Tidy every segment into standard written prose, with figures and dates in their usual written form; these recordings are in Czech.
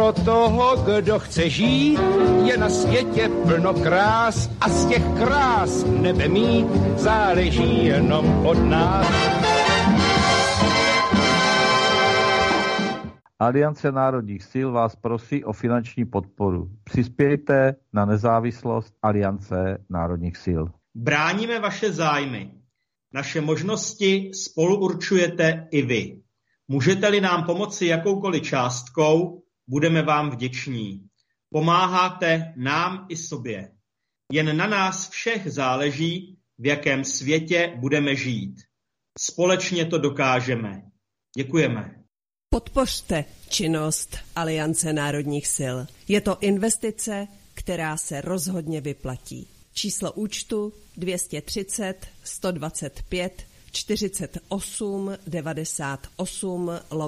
pro toho, kdo chce žít, je na světě plno krás a z těch krás nebe mít záleží jenom od nás. Aliance národních sil vás prosí o finanční podporu. Přispějte na nezávislost Aliance národních sil. Bráníme vaše zájmy. Naše možnosti spolu určujete i vy. Můžete-li nám pomoci jakoukoliv částkou, budeme vám vděční. Pomáháte nám i sobě. Jen na nás všech záleží, v jakém světě budeme žít. Společně to dokážeme. Děkujeme. Podpořte činnost Aliance národních sil. Je to investice, která se rozhodně vyplatí. Číslo účtu 230 125 48 98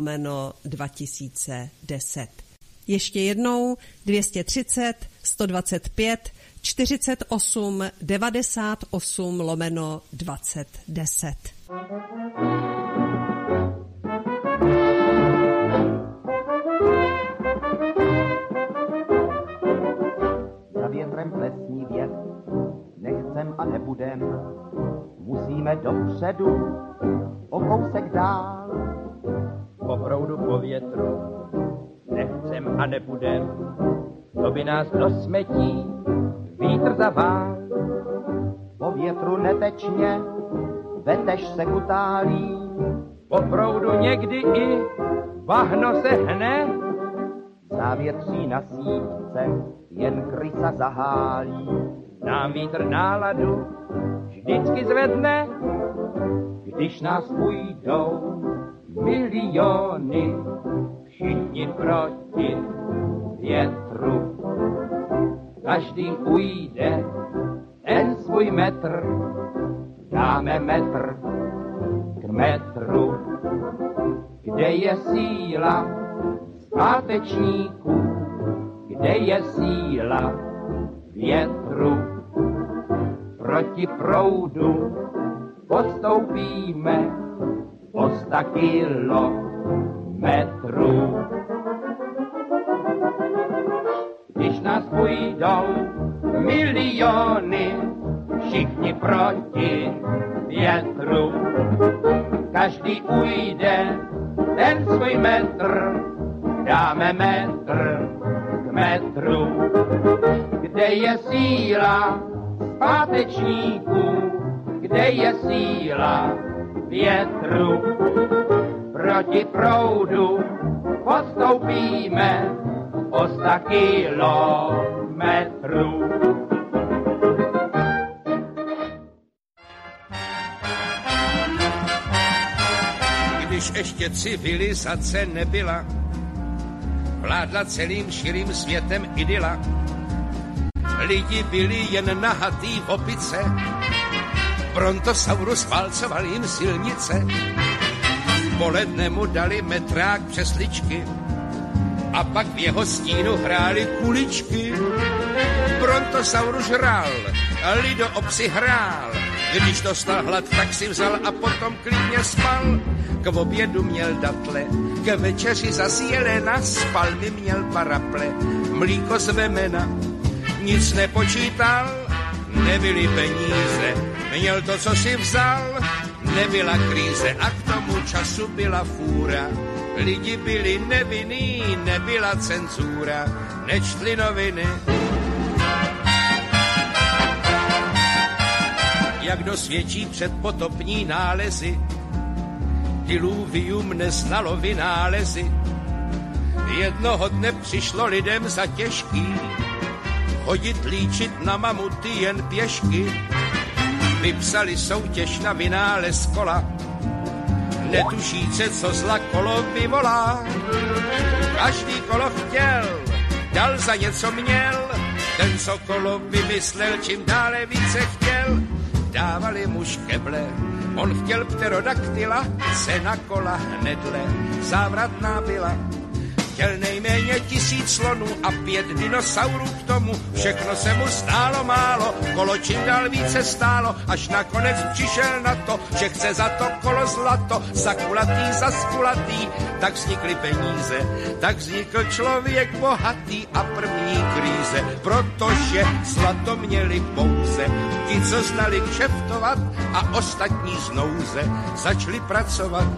/2010. Ještě jednou 230 125 48 98 /2010. Za větrem plesní věc, nechcem a nebudem, musíme dopředu, o kousek dál. Po proudu, po větru, nechcem a nebudem, to by nás do smetí vítr zavál. Po větru netečně, vetež se kutálí, po proudu někdy i bahno se hne, závětří na sítce, jen krysa zahálí. Nám vítr náladu vždycky zvedne, když nás půjdou miliony, všichni proti větru. Každý ujde ten svůj metr, dáme metr k metru. Kde je síla zpátečníků, kde je síla větru? Proti proudu postoupíme o 100 kilometrů. Když nás půjdou miliony, všichni proti větru. Každý ujde ten svůj metr, dáme metr k metru. Kde je síla zpátečníků, kde je síla větru? Proti proudu postoupíme o 100 kilometrů. Když ještě civilizace nebyla, vládla celým širým světem idyla. Lidi byli jen nahatý v opice, Brontosaurus válcoval jim silnice. V poledne mu dali metrák přesličky a pak v jeho stínu hráli kuličky. Brontosaurus žral, Lido obsi hrál, když dostal hlad, tak si vzal a potom klidně spal. K obědu měl datle, k večeři zas jelena, z palmy měl paraple, mlíko z vemena, nic nepočítal, nebyly peníze, měl to, co si vzal, nebyla kríze a k tomu času byla fůra. Lidi byli nevinní, nebyla cenzura, nečtli noviny. Jak dosvědčí předpotopní nálezy, diluvium neznalo vynálezy. Jednoho dne přišlo lidem za těžký chodit líčit na mamuty jen pěšky. Vypsali soutěž na vynález kola, netušíce, co zla kolo vyvolá. Každý kolo chtěl, dal za něco měl, ten, co kolo vymyslel, čím dále více chtěl. Dávali mu škeble, on chtěl pterodaktyla, cena kola hnedle závratná byla. chtěl nejméně 1000 slonů a 5 dinosaurů k tomu. Všechno se mu stálo málo, kolo čím dál více stálo, až nakonec přišel na to, že chce za to kolo zlato, za skulatý, tak vznikly peníze, tak vznikl člověk bohatý a první kríze, protože zlato měli pouze ti, co znali kšeftovat a ostatní z nouze začali pracovat.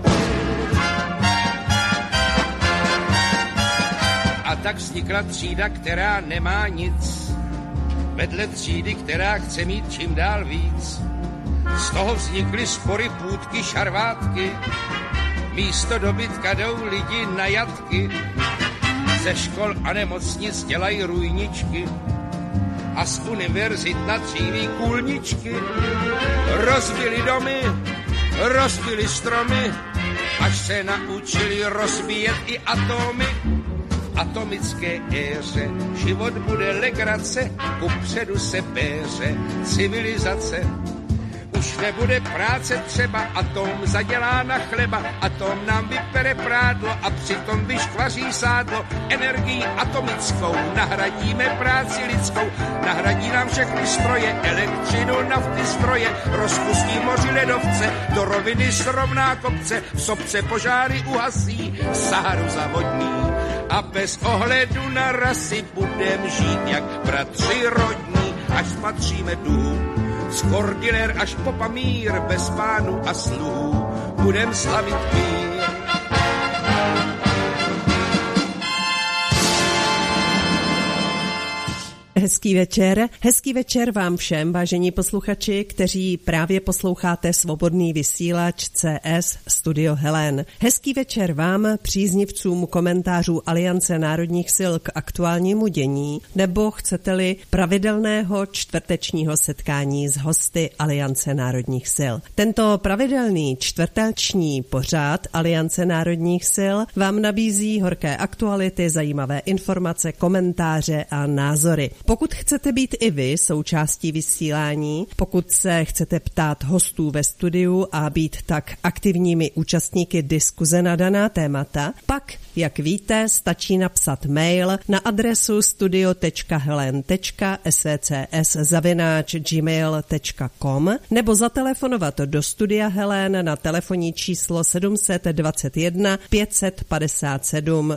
A tak vznikla třída, která nemá nic, vedle třídy, která chce mít čím dál víc. Z toho vznikly spory, půtky, šarvátky, místo dobytka jdou lidi na jatky, ze škol a nemocnic dělají rujničky a z univerzit natříví kůlničky. Rozbili domy, rozbili stromy, až se naučili rozbíjet i atomy. V atomické éře život bude legrace, kupředu se péře civilizace. Už nebude práce třeba, atom zadělá na chleba, atom nám vypere prádlo a přitom vyškvaří sádlo. Energií atomickou nahradíme práci lidskou, nahradí nám všechny stroje, elektřinu, nafty, stroje, rozpustí moři ledovce, do roviny srovná kopce, v sopce požáry uhasí, Saharu zavodní a bez ohledu na rasy budem žít jak bratři rodní, až spatříme dům. Z Kordiler až po Pamír, bez pánů a sluhů, budem slavit mír. Hezký večer vám všem, vážení posluchači, kteří právě posloucháte svobodný vysílač CS Studio Helen. Hezký večer vám, příznivcům komentářů Aliance národních sil k aktuálnímu dění, nebo chcete-li pravidelného čtvrtečního setkání s hosty Aliance národních sil. Tento pravidelný čtvrteční pořad Aliance národních sil vám nabízí horké aktuality, zajímavé informace, komentáře a názory. Pokud chcete být i vy součástí vysílání, pokud se chcete ptát hostů ve studiu a být tak aktivními účastníky diskuze na daná témata, pak, jak víte, stačí napsat mail na adresu studio.helen.svcs@gmail.com nebo zatelefonovat do Studia Helen na telefonní číslo 721 557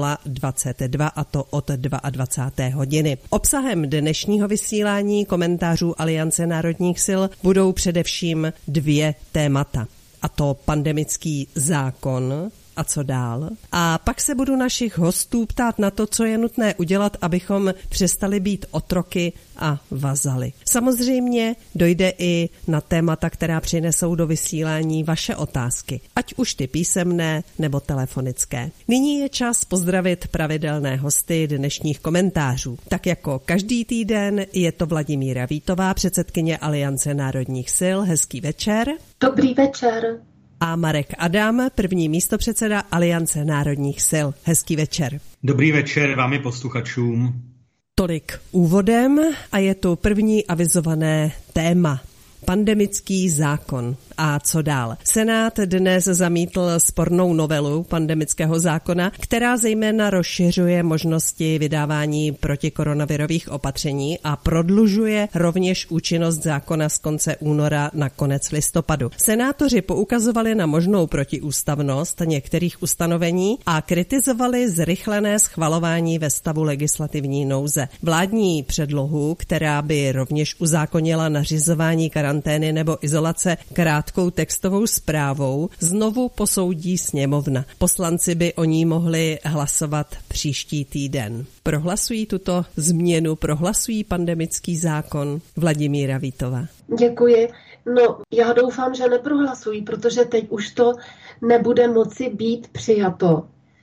022 a to od 22. hodiny. Obsahem dnešního vysílání komentářů Aliance národních sil budou především 2 témata. A to pandemický zákon a co dál. A pak se budu našich hostů ptát na to, co je nutné udělat, abychom přestali být otroky a vazaly. Samozřejmě dojde i na témata, která přinesou do vysílání vaše otázky, ať už ty písemné nebo telefonické. Nyní je čas pozdravit pravidelné hosty dnešních komentářů. Tak jako každý týden je to Vladimíra Vítová, předsedkyně Aliance národních sil. Hezký večer. Dobrý večer. A Marek Adam, první místopředseda Aliance národních sil. Hezký večer. Dobrý večer vám i posluchačům. Tolik úvodem a je tu první avizované téma. Pandemický zákon. A co dál? Senát dnes zamítl spornou novelu pandemického zákona, která zejména rozšiřuje možnosti vydávání protikoronavirových opatření a prodlužuje rovněž účinnost zákona z konce února na konec listopadu. Senátoři poukazovali na možnou protiústavnost některých ustanovení a kritizovali zrychlené schvalování ve stavu legislativní nouze. Vládní předlohu, která by rovněž uzákonila nařizování karantény nebo izolace krátkou textovou zprávou, znovu posoudí sněmovna. Poslanci by o ní mohli hlasovat příští týden. Prohlasují tuto změnu, prohlasují pandemický zákon? Vladimíra Vítová. Děkuji. No, já doufám, že neprohlasují, protože teď už to nebude moci být přijato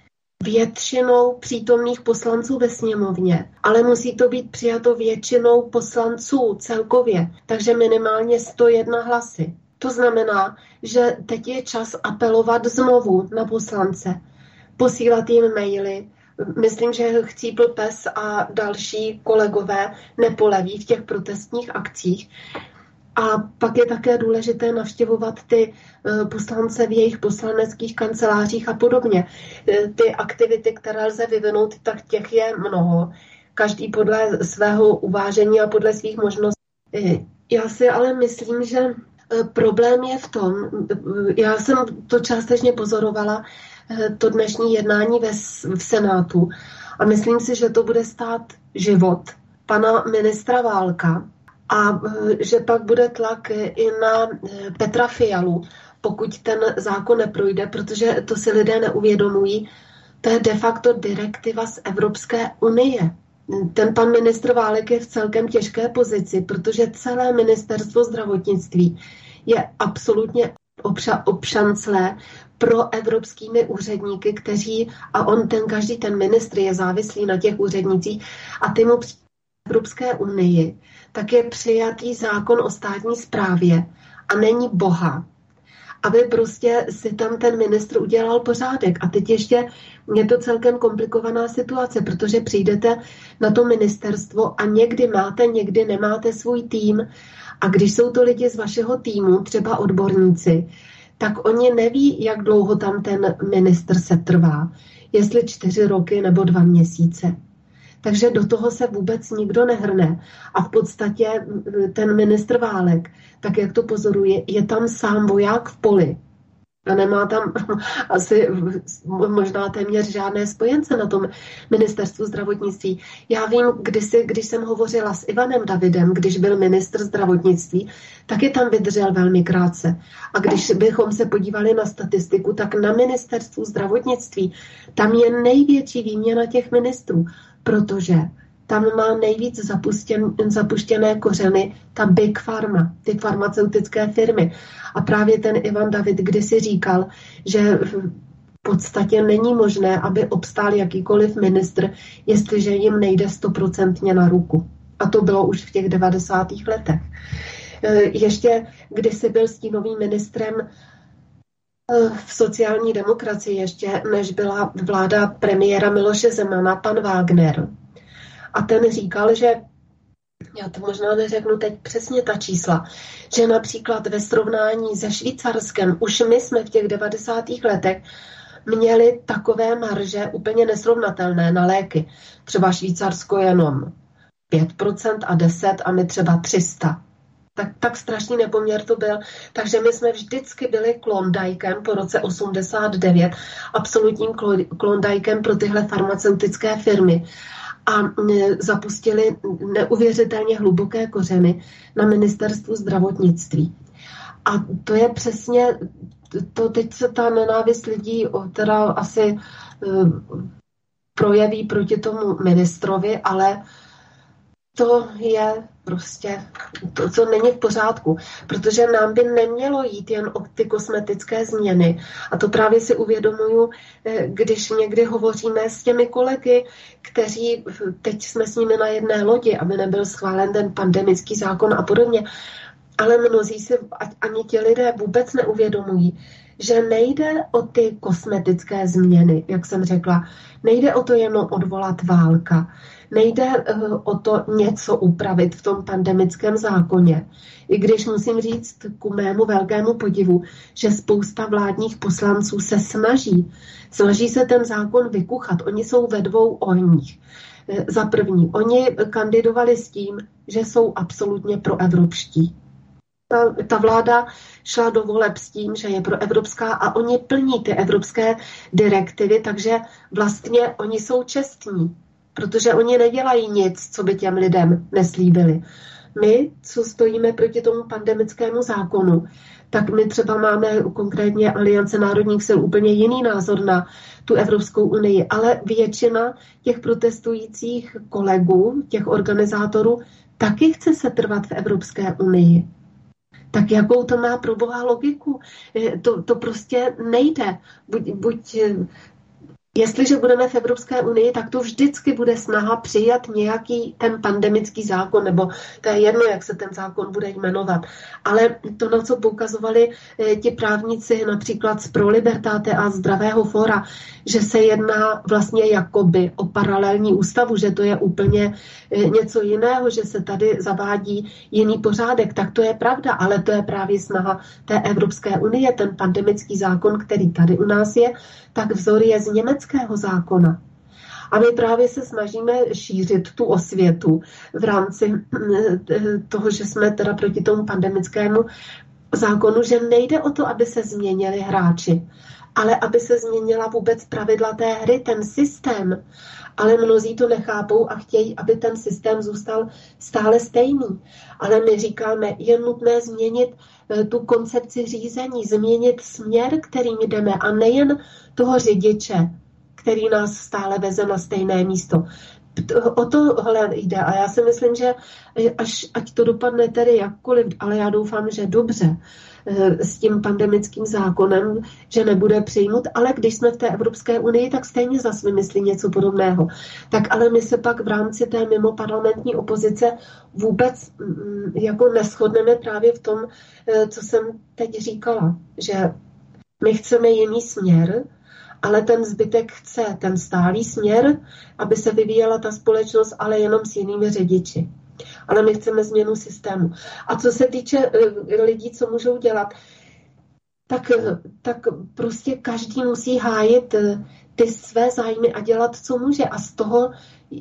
většinou přítomných poslanců ve sněmovně, ale musí to být přijato většinou poslanců celkově, takže minimálně 101 hlasy. To znamená, že teď je čas apelovat znovu na poslance, posílat jim maily. Myslím, že Chcípl pes a další kolegové nepoleví v těch protestních akcích. A pak je také důležité navštěvovat ty poslance v jejich poslaneckých kancelářích a podobně. Ty aktivity, které lze vyvinout, tak těch je mnoho. Každý podle svého uvážení a podle svých možností. Já si ale myslím, že problém je v tom, já jsem to částečně pozorovala, to dnešní jednání v Senátu, a myslím si, že to bude stát život pana ministra Válka a že pak bude tlak i na Petra Fialu, pokud ten zákon neprojde, protože to si lidé neuvědomují. To je de facto direktiva z Evropské unie. Ten pan ministr Válek je v celkem těžké pozici, protože celé ministerstvo zdravotnictví je absolutně obšanclé pro evropskými úředníky, a každý ten ministr je závislý na těch úřednicích a ty mu v Evropské unii, tak je přijatý zákon o státní správě a není boha, aby prostě si tam ten ministr udělal pořádek. A teď ještě je to celkem komplikovaná situace, protože přijdete na to ministerstvo a někdy máte, někdy nemáte svůj tým. A když jsou to lidi z vašeho týmu, třeba odborníci, tak oni neví, jak dlouho tam ten ministr setrvá. Jestli 4 roky nebo 2 měsíce. Takže do toho se vůbec nikdo nehrne. A v podstatě ten ministr Válek, tak jak to pozoruje, je tam sám voják v poli. A nemá tam asi možná téměř žádné spojence na tom ministerstvu zdravotnictví. Já vím, když jsem hovořila s Ivanem Davidem, když byl ministr zdravotnictví, tak je tam vydržel velmi krátce. A když bychom se podívali na statistiku, tak na ministerstvu zdravotnictví tam je největší výměna těch ministrů, protože tam má nejvíc zapuštěné kořeny ta Big Pharma, ty farmaceutické firmy. A právě ten Ivan David kdysi říkal, že v podstatě není možné, aby obstál jakýkoliv ministr, jestliže jim nejde 100% na ruku. A to bylo už v těch 90. letech. Ještě kdysi byl stínovým ministrem v sociální demokracii, ještě než byla vláda premiéra Miloše Zemana, pan Wagner. A ten říkal, že, já to možná neřeknu teď přesně ta čísla, že například ve srovnání se Švýcarskem, už my jsme v těch 90. letech měli takové marže úplně nesrovnatelné na léky. Třeba Švýcarsko jenom 5% a 10% a my třeba 300%. Tak strašný nepoměr to byl. Takže my jsme vždycky byli klondajkem po roce 89, absolutním klondajkem pro tyhle farmaceutické firmy. A zapustili neuvěřitelně hluboké kořeny na ministerstvu zdravotnictví. A to je přesně, teď se ta nenávist lidí teda asi projeví proti tomu ministrovi, ale to je prostě, to, co není v pořádku, protože nám by nemělo jít jen o ty kosmetické změny. A to právě si uvědomuju, když někdy hovoříme s těmi kolegy, kteří, teď jsme s nimi na jedné lodi, aby nebyl schválen ten pandemický zákon a podobně, ale mnozí si ani ti lidé vůbec neuvědomují, že nejde o ty kosmetické změny, jak jsem řekla. Nejde o to jenom odvolat Válka. Nejde o to něco upravit v tom pandemickém zákoně. I když musím říct ku mému velkému podivu, že spousta vládních poslanců se snaží se ten zákon vykuchat. Oni jsou ve 2 ohních. Za první, oni kandidovali s tím, že jsou absolutně proevropští. Ta vláda šla do voleb s tím, že je proevropská a oni plní ty evropské direktivy, takže vlastně oni jsou čestní, protože oni nedělají nic, co by těm lidem neslíbili. My, co stojíme proti tomu pandemickému zákonu, tak my třeba máme konkrétně Aliance národních sil úplně jiný názor na tu Evropskou unii, ale většina těch protestujících kolegů, těch organizátorů, taky chce setrvat v Evropské unii. Tak jakou to má pro Boha logiku? To prostě nejde. Buď Jestliže budeme v Evropské unii, tak to vždycky bude snaha přijat nějaký ten pandemický zákon, nebo to je jedno, jak se ten zákon bude jmenovat. Ale to, na co poukazovali ti právníci například z Pro Libertate a Zdravého fóra, že se jedná vlastně jakoby o paralelní ústavu, že to je úplně něco jiného, že se tady zavádí jiný pořádek, tak to je pravda, ale to je právě snaha té Evropské unie, ten pandemický zákon, který tady u nás je, tak vzor je z německého zákona. A my právě se snažíme šířit tu osvětu v rámci toho, že jsme teda proti tomu pandemickému zákonu, že nejde o to, aby se změnili hráči, ale aby se změnila vůbec pravidla té hry, ten systém. Ale mnozí to nechápou a chtějí, aby ten systém zůstal stále stejný. Ale my říkáme, je nutné změnit tu koncepci řízení, změnit směr, kterým jdeme a nejen toho řidiče, který nás stále veze na stejné místo. O tohle jde a já si myslím, že ať to dopadne tedy jakkoliv, ale já doufám, že dobře s tím pandemickým zákonem, že nebude přijmut, ale když jsme v té Evropské unii, tak stejně zas vymyslí něco podobného. Tak ale my se pak v rámci té mimoparlamentní opozice vůbec jako neshodneme právě v tom, co jsem teď říkala, že my chceme jiný směr, ale ten zbytek chce ten stálý směr, aby se vyvíjela ta společnost, ale jenom s jinými řidiči. Ale my chceme změnu systému. A co se týče lidí, co můžou dělat, tak prostě každý musí hájit ty své zájmy a dělat, co může. A z toho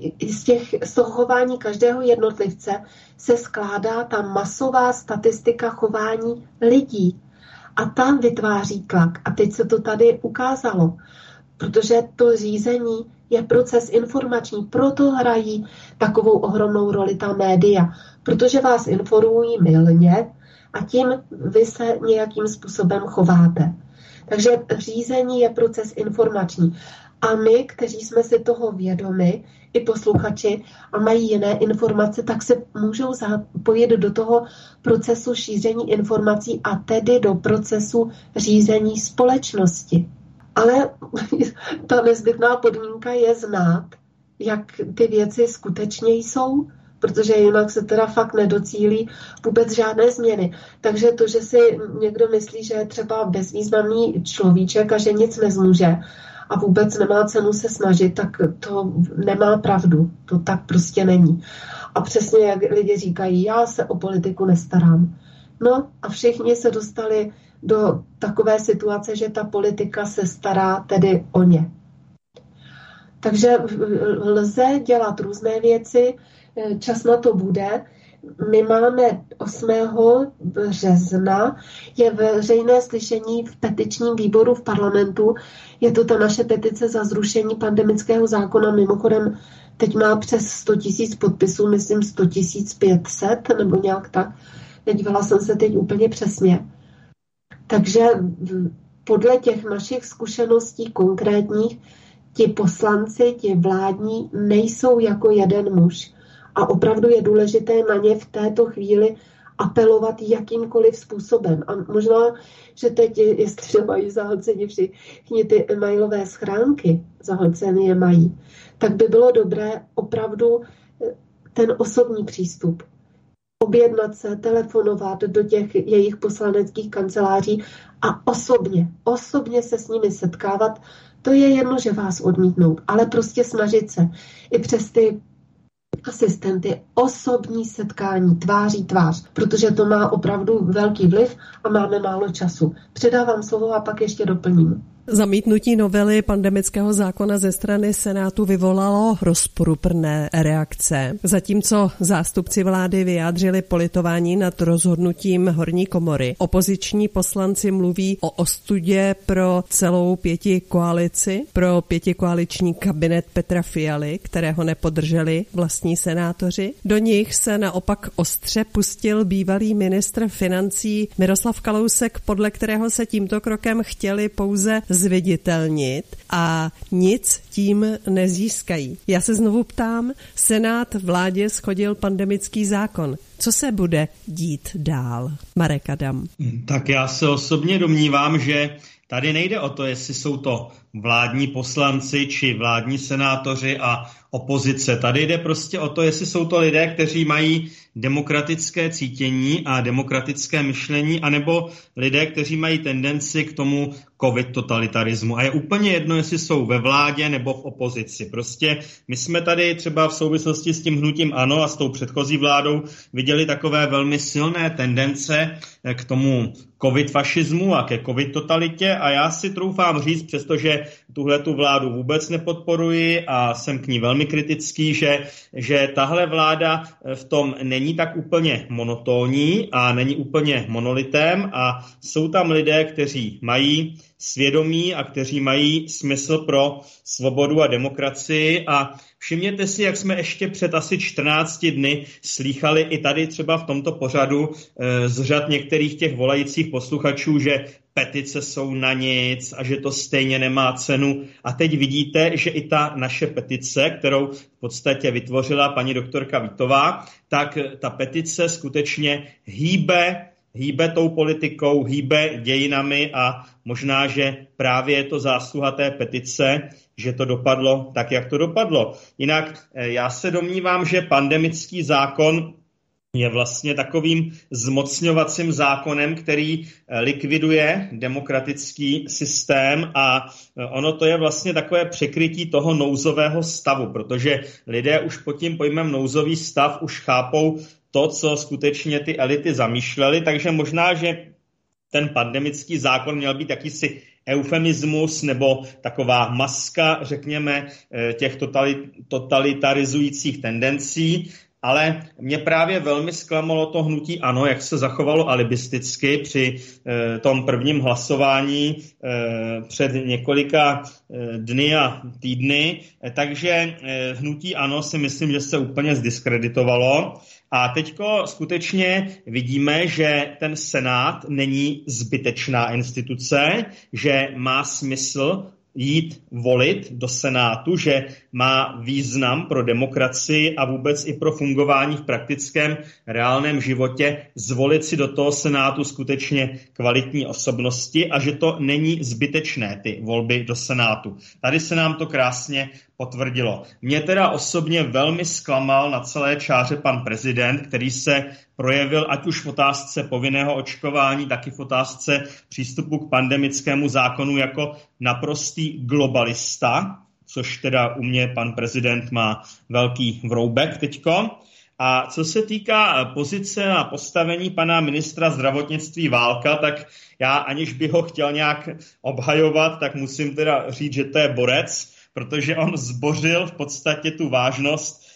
chování každého jednotlivce se skládá ta masová statistika chování lidí. A tam vytváří tlak. A teď se to tady ukázalo. Protože to řízení je proces informační. Proto hrají takovou ohromnou roli ta média. Protože vás informují mylně a tím vy se nějakým způsobem chováte. Takže řízení je proces informační. A my, kteří jsme si toho vědomi, i posluchači, a mají jiné informace, tak se můžou zapojit do toho procesu šíření informací a tedy do procesu řízení společnosti. Ale ta nezbytná podmínka je znát, jak ty věci skutečně jsou, protože jinak se teda fakt nedocílí vůbec žádné změny. Takže to, že si někdo myslí, že je třeba bezvýznamný človíček a že nic nezmůže a vůbec nemá cenu se snažit, tak to nemá pravdu. To tak prostě není. A přesně jak lidi říkají, já se o politiku nestarám. No a všichni se dostali do takové situace, že ta politika se stará tedy o ně. Takže lze dělat různé věci, čas na to bude. My máme 8. března, je veřejné slyšení v petičním výboru v parlamentu. Je to ta naše petice za zrušení pandemického zákona. Mimochodem, teď má přes 100 000 podpisů, myslím 100 500 nebo nějak tak. Nedívala jsem se teď úplně přesně. Takže podle těch našich zkušeností konkrétních, ti poslanci, ti vládní, nejsou jako jeden muž. A opravdu je důležité na ně v této chvíli apelovat jakýmkoliv způsobem. A možná, že teď, jestli mají zahlceni všichni ty e-mailové schránky, zahlceny je mají, tak by bylo dobré opravdu ten osobní přístup. Objednat se, telefonovat do těch jejich poslaneckých kanceláří a osobně se s nimi setkávat. To je jedno, že vás odmítnou, ale prostě snažit se i přes ty asistenty, osobní setkání, tváří tvář, protože to má opravdu velký vliv a máme málo času. Předávám slovo a pak ještě doplním. Zamítnutí novely pandemického zákona ze strany Senátu vyvolalo rozporuplné reakce. Zatímco zástupci vlády vyjádřili politování nad rozhodnutím horní komory, opoziční poslanci mluví o ostudě pro celou pětikoalici, pro pětikoaliční kabinet Petra Fialy, kterého nepodrželi vlastní senátoři. Do nich se naopak ostře pustil bývalý ministr financí Miroslav Kalousek, podle kterého se tímto krokem chtěli pouze zviditelnit a nic tím nezískají. Já se znovu ptám, Senát vládě shodil pandemický zákon. Co se bude dít dál? Marek Adam. Tak já se osobně domnívám, že tady nejde o to, jestli jsou to vládní poslanci či vládní senátoři a opozice. Tady jde prostě o to, jestli jsou to lidé, kteří mají demokratické cítění a demokratické myšlení, anebo lidé, kteří mají tendenci k tomu covid totalitarismu. A je úplně jedno, jestli jsou ve vládě nebo v opozici. Prostě my jsme tady třeba v souvislosti s tím hnutím ANO a s tou předchozí vládou viděli takové velmi silné tendence k tomu covid fašismu a ke covid totalitě a já si troufám říct, přestože tuhletu vládu vůbec nepodporuji a jsem k ní velmi kritický, že tahle vláda v tom není tak úplně monotónní a není úplně monolitem a jsou tam lidé, kteří mají svědomí a kteří mají smysl pro svobodu a demokracii a všimněte si, jak jsme ještě před asi 14 dny slýchali i tady třeba v tomto pořadu z řad některých těch volajících posluchačů, že petice jsou na nic a že to stejně nemá cenu. A teď vidíte, že i ta naše petice, kterou v podstatě vytvořila paní doktorka Vítová, tak ta petice skutečně hýbe tou politikou, hýbe dějinami a možná, že právě je to zásluha té petice, že to dopadlo tak, jak to dopadlo. Jinak já se domnívám, že pandemický zákon je vlastně takovým zmocňovacím zákonem, který likviduje demokratický systém a ono to je vlastně takové překrytí toho nouzového stavu, protože lidé už pod tím pojmem nouzový stav už chápou to, co skutečně ty elity zamýšlely, takže možná, že ten pandemický zákon měl být jakýsi eufemismus nebo taková maska, řekněme, těch totalitarizujících tendencí, ale mě právě velmi zklamalo to hnutí ANO, jak se zachovalo alibisticky při tom prvním hlasování před několika dny a týdny, takže hnutí ANO si myslím, že se úplně zdiskreditovalo. A teďko skutečně vidíme, že ten Senát není zbytečná instituce, že má smysl jít volit do Senátu, že má význam pro demokracii a vůbec i pro fungování v praktickém reálném životě, zvolit si do toho Senátu skutečně kvalitní osobnosti a že to není zbytečné, ty volby do Senátu. Tady se nám to krásně potvrdilo. Mě teda osobně velmi zklamal na celé čáře pan prezident, který se projevil ať už v otázce povinného očkování, tak i v otázce přístupu k pandemickému zákonu jako naprostý globalista, což teda u mě pan prezident má velký vroubek teďko. A co se týká pozice a postavení pana ministra zdravotnictví Válka, tak já aniž bych ho chtěl nějak obhajovat, tak musím teda říct, že to je borec, protože on zbořil v podstatě tu vážnost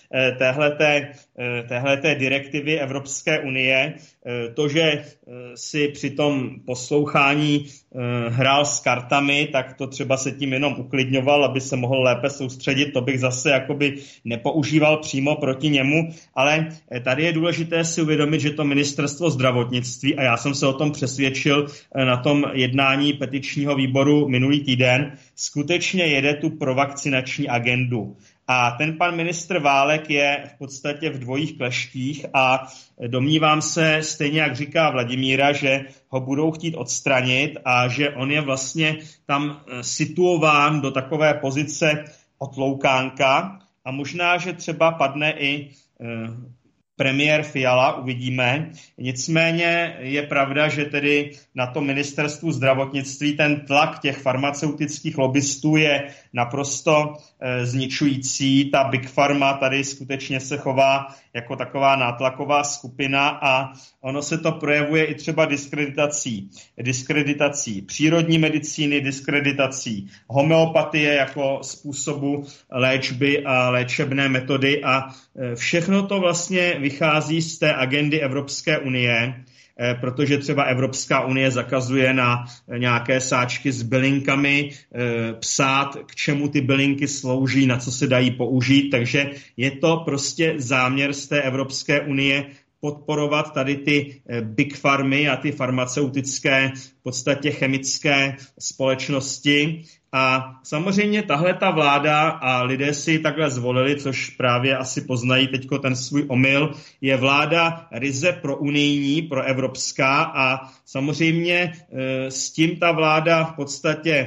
téhleté direktivy Evropské unie. To, že si při tom poslouchání hrál s kartami, tak to třeba se tím jenom uklidňoval, aby se mohl lépe soustředit, to bych zase jakoby nepoužíval přímo proti němu, ale tady je důležité si uvědomit, že to ministerstvo zdravotnictví, a já jsem se o tom přesvědčil na tom jednání petičního výboru minulý týden, skutečně jede tu provakcinační agendu. A ten pan ministr Válek je v podstatě v dvojích kleštích a domnívám se, stejně jak říká Vladimíra, že ho budou chtít odstranit a že on je vlastně tam situován do takové pozice otloukánka a možná, že třeba padne i premiér Fiala, uvidíme. Nicméně je pravda, že tedy na tom ministerstvu zdravotnictví ten tlak těch farmaceutických lobbystů je naprosto zničující. Ta Big Pharma tady skutečně se chová jako taková nátlaková skupina a ono se to projevuje i třeba diskreditací přírodní medicíny, diskreditací homeopatie jako způsobu léčby a léčebné metody a všechno to vlastně vychází z té agendy Evropské unie, protože třeba Evropská unie zakazuje na nějaké sáčky s bylinkami psát, k čemu ty bylinky slouží, na co se dají použít, takže je to prostě záměr z té Evropské unie podporovat tady ty big farmy a ty farmaceutické, v podstatě chemické společnosti. A samozřejmě tahle ta vláda a lidé si ji takhle zvolili, což právě asi poznají teďko ten svůj omyl, je vláda ryze prounijní, proevropská a samozřejmě s tím ta vláda v podstatě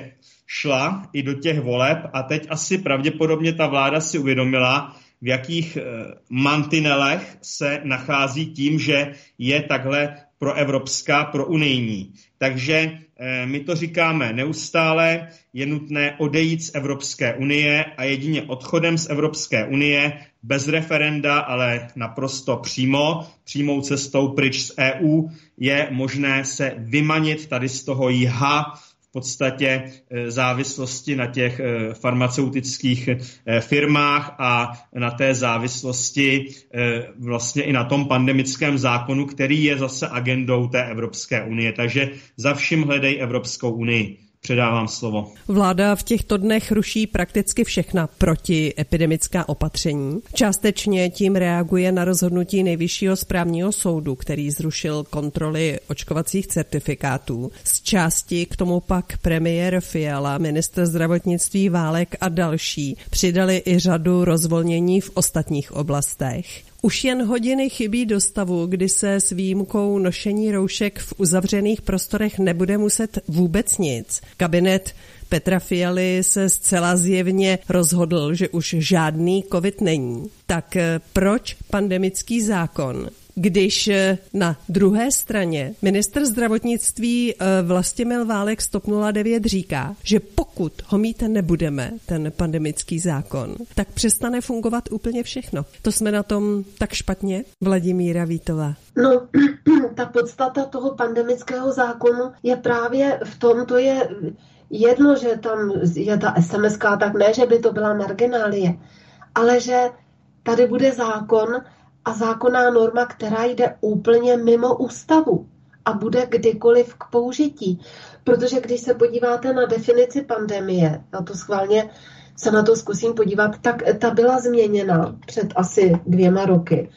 šla i do těch voleb a teď asi pravděpodobně ta vláda si uvědomila, v jakých mantinelech se nachází tím, že je takhle proevropská, prounijní. Takže my to říkáme neustále, je nutné odejít z Evropské unie a jedině odchodem z Evropské unie bez referenda, ale naprosto přímou cestou pryč z EU je možné se vymanit tady z toho jha v podstatě závislosti na těch farmaceutických firmách a na té závislosti vlastně i na tom pandemickém zákonu, který je zase agendou té Evropské unie. Takže za vším hledej Evropskou unii. Předávám slovo. Vláda v těchto dnech ruší prakticky všechna protiepidemická opatření. Částečně tím reaguje na rozhodnutí Nejvyššího správního soudu, který zrušil kontroly očkovacích certifikátů. Z části k tomu pak premiér Fiala, ministr zdravotnictví Válek a další přidali i řadu rozvolnění v ostatních oblastech. Už jen hodiny chybí do stavu, kdy se s výjimkou nošení roušek v uzavřených prostorech nebude muset vůbec nic. Kabinet Petra Fialy se zcela zjevně rozhodl, že už žádný covid není. Tak proč pandemický zákon? Když na druhé straně ministr zdravotnictví Vlastimil Válek z TOP 09 říká, že pokud ho mít nebudeme, ten pandemický zákon, tak přestane fungovat úplně všechno. To jsme na tom tak špatně, Vladimíra Vítová? No, ta podstata toho pandemického zákonu je právě v tom, to je jedno, že tam je ta SMS-ka, tak ne, že by to byla marginálie, ale že tady bude zákon, a zákonná norma, která jde úplně mimo ústavu a bude kdykoliv k použití. Protože když se podíváte na definici pandemie, a to schválně se na to zkusím podívat, tak ta byla změněna před asi 2 roky.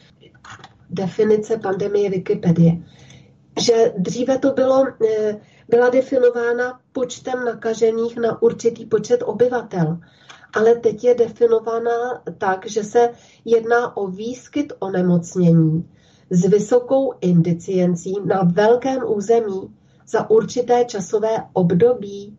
Definice pandemie Wikipedie. Že dříve to byla definována počtem nakažených na určitý počet obyvatel. Ale teď je definovaná tak, že se jedná o výskyt onemocnění s vysokou indiciencí na velkém území za určité časové období.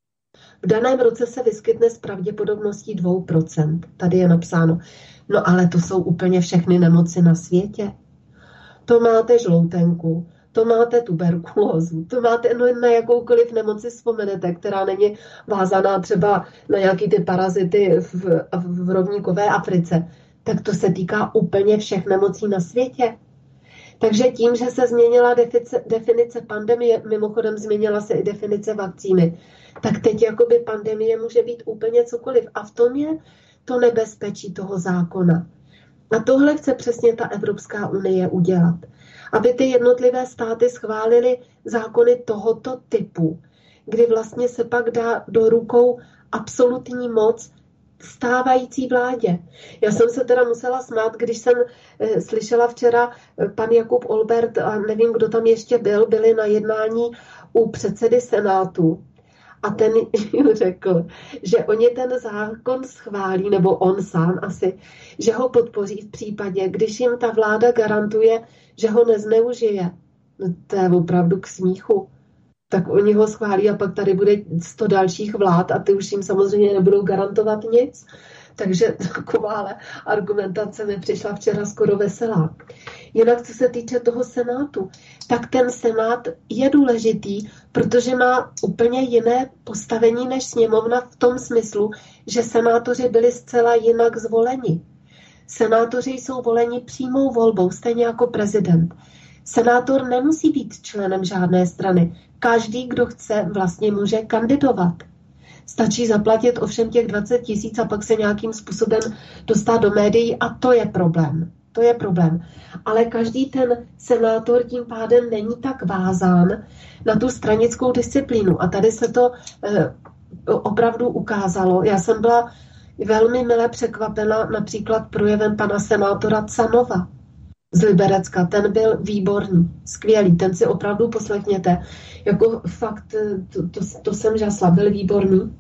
V daném roce se vyskytne s pravděpodobností 2%. Tady je napsáno. No ale to jsou úplně všechny nemoci na světě. To máte žloutenku, to máte tuberkulózu, to máte na jakoukoliv nemoci vzpomenete, která není vázaná třeba na nějaký ty parazity v rovníkové Africe, tak to se týká úplně všech nemocí na světě. Takže tím, že se změnila definice pandemie, mimochodem změnila se i definice vakcíny, tak teď jakoby pandemie může být úplně cokoliv. A v tom je to nebezpečí toho zákona. A tohle chce přesně ta Evropská unie udělat. Aby ty jednotlivé státy schválily zákony tohoto typu, kdy vlastně se pak dá do rukou absolutní moc stávající vládě. Já jsem se teda musela smát, když jsem slyšela včera pan Jakub Olbert a nevím, kdo tam ještě byli na jednání u předsedy Senátu. A ten jim řekl, že oni ten zákon schválí, nebo on sám asi, že ho podpoří v případě, když jim ta vláda garantuje, že ho nezneužije. No to je opravdu k smíchu. Tak oni ho schválí a pak tady bude 100 dalších vlád a ty už jim samozřejmě nebudou garantovat nic. Takže takováhle argumentace mi přišla včera skoro veselá. Jinak, co se týče toho Senátu, tak ten Senát je důležitý, protože má úplně jiné postavení než sněmovna v tom smyslu, že senátoři byli zcela jinak zvoleni. Senátoři jsou voleni přímou volbou, stejně jako prezident. Senátor nemusí být členem žádné strany. Každý, kdo chce, vlastně může kandidovat. Stačí zaplatit ovšem těch 20 000 a pak se nějakým způsobem dostat do médií a to je problém. To je problém. Ale každý ten senátor tím pádem není tak vázán na tu stranickou disciplínu. A tady se to opravdu ukázalo. Já jsem byla velmi mile překvapena například projevem pana senátora Canova z Liberecka. Ten byl výborný, skvělý, ten si opravdu poslechněte. Jako fakt, to jsem žasla, byl výborný.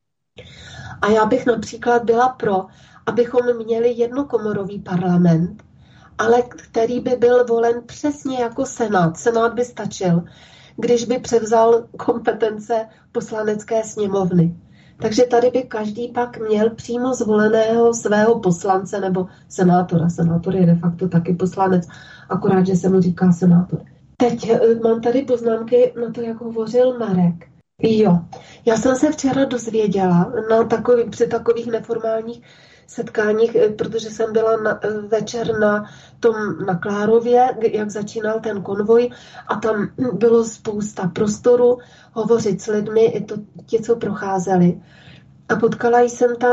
A já bych například byla pro, abychom měli jednokomorový parlament, ale který by byl volen přesně jako Senát. Senát by stačil, když by převzal kompetence poslanecké sněmovny. Takže tady by každý pak měl přímo zvoleného svého poslance nebo senátora. Senátor je de facto taky poslanec, akorát, že se mu říká senátor. Teď mám tady poznámky na to, jak hovořil Marek. Jo, já jsem se včera dozvěděla při takových neformálních setkáních, protože jsem byla večer na Klárově, jak začínal ten konvoj a tam bylo spousta prostoru hovořit s lidmi, i ti, co procházeli. A potkala jsem tam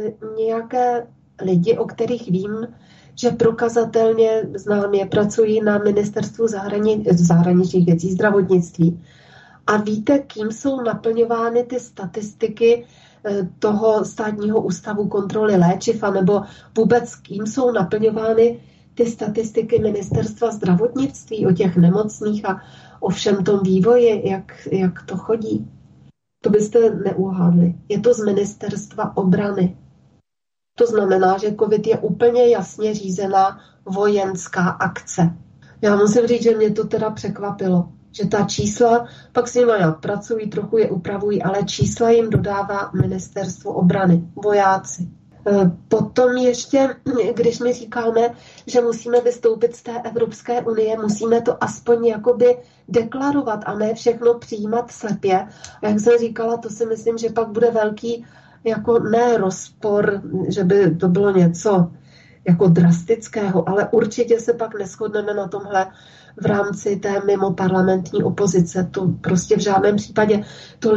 nějaké lidi, o kterých vím, že prokazatelně znám je, pracují na ministerstvu zahraničních věcí, zdravotnictví. A víte, kým jsou naplňovány ty statistiky toho Státního ústavu kontroly léčiv, nebo vůbec kým jsou naplňovány ty statistiky ministerstva zdravotnictví o těch nemocných a o všem tom vývoji, jak to chodí? To byste neuhádli. Je to z ministerstva obrany. To znamená, že COVID je úplně jasně řízená vojenská akce. Já musím říct, že mě to teda překvapilo, že ta čísla, pak s nimi nějak pracují, trochu je upravují, ale čísla jim dodává ministerstvo obrany, vojáci. Potom ještě, když my říkáme, že musíme vystoupit z té Evropské unie, musíme to aspoň jakoby deklarovat a ne všechno přijímat slepě. A jak jsem říkala, to si myslím, že pak bude velký jako ne rozpor, že by to bylo něco jako drastického, ale určitě se pak neshodneme na tomhle v rámci té mimoparlamentní opozice. To prostě v žádném případě to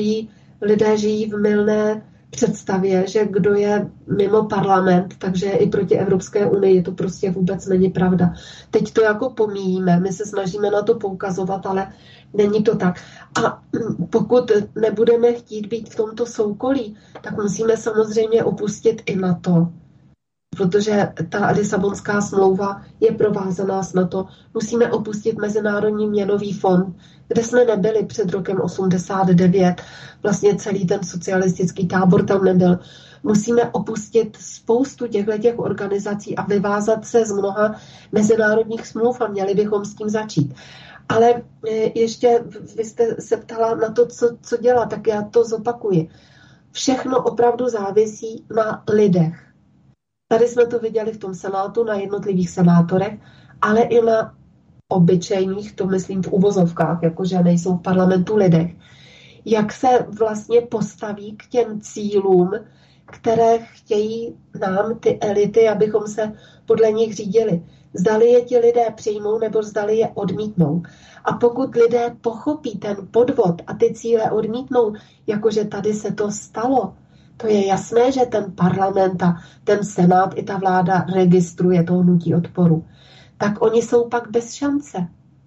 lidé žijí v mylné představě, že kdo je mimo parlament, takže je i proti Evropské unii, to prostě vůbec není pravda. Teď to jako pomíjíme, my se snažíme na to poukazovat, ale není to tak. A pokud nebudeme chtít být v tomto soukolí, tak musíme samozřejmě opustit i NATO, protože ta Lisabonská smlouva je provázaná s NATO. Musíme opustit Mezinárodní měnový fond, kde jsme nebyli před rokem 89. Vlastně celý ten socialistický tábor tam nebyl. Musíme opustit spoustu těchto organizací a vyvázat se z mnoha mezinárodních smluv a měli bychom s tím začít. Ale ještě vy jste se ptala na to, co dělat, tak já to zopakuji. Všechno opravdu závisí na lidech. Tady jsme to viděli v tom senátu, na jednotlivých senátorech, ale i na obyčejných, to myslím v uvozovkách, jakože nejsou v parlamentu lidech. Jak se vlastně postaví k těm cílům, které chtějí nám ty elity, abychom se podle nich řídili. Zdali je ti lidé přijmou, nebo zdali je odmítnou. A pokud lidé pochopí ten podvod a ty cíle odmítnou, jakože tady se to stalo, to je jasné, že ten parlament a ten senát i ta vláda registruje to hnutí odporu. Tak oni jsou pak bez šance.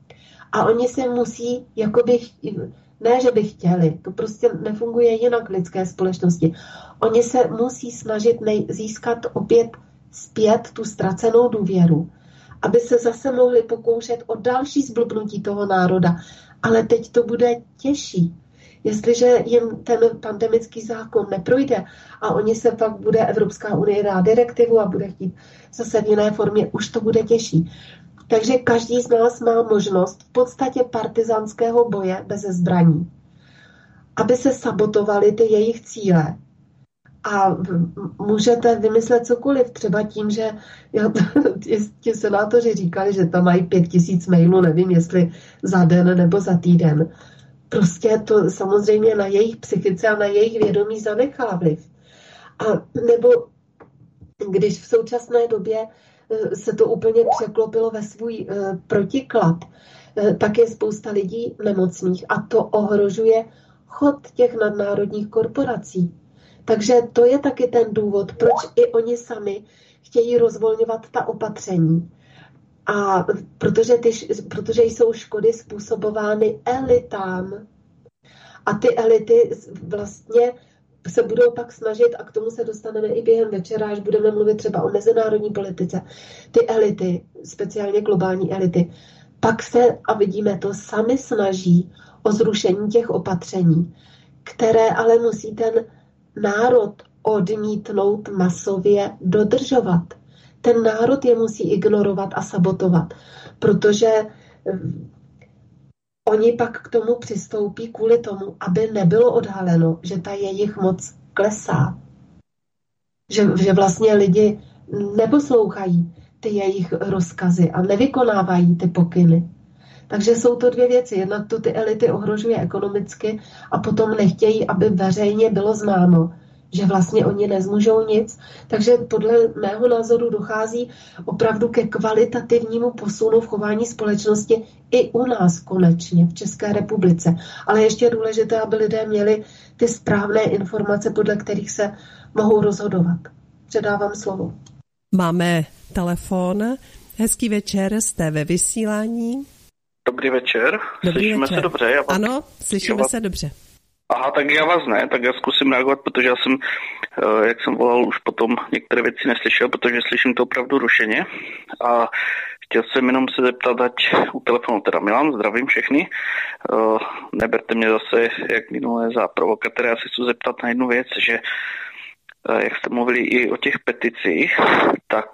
A oni se musí, jakoby, ne, že by chtěli, to prostě nefunguje jinak v lidské společnosti. Oni se musí snažit získat opět zpět tu ztracenou důvěru, aby se zase mohli pokoušet o další zblbnutí toho národa. Ale teď to bude těžší. Jestliže jim ten pandemický zákon neprojde a oni se pak bude Evropská unie dát direktivu a bude chtít zase v jiné formě, už to bude těžší. Takže každý z nás má možnost v podstatě partizánského boje bez zbraní, aby se sabotovaly ty jejich cíle. A můžete vymyslet cokoliv, třeba tím, že ti senátoři říkali, že tam mají 5000 mailů, nevím, jestli za den nebo za týden. Prostě to samozřejmě na jejich psychice a na jejich vědomí zanechá vliv. A nebo když v současné době se to úplně překlopilo ve svůj protiklad, tak je spousta lidí nemocných a to ohrožuje chod těch nadnárodních korporací. Takže to je taky ten důvod, proč i oni sami chtějí rozvolňovat ta opatření. A protože jsou škody způsobovány elitám. A ty elity vlastně se budou pak snažit, a k tomu se dostaneme i během večera, až budeme mluvit třeba o mezinárodní politice, ty elity, speciálně globální elity, pak se, a vidíme to, sami snaží o zrušení těch opatření, které ale musí ten národ odmítnout masově dodržovat. Ten národ je musí ignorovat a sabotovat, protože oni pak k tomu přistoupí kvůli tomu, aby nebylo odhaleno, že ta jejich moc klesá. Že vlastně lidi neposlouchají ty jejich rozkazy a nevykonávají ty pokyny. Takže jsou to dvě věci. Jednak to ty elity ohrožuje ekonomicky a potom nechtějí, aby veřejně bylo známo, že vlastně oni nezmůžou nic. Takže podle mého názoru dochází opravdu ke kvalitativnímu posunu v chování společnosti i u nás konečně v České republice. Ale ještě je důležité, aby lidé měli ty správné informace, podle kterých se mohou rozhodovat. Předávám slovo. Máme telefon. Hezký večer, jste ve vysílání. Dobrý večer. Slyšíme se dobře? Ano, slyšíme se dobře. Aha, tak já vás ne, tak já zkusím reagovat, protože já jsem, jak jsem volal, už potom některé věci neslyšel, protože slyším to opravdu rušeně. A chtěl jsem jenom se zeptat, ať u telefonu teda Milan, zdravím všechny. Neberte mě zase, jak minulé, za provokatéra. Já se chci zeptat na jednu věc, že jak jste mluvili i o těch peticích, tak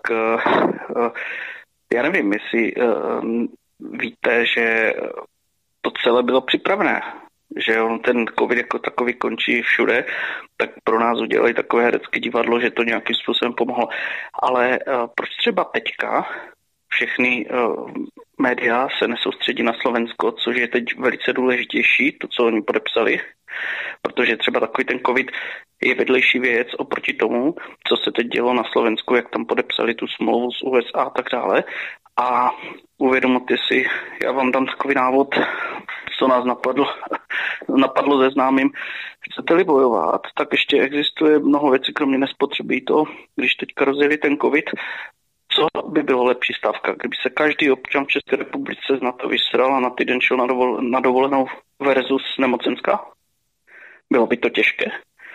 já nevím, jestli víte, že to celé bylo připravené, že on ten covid jako takový končí všude, tak pro nás udělali takové herecké divadlo, že to nějakým způsobem pomohlo. Ale proč třeba teďka všechny média se nesoustředí na Slovensko, což je teď velice důležitější, to, co oni podepsali, protože třeba takový ten covid je vedlejší věc oproti tomu, co se teď dělo na Slovensku, jak tam podepsali tu smlouvu s USA a tak dále. A uvědomte si, já vám dám takový návod, co nás napadlo ze známým. Chcete-li bojovat, tak ještě existuje mnoho věcí, kromě nespotřebí to, když teďka rozjeli ten covid. Co by bylo lepší stávka, kdyby se každý občan v České republice z NATO vysral a na týden šel na dovolenou versus nemocenská? Bylo by to těžké.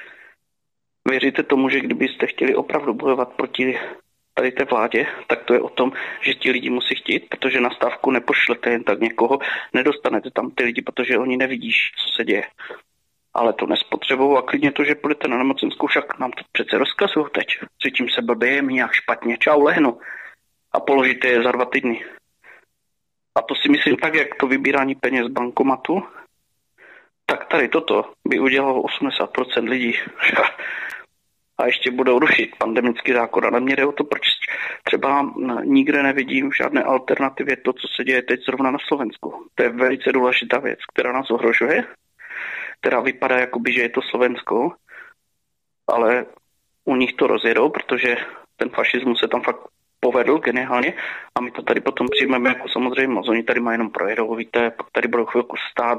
Věříte tomu, že kdybyste chtěli opravdu bojovat proti tady té vládě, tak to je o tom, že ti lidi musí chtít, protože na stávku nepošlete jen tak někoho, nedostanete tam ty lidi, protože oni nevidí, co se děje. Ale to nespotřebují a klidně to, že půjdete na nemocenskou, však nám to přece rozkazují teď. Cítím se blbě, je mi nějak špatně, čau, lehnu. A položíte je za 2 týdny. A to si myslím tak, jak to vybírání peněz z bankomatu, tak tady toto by udělalo 80% lidí. A ještě budou rušit pandemický zákon. Ale mě jde o to, proč třeba nikde nevidím v žádné alternativě to, co se děje teď zrovna na Slovensku. To je velice důležitá věc, která nás ohrožuje, která vypadá jakoby, že je to Slovensko, ale u nich to rozjedou, protože ten fašismus se tam fakt povedl geniálně a my to tady potom přijmeme jako samozřejmost. Oni tady mají jenom projedou, víte, pak tady budou chvilku stát.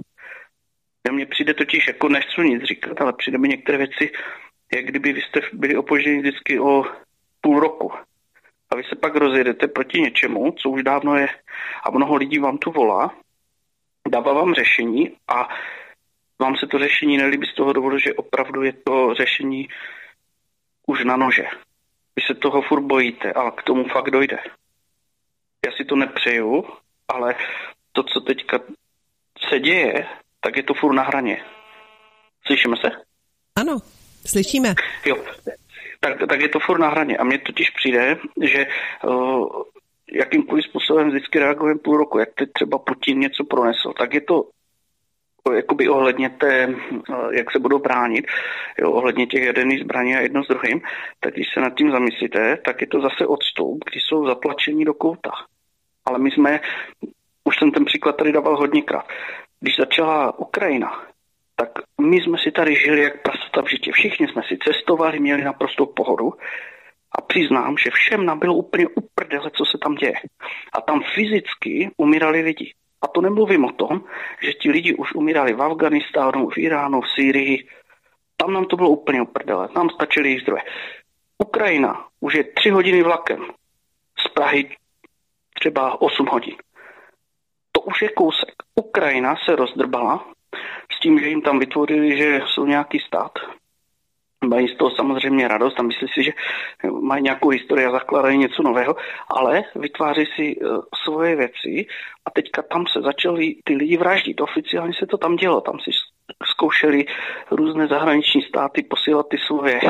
Mně přijde totiž, jako nechci nic říkat, ale přijde mi některé věci, jak kdyby vy jste byli opožděni vždycky o půl roku. A vy se pak rozjedete proti něčemu, co už dávno je a mnoho lidí vám tu volá, dává vám řešení a vám se to řešení nelíbí z toho důvodu, že opravdu je to řešení už na nože. Vy se toho furt bojíte, ale k tomu fakt dojde. Já si to nepřeju, ale to, co teďka se děje, tak je to furt na hraně. Slyšíme se? Ano, slyšíme. Jo, tak je to furt na hraně. A mně totiž přijde, že jakýmkoliv způsobem vždycky reagujeme půl roku. Jak teď třeba Putin něco pronesl, tak je to jakoby ohledně té, jak se budou bránit, jo, ohledně těch jaderných zbraní a jedno s druhým, tak když se nad tím zamyslíte, tak je to zase odstup, když jsou zatlačení do kouta. Ale my jsme, už jsem ten příklad tady dával hodněkrát, když začala Ukrajina, tak my jsme si tady žili jak prasata v žitě. Všichni jsme si cestovali, měli naprostou pohodu a přiznám, že všem nám bylo úplně uprdele, co se tam děje. A tam fyzicky umírali lidi. A to nemluvím o tom, že ti lidi už umírali v Afganistánu, v Iránu, v Sýrii. Tam nám to bylo úplně uprdele. Nám stačily jejich zdroje. Ukrajina už je 3 hodiny vlakem. Z Prahy třeba 8 hodin. To už je kousek. Ukrajina se rozdrbala s tím, že jim tam vytvořili, že jsou nějaký stát. Mají z toho samozřejmě radost a myslí si, že mají nějakou historii a zakládají něco nového, ale vytváří si svoje věci a teďka tam se začali ty lidi vraždit. Oficiálně se to tam dělo. Tam si zkoušeli různé zahraniční státy posílat ty svoje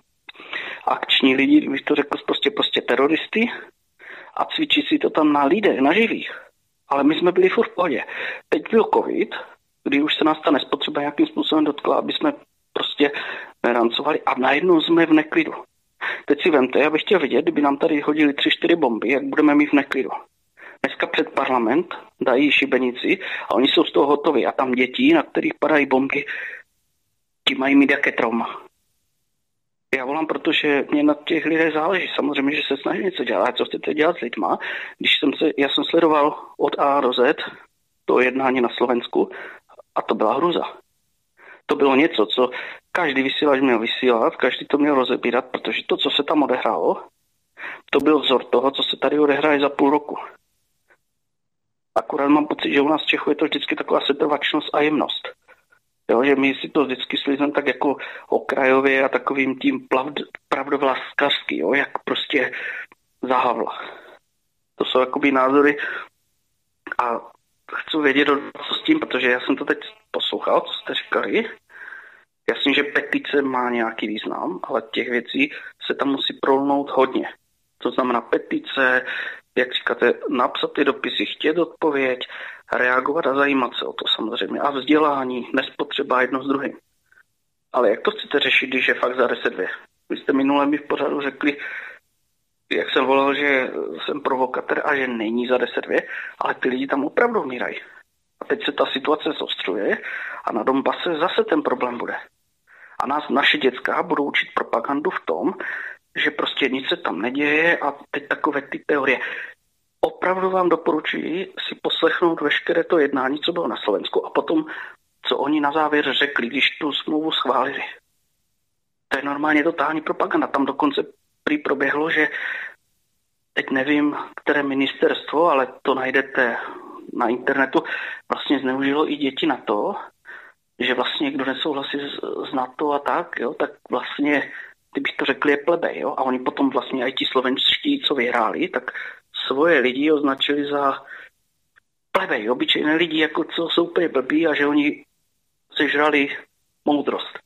akční lidi, bych to řekl prostě teroristy a cvičí si to tam na lidech, na živých. Ale my jsme byli furt v pohodě. Teď byl covid, kdy už se nás ta nespotřeba nějakým způsobem dotkla, aby jsme prostě nerancovali a najednou jsme v neklidu. Teď si vemte, já bych chtěl vidět, kdyby nám tady hodili 3-4 bomby, jak budeme mít v neklidu. Dneska před parlament dají šibenici a oni jsou z toho hotoví. A tam děti, na kterých padají bomby, ti mají mít jaké trauma. Já volám, protože mě na těch lidech záleží. Samozřejmě, že se snaží něco dělat. A co chcete dělat s lidma? Já jsem sledoval od A do Z to jednání na Slovensku a to byla hruza. To bylo něco, co každý vysílač měl vysílat, každý to měl rozebírat, protože to, co se tam odehrálo, to byl vzor toho, co se tady odehraje za půl roku. Akorát mám pocit, že u nás v Čechu je to vždycky taková setrvačnost a jemnost. Jo, že my si to vždycky slízneme tak jako okrajově a takovým tím pravdovlaskařský, jo, jak prostě za Havla. To jsou jakoby názory a chci vědět, co s tím, protože já jsem to teď poslouchal, co jste říkali. Jasně, že petice má nějaký význam, ale těch věcí se tam musí prolnout hodně. To znamená petice, jak říkáte, napsat ty dopisy, chtět odpověď, reagovat a zajímat se o to samozřejmě. A vzdělání, nespotřeba jedno s druhým. Ale jak to chcete řešit, když je fakt za 10 2? Vy jste minule mi v pořadu řekli, jak jsem volal, že jsem provokatér a že není za 10 2, ale ty lidi tam opravdu umírají. A teď se ta situace zostřuje a na Donbase zase ten problém bude. A naše děcka budou učit propagandu v tom, že prostě nic se tam neděje a teď takové ty teorie. Opravdu vám doporučuji si poslechnout veškeré to jednání, co bylo na Slovensku a potom, co oni na závěr řekli, když tu smlouvu schválili. To je normálně totální propaganda. Tam dokonce proběhlo, že teď nevím, které ministerstvo, ale to najdete na internetu, vlastně zneužilo i děti na to, že vlastně kdo nesouhlasí s NATO a tak, jo, tak vlastně, kdybych to řekl, je plebej, jo, a oni potom vlastně i ti slovenští, co vyhráli, tak svoje lidi označili za plebej, obyčejné lidi, jako co jsou úplně blbí a že oni sežrali moudrost.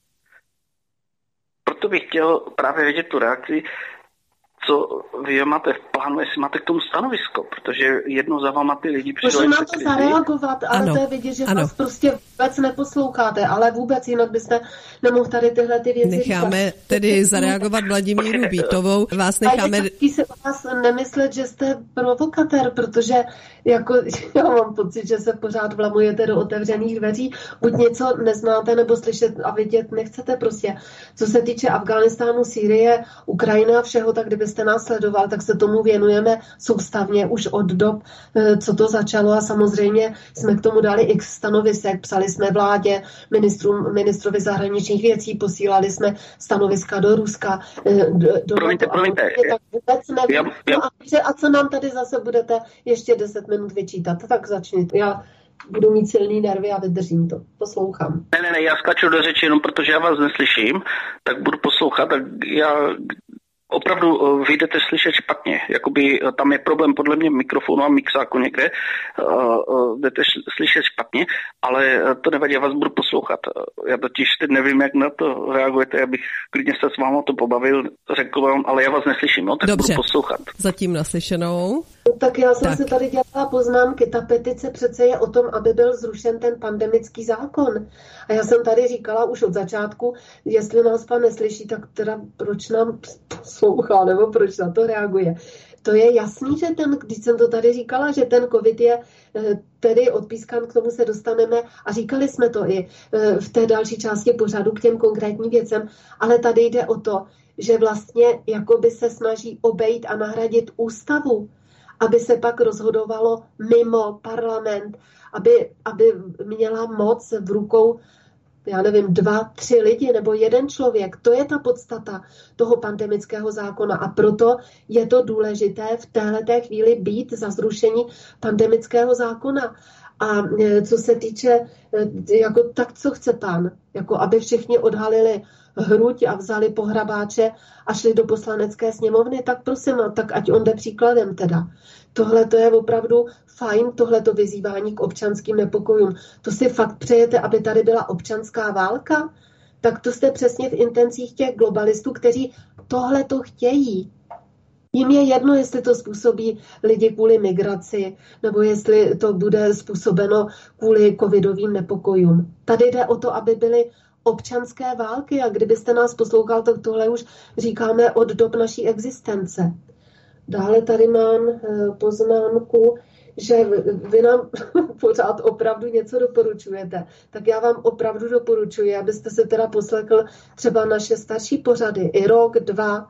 Proto bych chtěl právě vědět tu reakci, co vy máte v plánu, jestli máte k tomu stanovisko, protože jednou za váma ty lidi přišli. Můžu na to zareagovat, ale ano, to je vidět, že vás prostě vůbec neposloucháte, ale vůbec jinak byste nemohl tady tyhle ty věci necháme říkat. Tedy zareagovat Vladimíru Bítovou. Vás necháme... A je si o vás nemyslet, že jste provokatér, protože jako, já mám pocit, že se pořád vlamujete do otevřených dveří, buď něco neznáte, nebo slyšet a vidět nechcete prostě. Co se týče Afghánistánu, Sýrie, Ukrajina a všeho, tak kdybyste nás sledoval, tak se tomu věnujeme soustavně už od dob, co to začalo a samozřejmě jsme k tomu dali x stanovisek, psali jsme vládě, ministrovi zahraničních věcí, posílali jsme stanoviska do Ruska, do promiňte. Tak vůbec nevím. A co nám tady zase budete ještě 10 minut vyčítat, tak začněte. Já budu mít silný nervy a vydržím to. Poslouchám. Ne, já skáču do řeči jenom protože já vás neslyším, tak budu poslouchat, tak já opravdu vy jdete slyšet špatně. Jakoby tam je problém podle mě mikrofonu a mixáku někde. Jdete slyšet špatně, ale to nevadí, já vás budu poslouchat. Já totiž teď nevím, jak na to reagujete, já bych klidně se s váma to pobavil, řekl vám, ale já vás neslyším, no, tak dobře, budu poslouchat. Zatím naslyšenou. Tak já jsem si tady dělala poznámky. Ta petice přece je o tom, aby byl zrušen ten pandemický zákon. A já jsem tady říkala už od začátku, jestli nás pan neslyší, tak teda proč nám poslouchá, nebo proč na to reaguje. To je jasný, že když jsem to tady říkala, že ten covid je tedy odpískán, k tomu se dostaneme a říkali jsme to i v té další části pořadu k těm konkrétním věcem, ale tady jde o to, že vlastně jakoby se snaží obejít a nahradit ústavu, aby se pak rozhodovalo mimo parlament, aby měla moc v rukou, já nevím, 2-3 lidi nebo jeden člověk. To je ta podstata toho pandemického zákona a proto je to důležité v téhleté chvíli být za zrušení pandemického zákona. A co se týče, jako, tak co chce pán? Jako, aby všichni odhalili hruď a vzali pohrabáče a šli do poslanecké sněmovny, tak prosím, tak ať on jde příkladem teda. Tohle to je opravdu fajn, tohleto vyzývání k občanským nepokojům. To si fakt přejete, aby tady byla občanská válka? Tak to jste přesně v intencích těch globalistů, kteří tohleto chtějí. Jim je jedno, jestli to způsobí lidi kvůli migraci, nebo jestli to bude způsobeno kvůli covidovým nepokojům. Tady jde o to, aby byly občanské války a kdybyste nás poslouchal, tak tohle už říkáme od dob naší existence. Dále tady mám poznámku, že vy nám pořád opravdu něco doporučujete. Tak já vám opravdu doporučuji, abyste se teda poslechl třeba naše starší pořady, i rok, 2.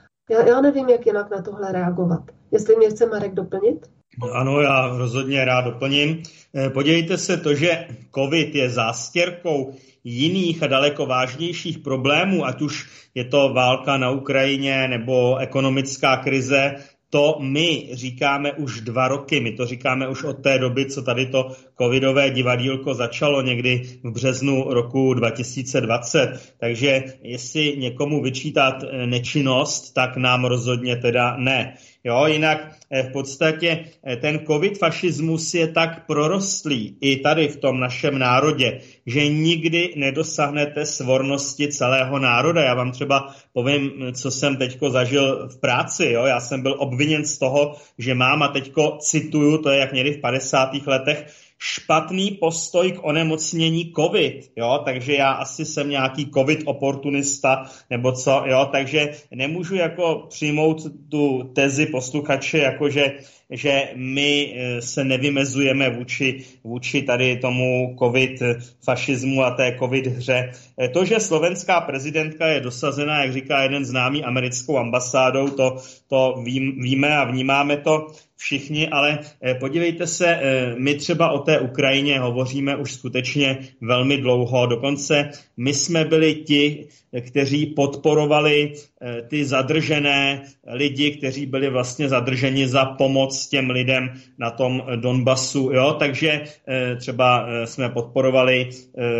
Já nevím, jak jinak na tohle reagovat. Jestli mě chce Marek doplnit? Ano, já rozhodně rád doplním. Podívejte se, to, že covid je zástěrkou jiných a daleko vážnějších problémů, ať už je to válka na Ukrajině nebo ekonomická krize, to my říkáme už 2 roky, my to říkáme už od té doby, co tady to covidové divadýlko začalo někdy v březnu roku 2020. Takže jestli někomu vyčítat nečinnost, tak nám rozhodně teda ne. Jo, jinak v podstatě ten covid-fašismus je tak prorostlý i tady v tom našem národě, že nikdy nedosáhnete svornosti celého národa. Já vám třeba povím, co jsem teďko zažil v práci. Jo? Já jsem byl obviněn z toho, že mám, a teďko cituju, to je jak někdy v 50. letech, špatný postoj k onemocnění covid, jo, takže já asi jsem nějaký covid oportunista, nebo co, jo, takže nemůžu jako přijmout tu tezi posluchače, jakože že my se nevymezujeme vůči tady tomu covid fašismu a té covid hře. To, že slovenská prezidentka je dosazena, jak říká jeden známý, americkou ambasádou, to víme a vnímáme to všichni, ale podívejte se, my třeba o té Ukrajině hovoříme už skutečně velmi dlouho. Dokonce my jsme byli ti, kteří podporovali ty zadržené lidi, kteří byli vlastně zadrženi za pomoc těm lidem na tom Donbasu. Jo? Takže třeba jsme podporovali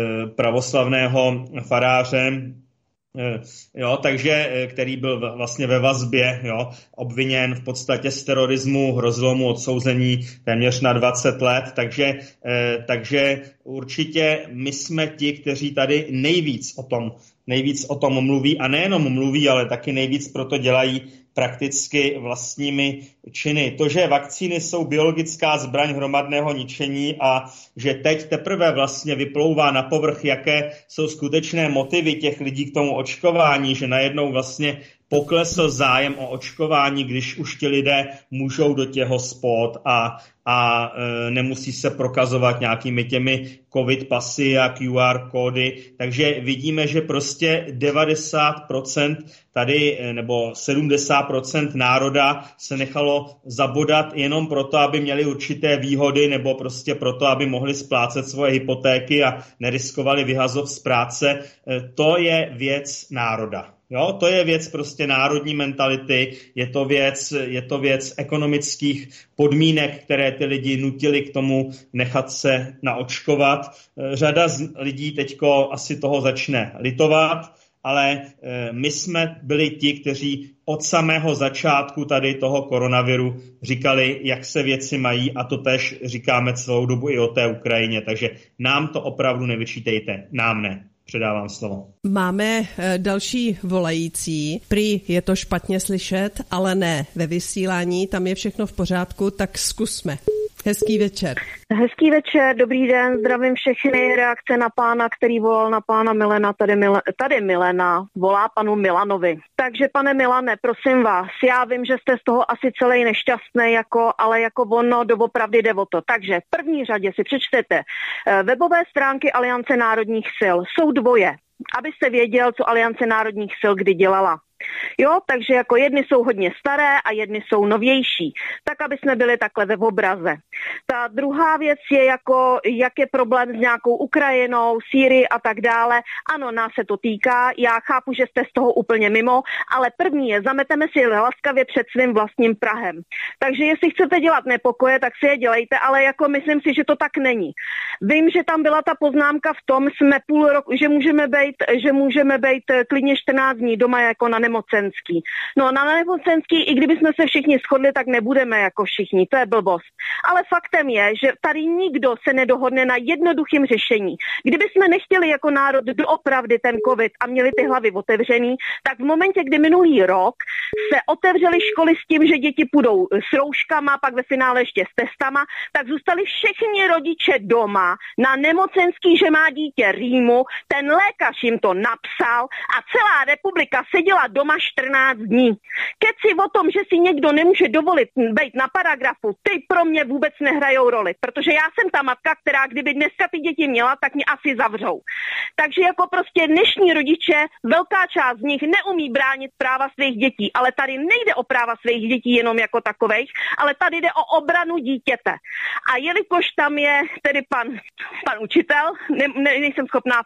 pravoslavného faráře, jo, takže, který byl vlastně ve vazbě, jo, obviněn v podstatě z terorismu, hrozilo mu odsouzení téměř na 20 let, takže určitě my jsme ti, kteří tady nejvíc o tom mluví, a nejenom mluví, ale taky nejvíc proto dělají prakticky vlastními činy. To, že vakcíny jsou biologická zbraň hromadného ničení a že teď teprve vlastně vyplouvá na povrch, jaké jsou skutečné motivy těch lidí k tomu očkování, že najednou vlastně poklesl zájem o očkování, když už ti lidé můžou do těch hospod a nemusí se prokazovat nějakými těmi covid pasy a QR kódy. Takže vidíme, že prostě 90% tady nebo 70% národa se nechalo zabodat jenom proto, aby měli určité výhody nebo prostě proto, aby mohli splácet svoje hypotéky a neriskovali vyhazov z práce. To je věc národa. Jo, to je věc prostě národní mentality, je to věc ekonomických podmínek, které ty lidi nutili k tomu nechat se naočkovat. Řada z lidí teďko asi toho začne litovat, ale my jsme byli ti, kteří od samého začátku tady toho koronaviru říkali, jak se věci mají, a to též říkáme celou dobu i o té Ukrajině, takže nám to opravdu nevyčítejte, nám ne. Předávám slovo. Máme další volající. Prý je to špatně slyšet, ale ne ve vysílání, tam je všechno v pořádku, tak zkusme. Hezký večer. Hezký večer, dobrý den, zdravím všechny. Reakce na pána, který volal na pána Milena, tady Milena volá panu Milanovi. Takže pane Milane, prosím vás, já vím, že jste z toho asi celý nešťastný, ale jako ono doopravdy jde o to. Takže v první řadě si přečtete webové stránky Aliance národních sil. Jsou 2, abyste věděl, co Aliance národních sil kdy dělala. Jo, takže jako jedny jsou hodně staré a jedny jsou novější, tak aby jsme byli takhle ve obraze. Ta druhá věc je jako, jak je problém s nějakou Ukrajinou, Sýrii a tak dále. Ano, nás se to týká, já chápu, že jste z toho úplně mimo, ale první je, zameteme si laskavě před svým vlastním prahem. Takže jestli chcete dělat nepokoje, tak si je dělejte, ale jako myslím si, že to tak není. Vím, že tam byla ta poznámka v tom, jsme půl roku, že můžeme být klidně 14 dní doma jako na nemocenský. No na nemocenský, i kdyby jsme se všichni shodli, tak nebudeme jako všichni, to je blbost. Ale faktem je, že tady nikdo se nedohodne na jednoduchým řešení. Kdyby jsme nechtěli jako národ doopravdy ten covid a měli ty hlavy otevřený, tak v momentě, kdy minulý rok se otevřely školy s tím, že děti půjdou s rouškama, pak ve finále ještě s testama, tak zůstali všichni rodiče doma na nemocenský, že má dítě rýmu, ten lékař jim to napsal a celá republika seděla doma 14 dní. Keci o tom, že si někdo nemůže dovolit být na paragrafu, ty pro mě vůbec nehrajou roli, protože já jsem ta matka, která kdyby dneska ty děti měla, tak mě asi zavřou. Takže jako prostě dnešní rodiče, velká část z nich neumí bránit práva svých dětí, ale tady nejde o práva svých dětí jenom jako takovejch, ale tady jde o obranu dítěte. A jelikož tam je tedy pan učitel, nejsem schopná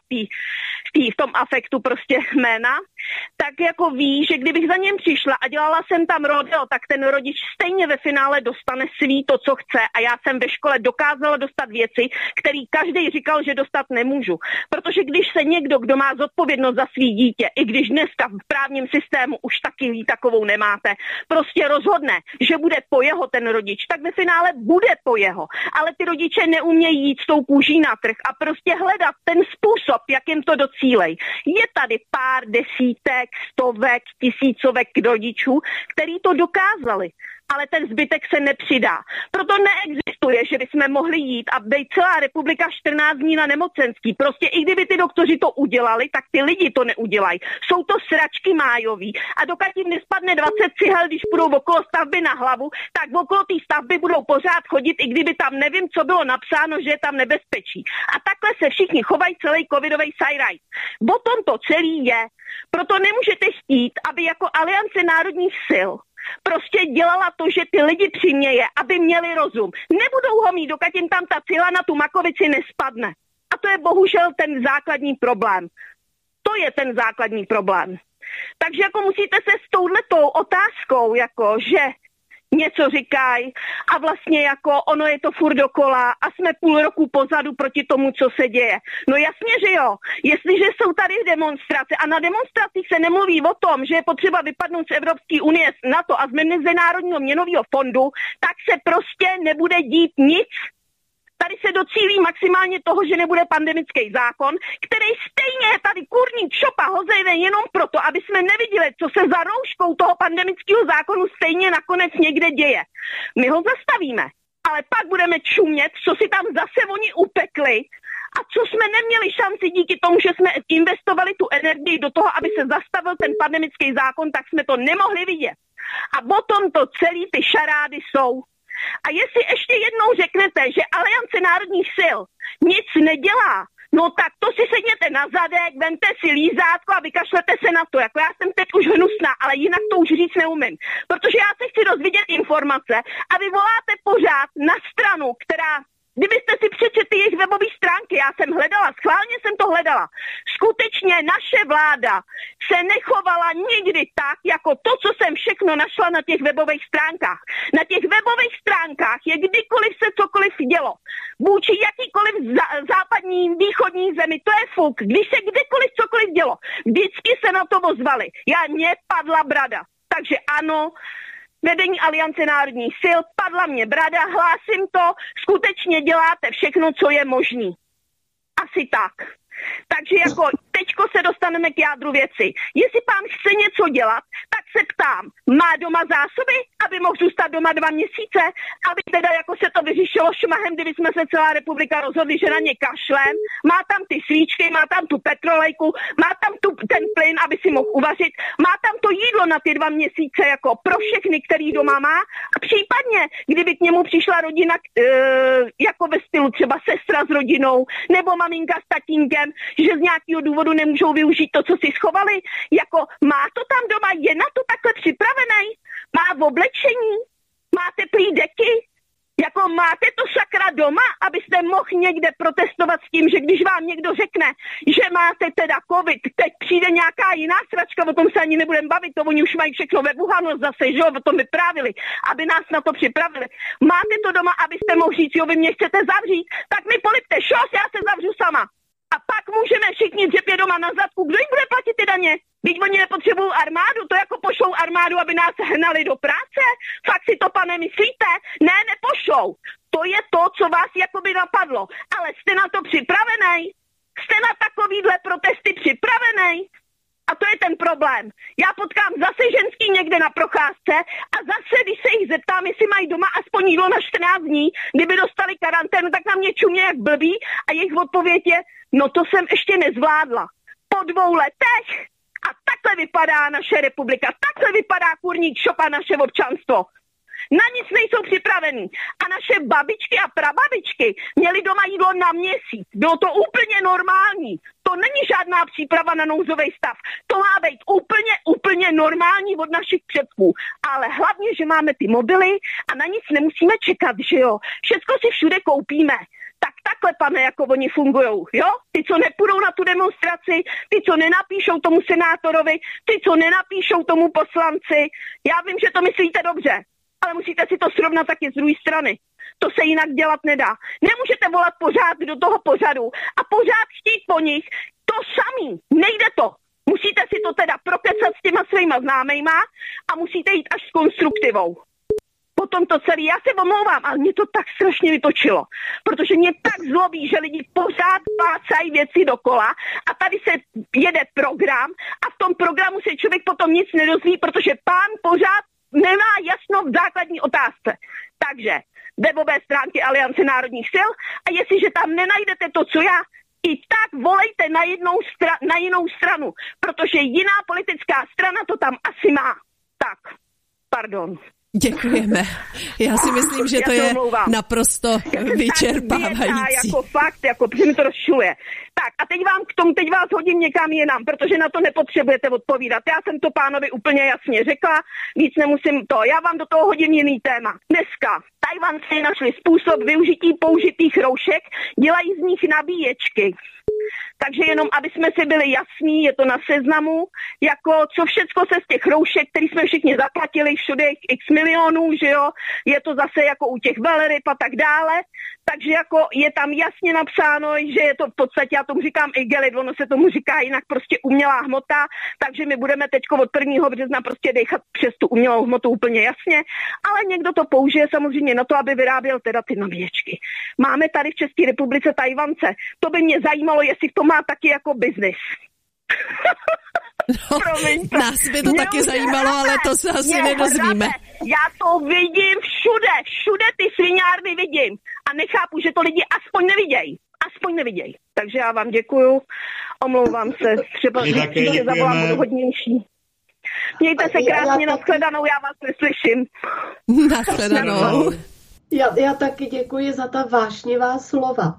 v tom afektu prostě jména, tak jako ví, že kdybych za něm přišla a dělala jsem tam rodeo, tak ten rodič stejně ve finále dostane svý to, co chce a já jsem ve škole dokázala dostat věci, které každý říkal, že dostat nemůžu. Protože když se někdo, kdo má zodpovědnost za svý dítě, i když dneska v právním systému už taky takovou nemáte, prostě rozhodne, že bude po jeho ten rodič, tak ve finále bude po jeho. Ale ty rodiče neumějí jít s tou kůží na trh a prostě hledat ten způsob, jak jim to docílej. Je tady pár desítek, stovek, tisícovek rodičů, který to dokázali. Ale ten zbytek se nepřidá. Proto neexistuje, že bychom mohli jít a být celá republika 14 dní na nemocenský. Prostě i kdyby ty doktoři to udělali, tak ty lidi to neudělají. Jsou to sračky májový. A dokud jim nespadne 20 cihel, když půjdou okolo stavby na hlavu, tak okolo té stavby budou pořád chodit, i kdyby tam nevím, co bylo napsáno, že je tam nebezpečí. A takhle se všichni chovají celý covidový sajraj. O tom to celý je. Proto nemůžete chtít, aby jako Aliance národních sil prostě dělala to, že ty lidi přiměje, aby měli rozum. Nebudou ho mít, dokud jim tam ta cila na tu makovici nespadne. A to je bohužel ten základní problém. To je ten základní problém. Takže jako musíte se s touhletou otázkou, jako že něco říkají a vlastně jako ono je to furt dokola a jsme půl roku pozadu proti tomu, co se děje. No jasně, že jo. Jestliže jsou tady demonstrace a na demonstracích se nemluví o tom, že je potřeba vypadnout z Evropské unie, NATO a z Mezinárodního měnového fondu, tak se prostě nebude dít nic. Tady se docílí maximálně toho, že nebude pandemický zákon, který stejně je tady kurník šopa hozejne jenom proto, aby jsme neviděli, co se za rouškou toho pandemického zákonu stejně nakonec někde děje. My ho zastavíme, ale pak budeme čumět, co si tam zase oni upekli a co jsme neměli šanci díky tomu, že jsme investovali tu energii do toho, aby se zastavil ten pandemický zákon, tak jsme to nemohli vidět. A potom to celý ty šarády jsou. A jestli ještě jednou řeknete, že Aliance národních sil nic nedělá, no tak to si sedněte na zadek, vemte si lízátko a vykašlete se na to. Jako já jsem teď už hnusná, ale jinak to už říct neumím. Protože já se chci dozvědět informace a vy voláte pořád na stranu, která... Kdybyste si přečetli jejich webové stránky, já jsem hledala, schválně jsem to hledala. Skutečně naše vláda se nechovala nikdy tak, jako to, co jsem všechno našla na těch webových stránkách. Na těch webových stránkách je kdykoliv se cokoliv dělo. Vůči jakýkoliv západní, východní zemi, to je fuk. Když se kdekoliv cokoliv dělo, vždycky se na to ozvali. Mně padla brada. Takže ano, vedení Aliance národních sil, padla mě brada, hlásím to, skutečně děláte všechno, co je možný. Asi tak. Takže jako teďko se dostaneme k jádru věci. Jestli pán chce něco dělat, tak se ptám, má doma zásoby, aby mohl zůstat doma 2 měsíce, aby teda jako se to vyřešilo šmahem, kdyby jsme se celá republika rozhodli, že na ně kašlem, má tam ty svíčky, má tam tu petrolejku, má tam ten plyn, aby si mohl uvařit, má tam to jídlo na ty 2 měsíce jako pro všechny, který doma má a případně, kdyby k němu přišla rodina jako ve stylu třeba sestra s rodinou nebo maminka s tatínkem, že z nějakého důvodu nemůžou využít to, co si schovali, jako má to tam doma, je na to takhle připravený, má v oblečení, má teplý deky, jako máte to sakra doma, abyste mohl někde protestovat s tím, že když vám někdo řekne, že máte teda covid, teď přijde nějaká jiná sračka, o tom se ani nebudeme bavit, to oni už mají všechno ve Wuhanu zase, že jo, o tom vyprávili, aby nás na to připravili. Máte to doma, abyste mohli říct, jo, vy mě chcete zavřít, tak mi polipte šos, já se zavřu sama. A pak můžeme všichni dřepě doma na zadku. Kdo jim bude platit ty daně? Teď oni nepotřebují armádu, to jako pošlou armádu, aby nás hnali do práce? Fakt si to, pane, myslíte? Ne, nepošlou. To je to, co vás jakoby napadlo. Ale jste na to připravený? Jste na takovýhle protesty připravený? A to je ten problém. Já potkám zase ženský někde na procházce a zase, když se jich zeptám, jestli mají doma aspoň jídlo na 14 dní, kdyby dostali karanténu, tak na mě čumě jak blbý a jejich odpověď je, no to jsem ještě nezvládla. Po 2 letech a takhle vypadá naše republika, takhle vypadá kurník šop a naše občanstvo. Na nic nejsou připravení. A naše babičky a prababičky měly doma jídlo na měsíc. Bylo to úplně normální. To není žádná příprava na nouzový stav. To má být úplně normální od našich předků. Ale hlavně, že máme ty mobily a na nic nemusíme čekat, že jo. Všecko si všude koupíme. Tak takhle, pane, jako oni fungujou, jo? Ty, co nepůjdou na tu demonstraci, ty, co nenapíšou tomu senátorovi, ty, co nenapíšou tomu poslanci. Já vím, že to myslíte dobře, ale musíte si to srovnat taky z druhé strany. To se jinak dělat nedá. Nemůžete volat pořád do toho pořadu a pořád chtít po nich to samý. Nejde to. Musíte si to teda prokecat s těma svýma známejma a musíte jít až s konstruktivou. Potom to celé, já se omlouvám, ale mě to tak strašně vytočilo, protože mě tak zlobí, že lidi pořád plácají věci dokola a tady se jede program a v tom programu se člověk potom nic nedozví, protože pán pořád nemá jasno v základní otázce. Takže webové stránky Aliance národních sil a jestliže tam nenajdete to, co já, i tak volejte na jinou stranu, protože jiná politická strana to tam asi má. Tak, pardon. Děkujeme. Já si myslím, že to je naprosto vyčerpávající. Jako fakt, protože mi to rozčiluje. Tak a teď vás hodím někam jinam, protože na to nepotřebujete odpovídat. Já jsem to pánovi úplně jasně řekla, víc nemusím to. Já vám do toho hodím jiný téma. Dneska Tajvanci našli způsob využití použitých roušek, dělají z nich nabíječky. Takže jenom, aby jsme si byli jasní, je to na seznamu, jako co všecko se z těch roušek, které jsme všichni zaplatili, všude x milionů, že jo, je to zase jako u těch velryb a tak dále, takže jako je tam jasně napsáno, že je to v podstatě, já tomu říkám igelit, ono se tomu říká jinak prostě umělá hmota, takže my budeme teďko od 1. března prostě dechat přes tu umělou hmotu úplně jasně, ale někdo to použije samozřejmě na to, aby vyráběl teda ty nabíječky. Máme tady v České republice Tajvance, to by mě zajímalo, jestli to má taky jako biznis. No, nás by to taky zajímalo, ale to se asi nedozvíme. Já to vidím všude ty sviňárny vidím a nechápu, že to lidi aspoň nevidějí. Takže já vám děkuju, omlouvám se, třeba že zavolám, budu hodnější. Mějte se krásně, nashledanou, já vás neslyším. Nashledanou. Já taky děkuji za ta vášnivá slova.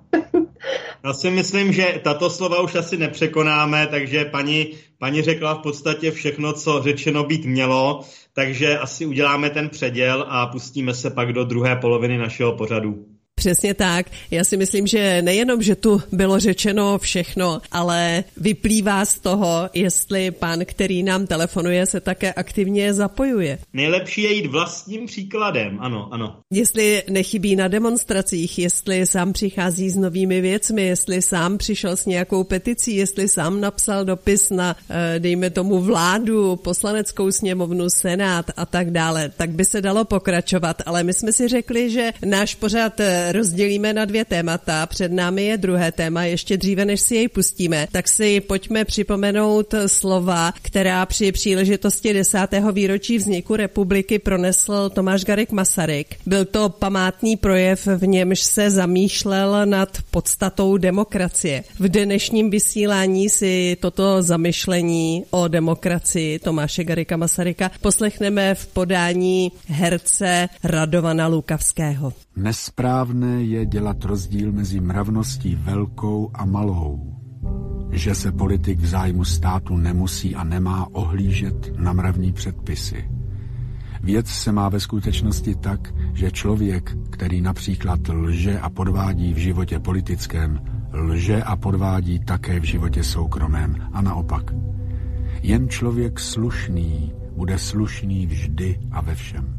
Já si myslím, že tato slova už asi nepřekonáme, takže paní řekla v podstatě všechno, co řečeno být mělo, takže asi uděláme ten předěl a pustíme se pak do druhé poloviny našeho pořadu. Přesně tak. Já si myslím, že nejenom, že tu bylo řečeno všechno, ale vyplývá z toho, jestli pán, který nám telefonuje, se také aktivně zapojuje. Nejlepší je jít vlastním příkladem, ano. Jestli nechybí na demonstracích, jestli sám přichází s novými věcmi, jestli sám přišel s nějakou peticí, jestli sám napsal dopis na, dejme tomu, vládu, poslaneckou sněmovnu, senát a tak dále, tak by se dalo pokračovat, ale my jsme si řekli, že náš pořad rozdělíme na 2 témata. Před námi je druhé téma, ještě dříve, než si jej pustíme, tak si pojďme připomenout slova, která při příležitosti 10. výročí vzniku republiky pronesl Tomáš Garrigue Masaryk. Byl to památný projev, v němž se zamýšlel nad podstatou demokracie. V dnešním vysílání si toto zamyšlení o demokracii Tomáše Garrigua Masaryka poslechneme v podání herce Radovana Lukavského. Nesprávné je dělat rozdíl mezi mravností velkou a malou. Že se politik v zájmu státu nemusí a nemá ohlížet na mravní předpisy. Věc se má ve skutečnosti tak, že člověk, který například lže a podvádí v životě politickém, lže a podvádí také v životě soukromém a naopak. Jen člověk slušný bude slušný vždy a ve všem.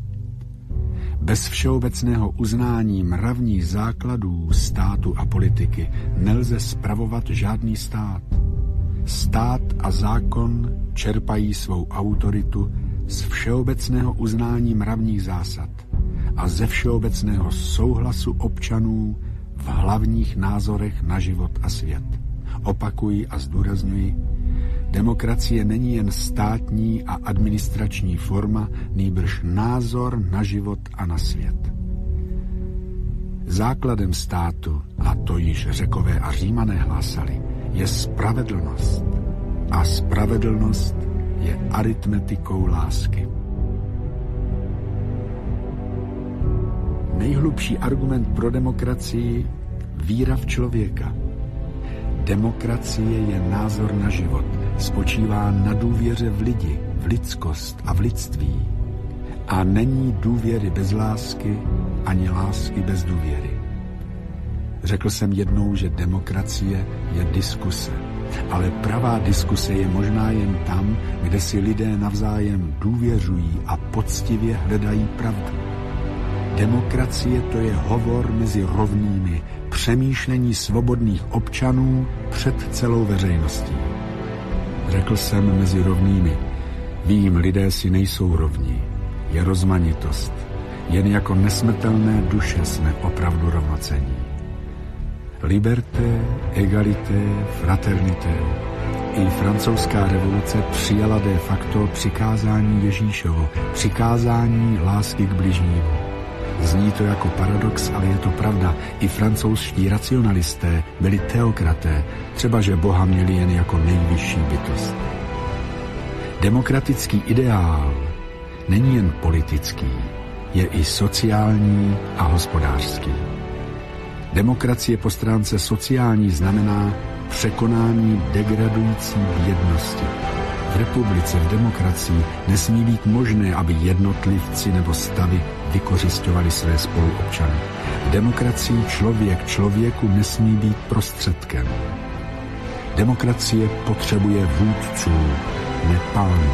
Bez všeobecného uznání mravních základů státu a politiky nelze spravovat žádný stát. Stát a zákon čerpají svou autoritu z všeobecného uznání mravních zásad a ze všeobecného souhlasu občanů v hlavních názorech na život a svět. Opakuji a zdůrazňuji, demokracie není jen státní a administrační forma, nýbrž názor na život a na svět. Základem státu, a to již Řekové a Římané hlásali, je spravedlnost. A spravedlnost je aritmetikou lásky. Nejhlubší argument pro demokracii – víra v člověka. Demokracie je názor na život, spočívá na důvěře v lidi, v lidskost a v lidství. A není důvěry bez lásky, ani lásky bez důvěry. Řekl jsem jednou, že demokracie je diskuse, ale pravá diskuse je možná jen tam, kde si lidé navzájem důvěřují a poctivě hledají pravdu. Demokracie to je hovor mezi rovnými, přemýšlení svobodných občanů před celou veřejností. Řekl jsem mezi rovnými. Vím, lidé si nejsou rovní. Je rozmanitost. Jen jako nesmrtelné duše jsme opravdu rovnocenní. Liberté, egalité, fraternité. I francouzská revoluce přijala de facto přikázání Ježíšovo, přikázání lásky k bližnímu. Zní to jako paradox, ale je to pravda. I francouzští racionalisté byli teokraté, třeba že Boha měli jen jako nejvyšší bytost. Demokratický ideál není jen politický, je i sociální a hospodářský. Demokracie po stránce sociální znamená překonání degradující bědnosti. V republice, v demokracii nesmí být možné, aby jednotlivci nebo stavy vykořisťovali své spoluobčany. V demokracii člověk člověku nesmí být prostředkem. Demokracie potřebuje vůdců, ne pánů.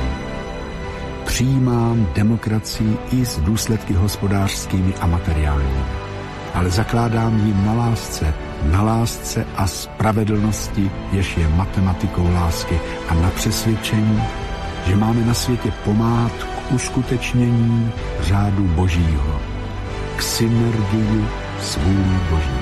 Přijímám demokracii i s důsledky hospodářskými a materiálními, ale zakládám ji na lásce a spravedlnosti, jež je matematikou lásky, a na přesvědčení, že máme na světě pomáhat k uskutečnění řádu Božího, k synergii s vůlí Boží.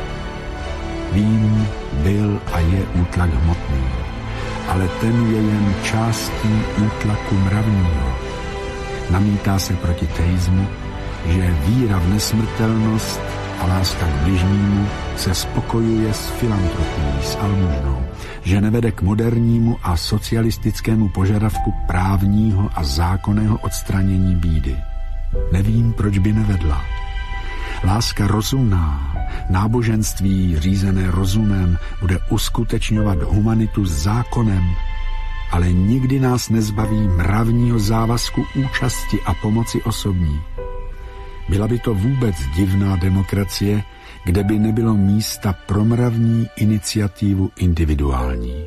Vím, byl a je útlak hmotný, ale ten je jen částí útlaku mravního. Namítá se proti teismu, že víra v nesmrtelnost a láska k bližnímu se spokojuje s filantropií, s almužnou, že nevede k modernímu a socialistickému požadavku právního a zákonného odstranění bídy. Nevím, proč by nevedla. Láska rozumná, náboženství řízené rozumem bude uskutečňovat humanitu s zákonem, ale nikdy nás nezbaví mravního závazku účasti a pomoci osobní. Byla by to vůbec divná demokracie, kde by nebylo místa pro mravní iniciativu individuální.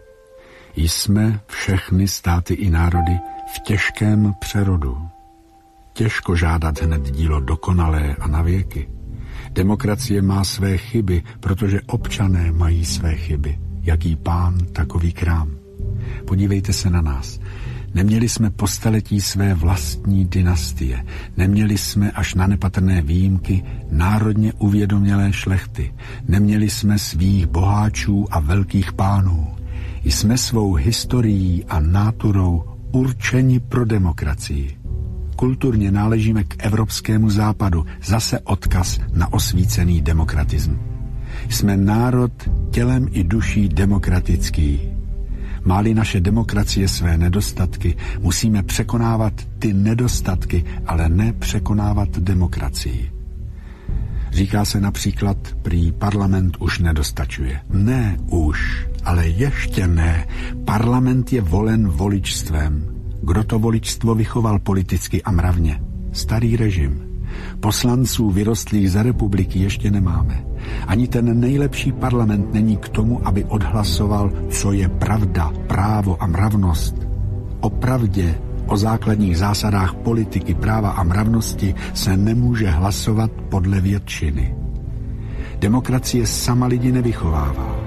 Jsme všechny státy i národy v těžkém přerodu. Těžko žádat hned dílo dokonalé a na věky. Demokracie má své chyby, protože občané mají své chyby. Jaký pán, takový krám. Podívejte se na nás. Neměli jsme po staletí své vlastní dynastie. Neměli jsme až na nepatrné výjimky národně uvědomělé šlechty. Neměli jsme svých boháčů a velkých pánů. Jsme svou historií a náturou určeni pro demokracii. Kulturně náležíme k evropskému západu, zase odkaz na osvícený demokratism. Jsme národ tělem i duší demokratický. Má-li naše demokracie své nedostatky, musíme překonávat ty nedostatky, ale ne překonávat demokracii. Říká se například, prý parlament už nedostačuje. Ne už, ale ještě ne. Parlament je volen voličstvem. Kdo to voličstvo vychoval politicky a mravně? Starý režim. Poslanců vyrostlých za republiky ještě nemáme. Ani ten nejlepší parlament není k tomu, aby odhlasoval, co je pravda, právo a mravnost. O pravdě, o základních zásadách politiky, práva a mravnosti se nemůže hlasovat podle většiny. Demokracie sama lidi nevychovává.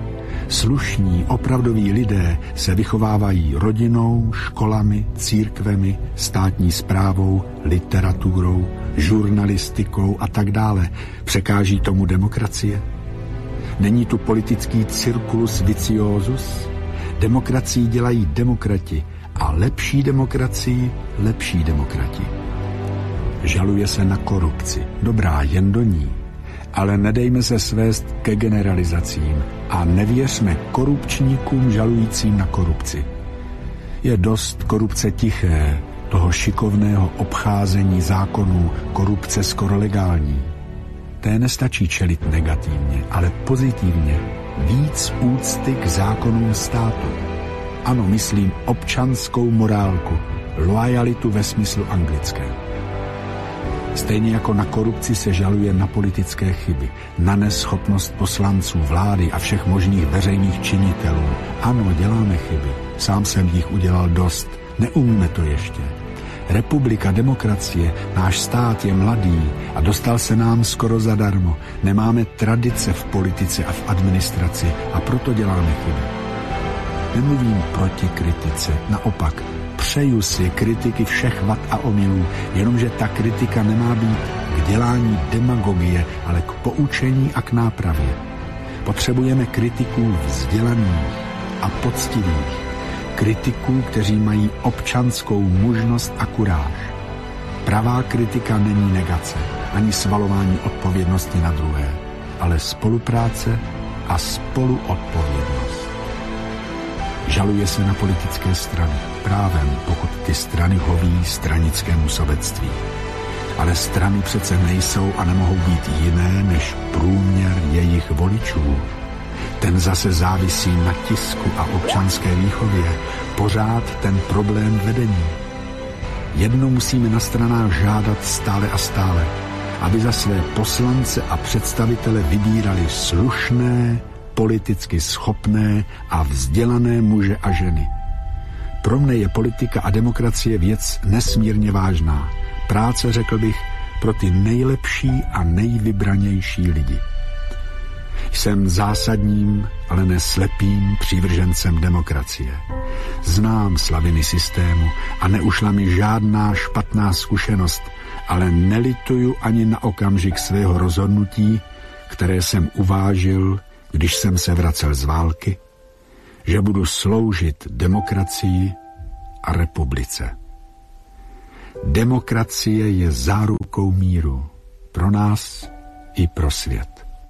Slušní, opravdoví lidé se vychovávají rodinou, školami, církvemi, státní správou, literaturou, žurnalistikou a tak dále. Překáží tomu demokracie? Není tu politický circulus viciosus? Demokracii dělají demokrati a lepší demokracii lepší demokrati. Žaluje se na korupci. Dobrá, jen do ní. Ale nedejme se svést ke generalizacím a nevěřme korupčníkům žalujícím na korupci. Je dost korupce tiché, toho šikovného obcházení zákonů, korupce skoro legální. Té nestačí čelit negativně, ale pozitivně. Víc úcty k zákonům státu. Ano, myslím občanskou morálku, loajalitu ve smyslu anglickém. Stejně jako na korupci se žaluje na politické chyby, na neschopnost poslanců, vlády a všech možných veřejných činitelů. Ano, děláme chyby. Sám jsem jich udělal dost. Neumíme to ještě. Republika, demokracie, náš stát je mladý a dostal se nám skoro zadarmo. Nemáme tradice v politice a v administraci a proto děláme chyby. Nemluvím proti kritice, naopak. Přeju si kritiky všech vad a omylů, jenomže ta kritika nemá být k dělání demagogie, ale k poučení a k nápravě. Potřebujeme kritiků vzdělaných a poctivých, kritiků, kteří mají občanskou mužnost a kuráž. Pravá kritika není negace, ani svalování odpovědnosti na druhé, ale spolupráce a spoluodpovědnost. Žaluje se na politické strany, právem, pokud ty strany hoví stranickému sobectví. Ale strany přece nejsou a nemohou být jiné než průměr jejich voličů. Ten zase závisí na tisku a občanské výchově, pořád ten problém vedení. Jedno musíme na stranách žádat stále a stále, aby za své poslance a představitele vybírali slušné, politicky schopné a vzdělané muže a ženy. Pro mne je politika a demokracie věc nesmírně vážná. Práce, řekl bych, pro ty nejlepší a nejvybranější lidi. Jsem zásadním, ale ne slepým přívržencem demokracie. Znám slabiny systému a neušla mi žádná špatná zkušenost, ale nelituju ani na okamžik svého rozhodnutí, které jsem uvážil, když jsem se vracel z války, že budu sloužit demokracii a republice. Demokracie je zárukou míru pro nás i pro svět.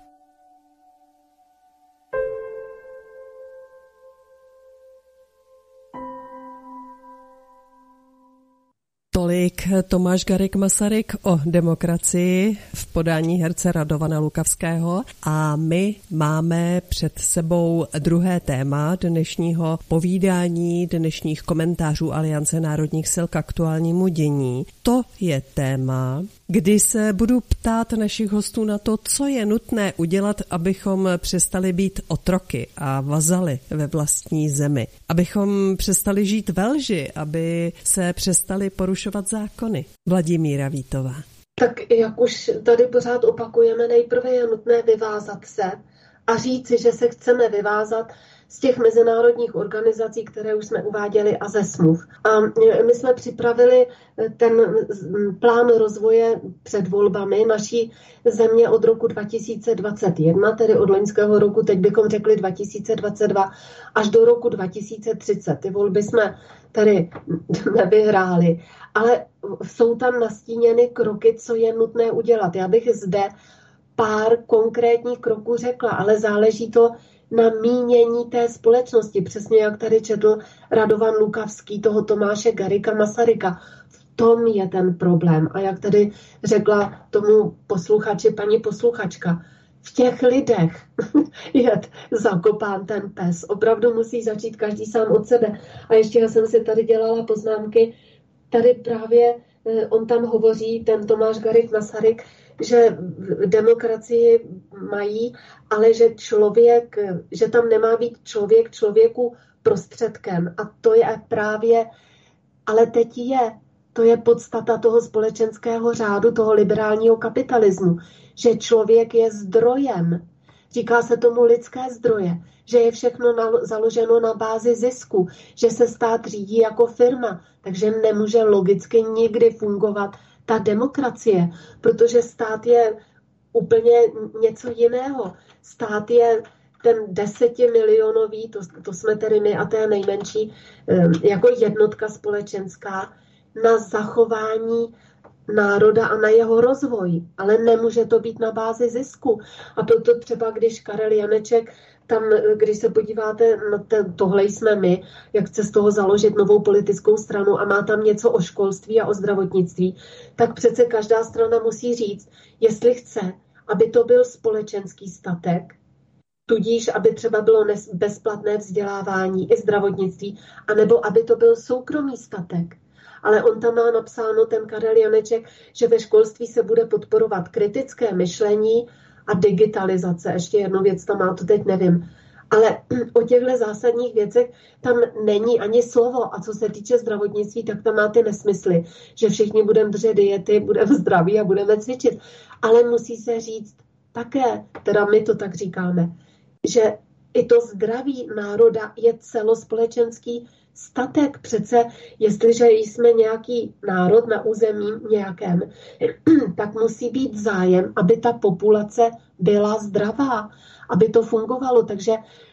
Tolik Tomáš Garrigue Masaryk o demokracii v podání herce Radovana Lukavského a my máme před sebou druhé téma dnešního povídání, dnešních komentářů Aliance národních sil k aktuálnímu dění. To je téma, kdy se budu ptát našich hostů na to, co je nutné udělat, abychom přestali být otroky a vazaly ve vlastní zemi. Abychom přestali žít ve lži, aby se přestali porušovat zákony. Vladimíra Vítová. Tak jak už tady pořád opakujeme, nejprve je nutné vyvázat se a říci, že se chceme vyvázat z těch mezinárodních organizací, které už jsme uváděli, a ze smluv. A my jsme připravili ten plán rozvoje před volbami naší země od roku 2021, tedy od loňského roku, teď bychom řekli 2022, až do roku 2030. Ty volby jsme tady nevyhráli, ale jsou tam nastíněny kroky, co je nutné udělat. Já bych zde pár konkrétních kroků řekla, ale záleží to na mínění té společnosti, přesně jak tady četl Radovan Lukavský, toho Tomáše Garrigua Masaryka. V tom je ten problém. A jak tady řekla tomu posluchači paní posluchačka, v těch lidech je zakopán ten pes. Opravdu musí začít každý sám od sebe. A ještě já jsem si tady dělala poznámky, tady právě on tam hovoří, ten Tomáš Garrigue Masaryk, že demokracii mají, ale že tam nemá být člověk člověku prostředkem. A to je právě, ale teď to je podstata toho společenského řádu, toho liberálního kapitalismu, že člověk je zdrojem, Říká se tomu lidské zdroje, že je všechno založeno na bázi zisku, že se stát řídí jako firma, takže nemůže logicky nikdy fungovat ta demokracie, protože stát je úplně něco jiného. Stát je ten 10milionový, to jsme tedy my a té nejmenší, jako jednotka společenská na zachování národa a na jeho rozvoj, ale nemůže to být na bázi zisku. A proto třeba, když Karel Janeček tam, když se podíváte na tohle jsme my, jak chce z toho založit novou politickou stranu a má tam něco o školství a o zdravotnictví, tak přece každá strana musí říct, jestli chce, aby to byl společenský statek, tudíž, aby třeba bylo bezplatné vzdělávání i zdravotnictví, anebo aby to byl soukromý statek. Ale on tam má napsáno, ten Karel Janeček, že ve školství se bude podporovat kritické myšlení a digitalizace. Ještě jednu věc tam má, to teď nevím. Ale o těchto zásadních věcech tam není ani slovo. A co se týče zdravotnictví, tak tam má ty nesmysly, že všichni budeme držet diety, budeme zdraví a budeme cvičit. Ale musí se říct také, teda my to tak říkáme, že i to zdraví národa je celospolečenský statek. Přece, jestliže jsme nějaký národ na území nějakém, tak musí být zájem, aby ta populace byla zdravá, aby to fungovalo. Takže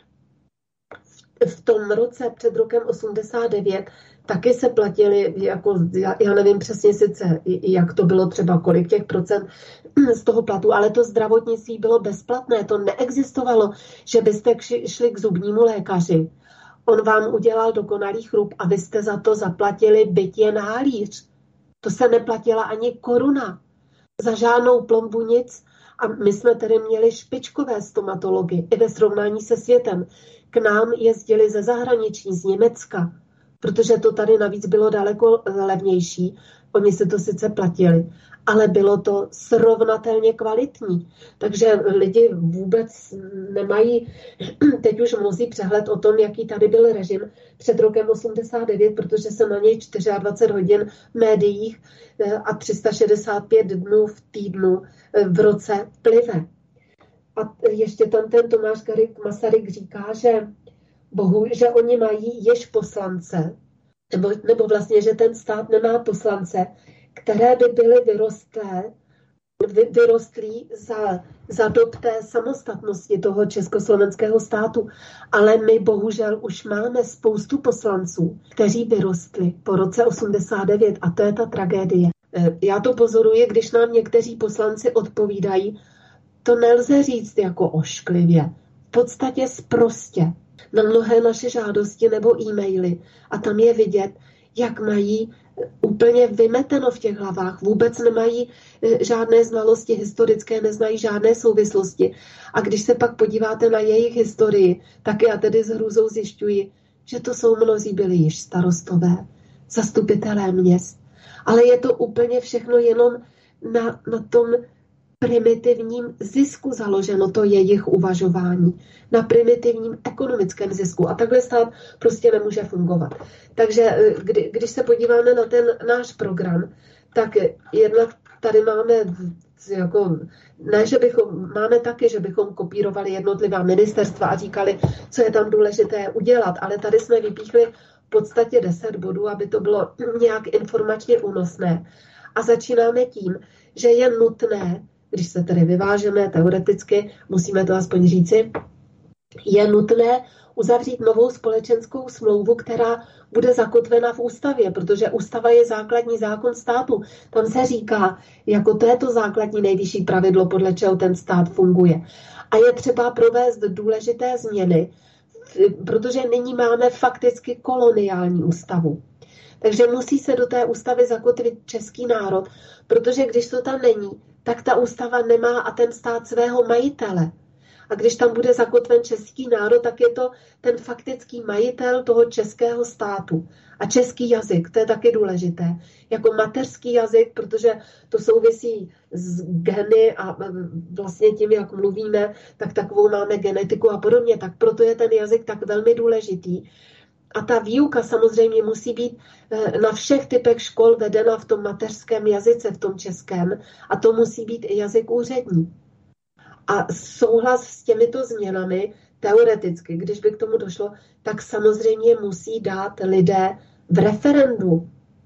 v tom roce před rokem 89 taky se platili, jako, já nevím přesně sice, jak to bylo třeba, kolik těch procent z toho platu, ale to zdravotnictví bylo bezplatné, to neexistovalo, že byste šli k zubnímu lékaři. On vám udělal dokonalý chrup a vy jste za to zaplatili bytě na halíř. To se neplatila ani koruna. Za žádnou plombu nic. A my jsme tedy měli špičkové stomatology i ve srovnání se světem. K nám jezdili ze zahraničí, z Německa, protože to tady navíc bylo daleko levnější. Oni si to sice platili, ale bylo to srovnatelně kvalitní. Takže lidi vůbec nemají teď už mnozí přehled o tom, jaký tady byl režim před rokem 89, protože se na něj 24 hodin v médiích a 365 dnů v týdnu v roce plive. A ještě tam ten Tomáš Garrigue Masaryk říká, že oni mají již poslance, nebo vlastně, že ten stát nemá poslance, které by byly vyrostlí za dob té samostatnosti toho československého státu. Ale my bohužel už máme spoustu poslanců, kteří vyrostli po roce 89 a to je ta tragédie. Já to pozoruji, když nám někteří poslanci odpovídají, to nelze říct jako ošklivě, v podstatě sprostě na mnohé naše žádosti nebo e-maily a tam je vidět, jak mají úplně vymeteno v těch hlavách. Vůbec nemají žádné znalosti historické, neznají žádné souvislosti. A když se pak podíváte na jejich historii, tak já tedy s hrůzou zjišťuji, že to jsou mnozí byli již starostové, zastupitelé měst. Ale je to úplně všechno jenom na tom primitivním zisku založeno, to jejich uvažování. Na primitivním ekonomickém zisku. A takhle stát prostě nemůže fungovat. Takže když se podíváme na ten náš program, tak jednak tady máme jako, ne, že máme taky, že bychom kopírovali jednotlivá ministerstva a říkali, co je tam důležité udělat, ale tady jsme vypíchli v podstatě 10 bodů, aby to bylo nějak informačně únosné. A začínáme tím, že je nutné, když se tedy vyvážeme teoreticky, musíme to aspoň říci, je nutné uzavřít novou společenskou smlouvu, která bude zakotvena v ústavě, protože ústava je základní zákon státu. Tam se říká, jako to je to základní nejvyšší pravidlo, podle čeho ten stát funguje. A je třeba provést důležité změny, protože nyní máme fakticky koloniální ústavu. Takže musí se do té ústavy zakotvit český národ, protože když to tam není, tak ta ústava nemá a ten stát svého majitele. A když tam bude zakotven český národ, tak je to ten faktický majitel toho českého státu. A český jazyk, to je taky důležité. Jako mateřský jazyk, protože to souvisí s geny a vlastně tím, jak mluvíme, tak takovou máme genetiku a podobně. Tak proto je ten jazyk tak velmi důležitý. A ta výuka samozřejmě musí být na všech typech škol vedena v tom mateřském jazyce, v tom českém. A to musí být i jazyk úřední. A souhlas s těmito změnami teoreticky, když by k tomu došlo, tak samozřejmě musí dát lidé v referendu,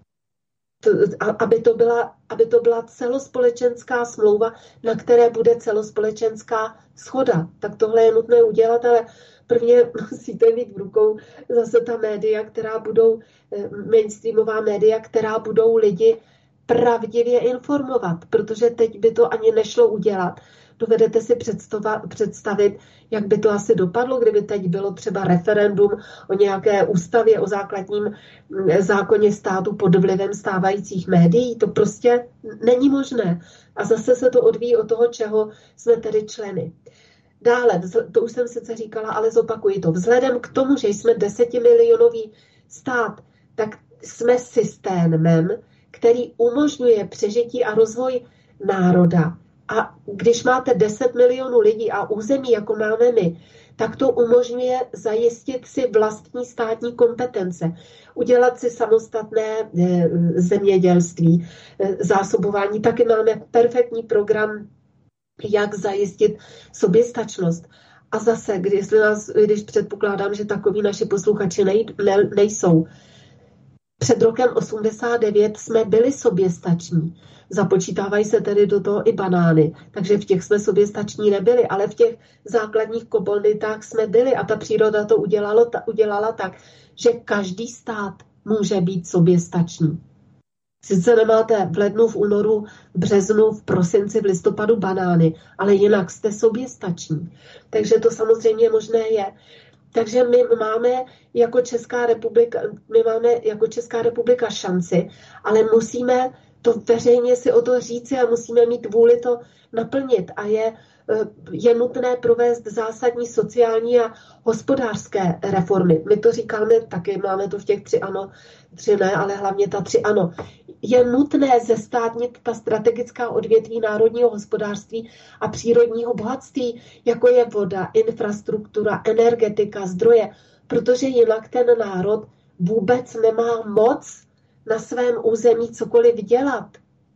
aby to byla celospolečenská smlouva, na které bude celospolečenská shoda. Tak tohle je nutné udělat, ale prvně musíte mít v rukou zase ta média, která budou, mainstreamová média, která budou lidi pravdivě informovat, protože teď by to ani nešlo udělat. Dovedete si představit, jak by to asi dopadlo, kdyby teď bylo třeba referendum o nějaké ústavě, o základním zákoně státu pod vlivem stávajících médií. To prostě není možné. A zase se to odvíjí od toho, čeho jsme tedy členy. Dále, to už jsem sice říkala, ale zopakuji to. Vzhledem k tomu, že jsme 10milionový stát, tak jsme systémem, který umožňuje přežití a rozvoj národa. A když máte 10 milionů lidí a území, jako máme my, tak to umožňuje zajistit si vlastní státní kompetence, udělat si samostatné zemědělství, zásobování. Taky máme perfektní program, jak zajistit soběstačnost. A zase, když předpokládám, že takoví naši posluchači nejsou, před rokem 89 jsme byli soběstační. Započítávají se tedy do toho i banány, takže v těch jsme soběstační nebyli, ale v těch základních komoditách jsme byli a ta příroda to udělala tak, že každý stát může být soběstačný. Sice nemáte v lednu, v únoru, v březnu, v prosinci, v listopadu banány, ale jinak jste soběstační. Takže to samozřejmě možné je. Takže my máme jako Česká republika šanci, ale musíme to veřejně si o to říci a musíme mít vůli to naplnit. A je nutné provést zásadní sociální a hospodářské reformy. My to říkáme taky, máme to v těch 3 ano, 3 ne, ale hlavně ta 3 ano. Je nutné zestátnit ta strategická odvětví národního hospodářství a přírodního bohatství, jako je voda, infrastruktura, energetika, zdroje, protože jinak ten národ vůbec nemá moc na svém území cokoliv dělat.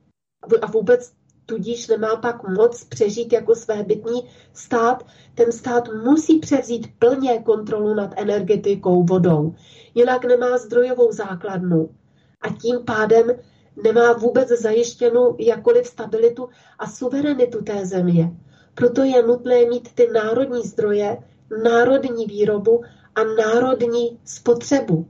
A vůbec tudíž nemá pak moc přežít jako svébytný stát. Ten stát musí převzít plně kontrolu nad energetikou, vodou. Jinak nemá zdrojovou základnu. A tím pádem nemá vůbec zajištěnou jakkoliv stabilitu a suverenitu té země. Proto je nutné mít ty národní zdroje, národní výrobu a národní spotřebu.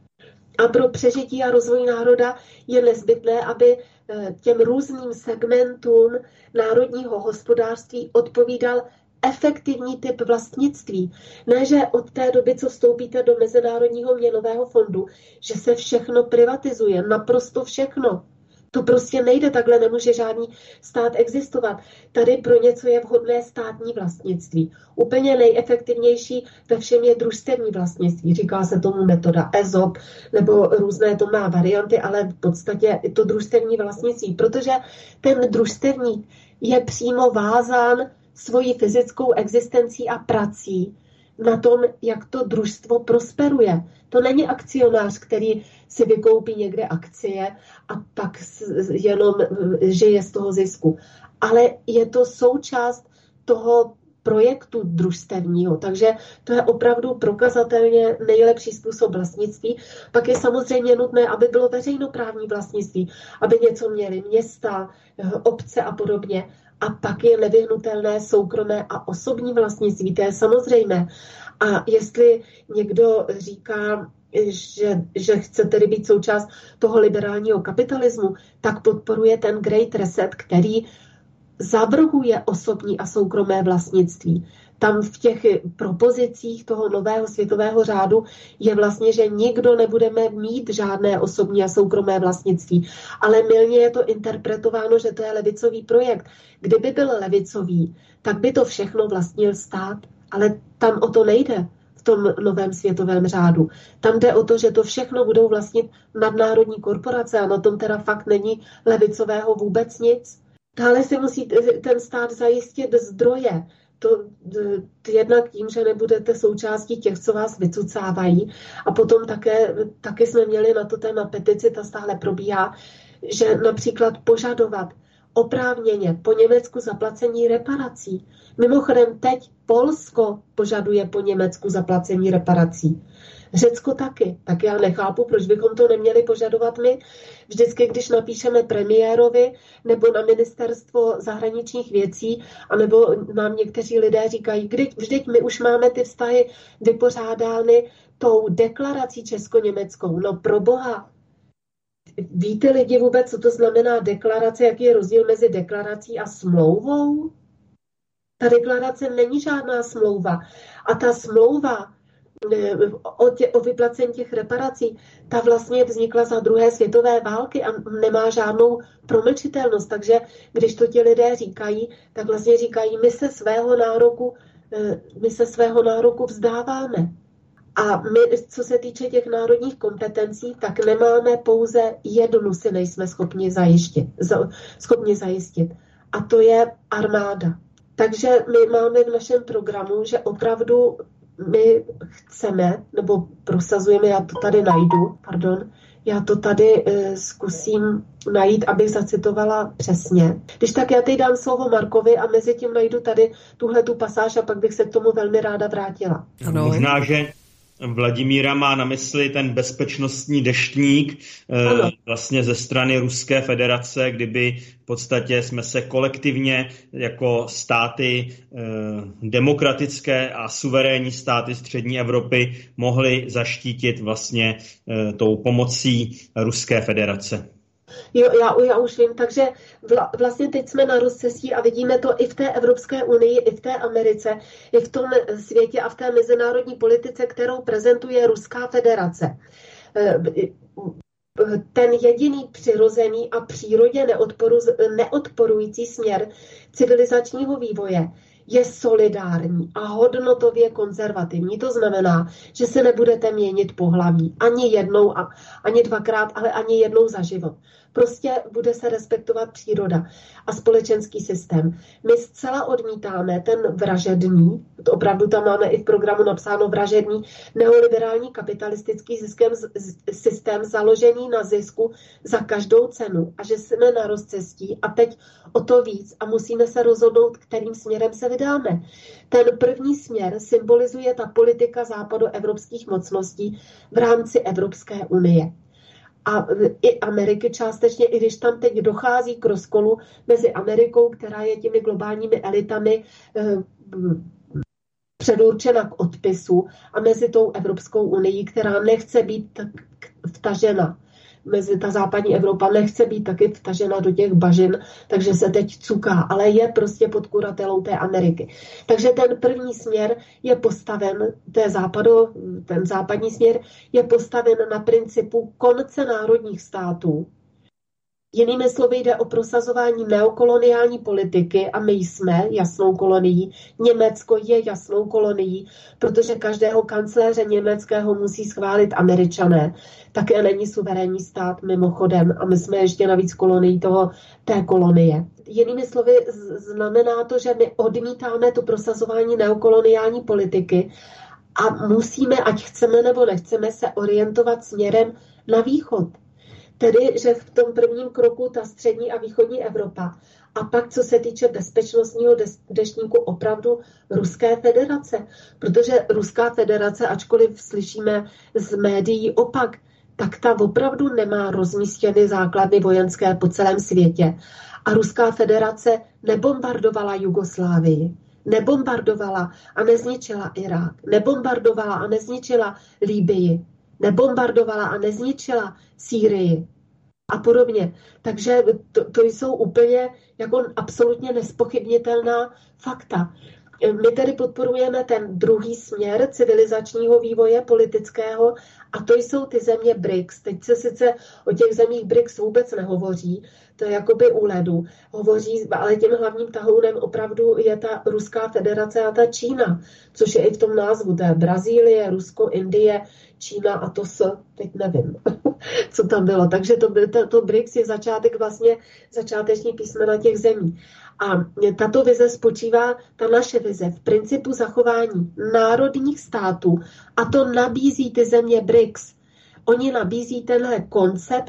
A pro přežití a rozvoj národa je nezbytné, aby těm různým segmentům národního hospodářství odpovídal efektivní typ vlastnictví. Ne, že od té doby, co vstoupíte do Mezinárodního měnového fondu, že se všechno privatizuje, naprosto všechno. To prostě nejde, takhle nemůže žádný stát existovat. Tady pro něco je vhodné státní vlastnictví. Úplně nejefektivnější ve všem je družstevní vlastnictví. Říká se tomu metoda ESOP, nebo různé to má varianty, ale v podstatě to družstevní vlastnictví, protože ten družstevník je přímo vázán svojí fyzickou existencí a prací na tom, jak to družstvo prosperuje. To není akcionář, který si vykoupí někde akcie a pak jenom žije z toho zisku. Ale je to součást toho projektu družstevního, takže to je opravdu prokazatelně nejlepší způsob vlastnictví. Pak je samozřejmě nutné, aby bylo veřejnoprávní vlastnictví, aby něco měly města, obce a podobně. A pak je nevyhnutelné soukromé a osobní vlastnictví, to je samozřejmé. A jestli někdo říká, že chce tedy být součást toho liberálního kapitalismu, tak podporuje ten Great Reset, který zavrhuje osobní a soukromé vlastnictví. Tam v těch propozicích toho nového světového řádu je vlastně, že nikdo nebudeme mít žádné osobní a soukromé vlastnictví. Ale mylně je to interpretováno, že to je levicový projekt. Kdyby byl levicový, tak by to všechno vlastnil stát. Ale tam o to nejde v tom novém světovém řádu. Tam jde o to, že to všechno budou vlastnit nadnárodní korporace a na tom teda fakt není levicového vůbec nic. Dále si musí ten stát zajistit zdroje. To jednak tím, že nebudete součástí těch, co vás vycucávají. A potom taky jsme měli na to téma petici, ta stále probíhá, že například požadovat oprávněně po Německu zaplacení reparací. Mimochodem teď Polsko požaduje po Německu zaplacení reparací. Řecko taky. Tak já nechápu, proč bychom to neměli požadovat my. Vždycky, když napíšeme premiérovi nebo na ministerstvo zahraničních věcí, anebo nám někteří lidé říkají, vždyť my už máme ty vztahy vypořádány tou deklarací česko-německou. No pro boha. Víte lidi vůbec, co to znamená deklarace, jaký je rozdíl mezi deklarací a smlouvou? Ta deklarace není žádná smlouva. A ta smlouva o vyplacení těch reparací, ta vlastně vznikla za druhé světové války a nemá žádnou promlčitelnost. Takže když to ti lidé říkají, tak vlastně říkají, my se svého nároku vzdáváme. A my, co se týče těch národních kompetencí, tak nemáme pouze jednu, si nejsme schopni zajistit. A to je armáda. Takže my máme v našem programu, že opravdu my chceme, nebo prosazujeme, já to tady zkusím najít, abych zacitovala přesně. Když tak já teď dám slovo Markovi a mezi tím najdu tady tuhletu pasáž a pak bych se k tomu velmi ráda vrátila. Ano. Možná, že Vladimíra má na mysli ten bezpečnostní deštník vlastně ze strany Ruské federace, kdyby v podstatě jsme se kolektivně jako státy demokratické a suverénní státy střední Evropy mohli zaštítit vlastně tou pomocí Ruské federace. Jo, já už vím, takže vlastně teď jsme na rozcestí a vidíme to i v té Evropské unii, i v té Americe, i v tom světě a v té mezinárodní politice, kterou prezentuje Ruská federace. Ten jediný přirozený a přírodě neodporující směr civilizačního vývoje je solidární a hodnotově konzervativní. To znamená, že se nebudete měnit pohlaví ani jednou, ani dvakrát, ale ani jednou za život. Prostě bude se respektovat příroda a společenský systém. My zcela odmítáme ten vražedný, to opravdu tam máme i v programu napsáno vražedný, neoliberální kapitalistický systém založený na zisku za každou cenu a že jsme na rozcestí a teď o to víc a musíme se rozhodnout, kterým směrem se vydáme. Ten první směr symbolizuje ta politika západoevropských mocností v rámci Evropské unie. A i Ameriky částečně, i když tam teď dochází k rozkolu mezi Amerikou, která je těmi globálními elitami předurčena k odpisu, a mezi tou Evropskou unii, která nechce být tak vtažena. Ta západní Evropa nechce být taky vtažena do těch bažin, takže se teď cuká, ale je prostě pod kuratelou té Ameriky. Takže ten první směr je postaven, ten západní směr je postaven na principu konce národních států. Jinými slovy jde o prosazování neokoloniální politiky a my jsme jasnou kolonií. Německo je jasnou kolonií, protože každého kancléře německého musí schválit Američané. Také není suverénní stát mimochodem a my jsme ještě navíc kolonií té kolonie. Jinými slovy znamená to, že my odmítáme to prosazování neokoloniální politiky a musíme, ať chceme nebo nechceme, se orientovat směrem na východ. Tedy, že v tom prvním kroku ta střední a východní Evropa. A pak, co se týče bezpečnostního deštníku, opravdu Ruské federace. Protože Ruská federace, ačkoliv slyšíme z médií opak, tak ta opravdu nemá rozmístěny základny vojenské po celém světě. A Ruská federace nebombardovala Jugoslávii, nebombardovala a nezničila Irák, nebombardovala a nezničila Libyi, nebombardovala a nezničila Sýrii a podobně. Takže to jsou úplně jako absolutně nespochybnitelná fakta. My tedy podporujeme ten druhý směr civilizačního vývoje politického a to jsou ty země BRICS. Teď se sice o těch zemích BRICS vůbec nehovoří, to je jakoby u ledu. Hovoří, ale tím hlavním tahounem opravdu je ta Ruská federace a ta Čína, což je i v tom názvu. To je Brazílie, Rusko, Indie, Čína a to teď nevím, co tam bylo. Takže to BRICS je začáteční písmena těch zemí. A tato vize spočívá, ta naše vize, v principu zachování národních států a to nabízí ty země BRICS. Oni nabízí tenhle koncept,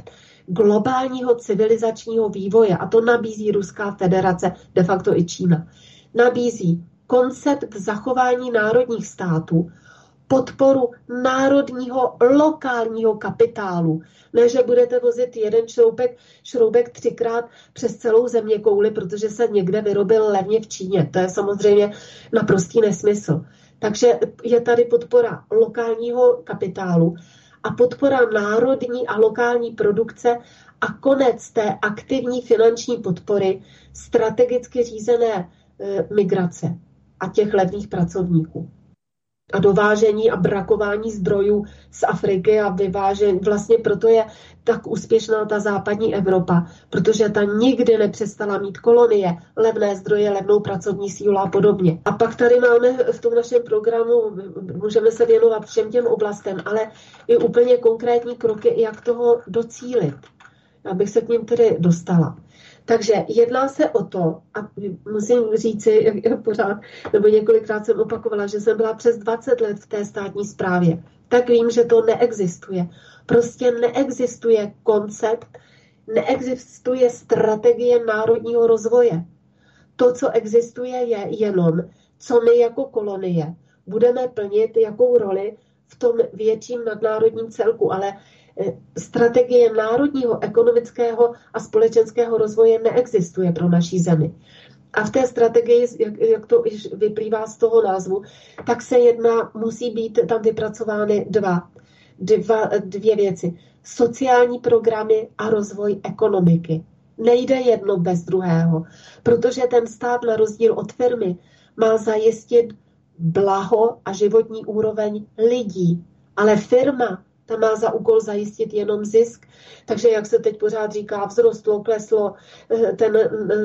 globálního civilizačního vývoje, a to nabízí Ruská federace, de facto i Čína, nabízí koncept zachování národních států, podporu národního lokálního kapitálu. Ne, že budete vozit jeden šroubek 3krát přes celou zeměkouli, protože se někde vyrobil levně v Číně. To je samozřejmě naprostý nesmysl. Takže je tady podpora lokálního kapitálu a podpora národní a lokální produkce a konec té aktivní finanční podpory strategicky řízené migrace a těch levných pracovníků. A dovážení a brakování zdrojů z Afriky a vyvážení. Vlastně proto je tak úspěšná ta západní Evropa, protože ta nikdy nepřestala mít kolonie, levné zdroje, levnou pracovní sílu a podobně. A pak tady máme v tom našem programu, můžeme se věnovat všem těm oblastem, ale i úplně konkrétní kroky, jak toho docílit. Já bych se k ním tedy dostala. Takže jedná se o to, a musím říci, jak pořád, nebo několikrát jsem opakovala, že jsem byla přes 20 let v té státní správě, tak vím, že to neexistuje. Prostě neexistuje koncept, neexistuje strategie národního rozvoje. To, co existuje, je jenom, co my jako kolonie budeme plnit, jakou roli v tom větším nadnárodním celku, ale strategie národního, ekonomického a společenského rozvoje neexistuje pro naší zemi. A v té strategii, jak to již vyplývá z toho názvu, tak se musí být tam vypracovány dvě věci. Sociální programy a rozvoj ekonomiky. Nejde jedno bez druhého, protože ten stát na rozdíl od firmy má zajistit blaho a životní úroveň lidí, ale firma ta má za úkol zajistit jenom zisk. Takže jak se teď pořád říká, vzrostlo, kleslo ten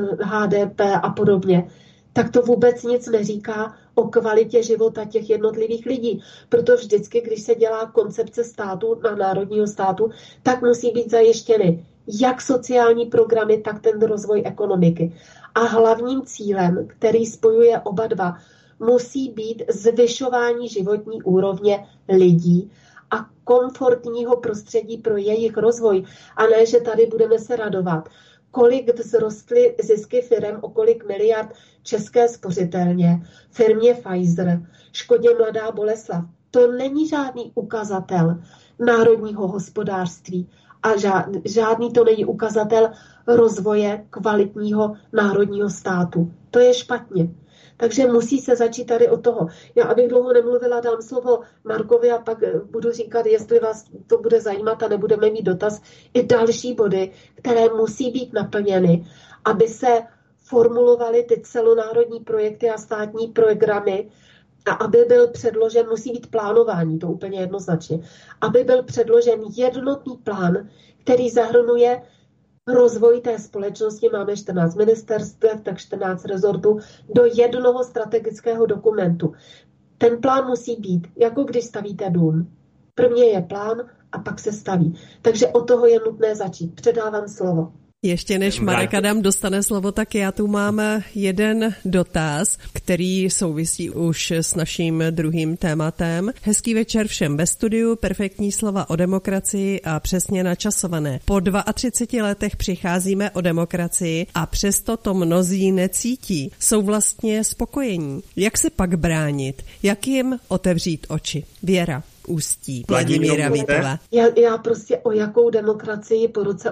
HDP a podobně, tak to vůbec nic neříká o kvalitě života těch jednotlivých lidí. Proto vždycky, když se dělá koncepce státu, na národního státu, tak musí být zajištěny jak sociální programy, tak ten rozvoj ekonomiky. A hlavním cílem, který spojuje oba dva, musí být zvyšování životní úrovně lidí a komfortního prostředí pro jejich rozvoj. A ne, že tady budeme se radovat, kolik vzrostly zisky firem, o kolik miliard České spořitelně, firmě Pfizer, Škodě Mladá Boleslav. To není žádný ukazatel národního hospodářství a žádný to není ukazatel rozvoje kvalitního národního státu. To je špatně. Takže musí se začít tady od toho. Já, abych dlouho nemluvila, dám slovo Markovi a pak budu říkat, jestli vás to bude zajímat a nebudeme mít dotaz, i další body, které musí být naplněny, aby se formulovaly ty celonárodní projekty a státní programy a aby byl předložen, musí být plánování, to úplně jednoznačně, aby byl předložen jednotný plán, který zahrnuje rozvoj té společnosti, máme 14 ministerstev, tak 14 rezortů, do jednoho strategického dokumentu. Ten plán musí být, jako když stavíte dům. Prvně je plán a pak se staví. Takže od toho je nutné začít. Předávám slovo. Ještě než Marek Adam dostane slovo, tak já tu mám jeden dotaz, který souvisí už s naším druhým tématem. Hezký večer všem ve studiu, perfektní slova o demokracii a přesně načasované. Po 32 letech přicházíme o demokracii a přesto to mnozí necítí. Jsou vlastně spokojení. Jak se pak bránit? Jak jim otevřít oči? Věra. Ústí. Vladimíra Vítová. Já prostě o jakou demokracii po roce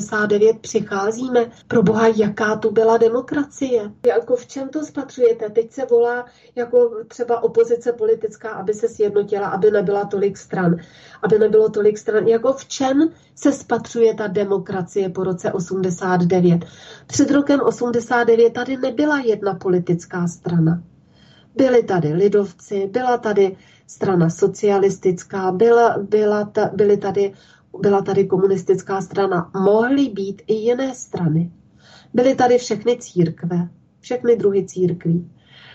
89 přicházíme? Pro boha, jaká tu byla demokracie? Jako v čem to spatřujete? Teď se volá jako třeba opozice politická, aby se sjednotila, aby nebylo tolik stran. Jako v čem se spatřuje ta demokracie po roce 89? Před rokem 89 tady nebyla jedna politická strana. Byli tady lidovci, byla tady strana socialistická, byla tady komunistická strana. Mohly být i jiné strany. Byly tady všechny církve, všechny druhy církví.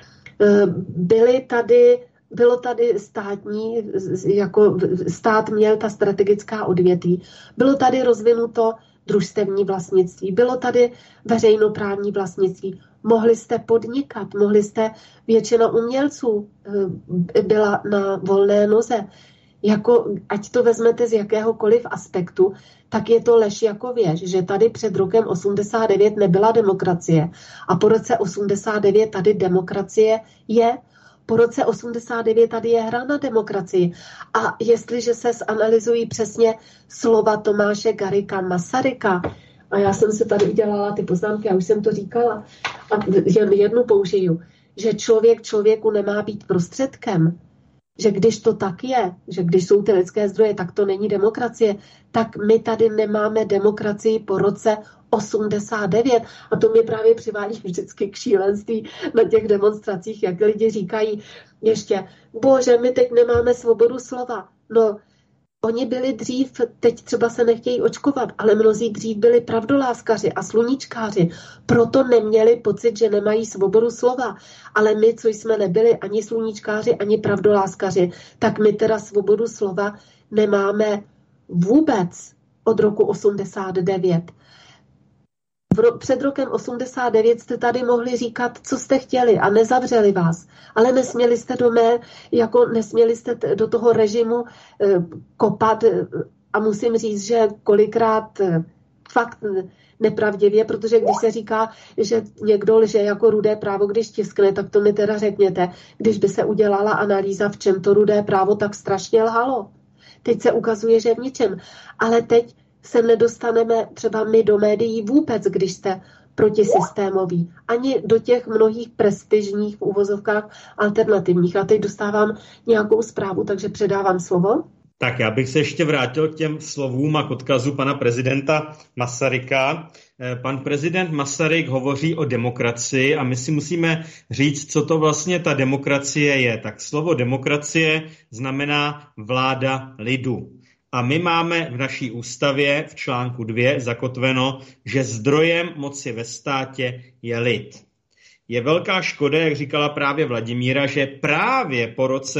Bylo tady státní, jako stát měl ta strategická odvětví. Bylo tady rozvinuto družstevní vlastnictví, bylo tady veřejnoprávní vlastnictví. Mohli jste podnikat, většina umělců byla na volné noze. Jako, ať to vezmete z jakéhokoliv aspektu, tak je to lež jako věž, že tady před rokem 89 nebyla demokracie a po roce 89 tady demokracie je. Po roce 89 tady je hra na demokracii. A jestliže se zanalyzují přesně slova Tomáše Garrigua Masaryka, a já jsem se tady udělala ty poznámky, já už jsem to říkala, a jen jednu použiju, že člověk člověku nemá být prostředkem, že když to tak je, že když jsou ty lidské zdroje, tak to není demokracie, tak my tady nemáme demokracii po roce 89. A to mě právě přivádí vždycky k šílenství na těch demonstracích, jak lidi říkají ještě, bože, my teď nemáme svobodu slova. No, oni byli dřív, teď třeba se nechtějí očkovat, ale mnozí dřív byli pravdoláskaři a sluníčkáři, proto neměli pocit, že nemají svobodu slova. Ale my, co jsme nebyli ani sluníčkáři, ani pravdoláskaři, tak my teda svobodu slova nemáme vůbec od roku 89. Před rokem 89 jste tady mohli říkat, co jste chtěli a nezavřeli vás. Ale nesměli jste nesměli jste do toho režimu kopat a musím říct, že kolikrát fakt nepravdivě, protože když se říká, že někdo lže jako Rudé právo, když tiskne, tak to mi teda řekněte, když by se udělala analýza, v čem to Rudé právo tak strašně lhalo. Teď se ukazuje, že v ničem. Ale teď se nedostaneme třeba my do médií vůbec, když jste protisystémoví. Ani do těch mnohých prestižních v uvozovkách alternativních. A teď dostávám nějakou zprávu, takže předávám slovo. Tak já bych se ještě vrátil k těm slovům a k odkazu pana prezidenta Masaryka. Pan prezident Masaryk hovoří o demokracii a my si musíme říct, co to vlastně ta demokracie je. Tak slovo demokracie znamená vláda lidu. A my máme v naší ústavě v článku 2 zakotveno, že zdrojem moci ve státě je lid. Je velká škoda, jak říkala právě Vladimíra, že právě po roce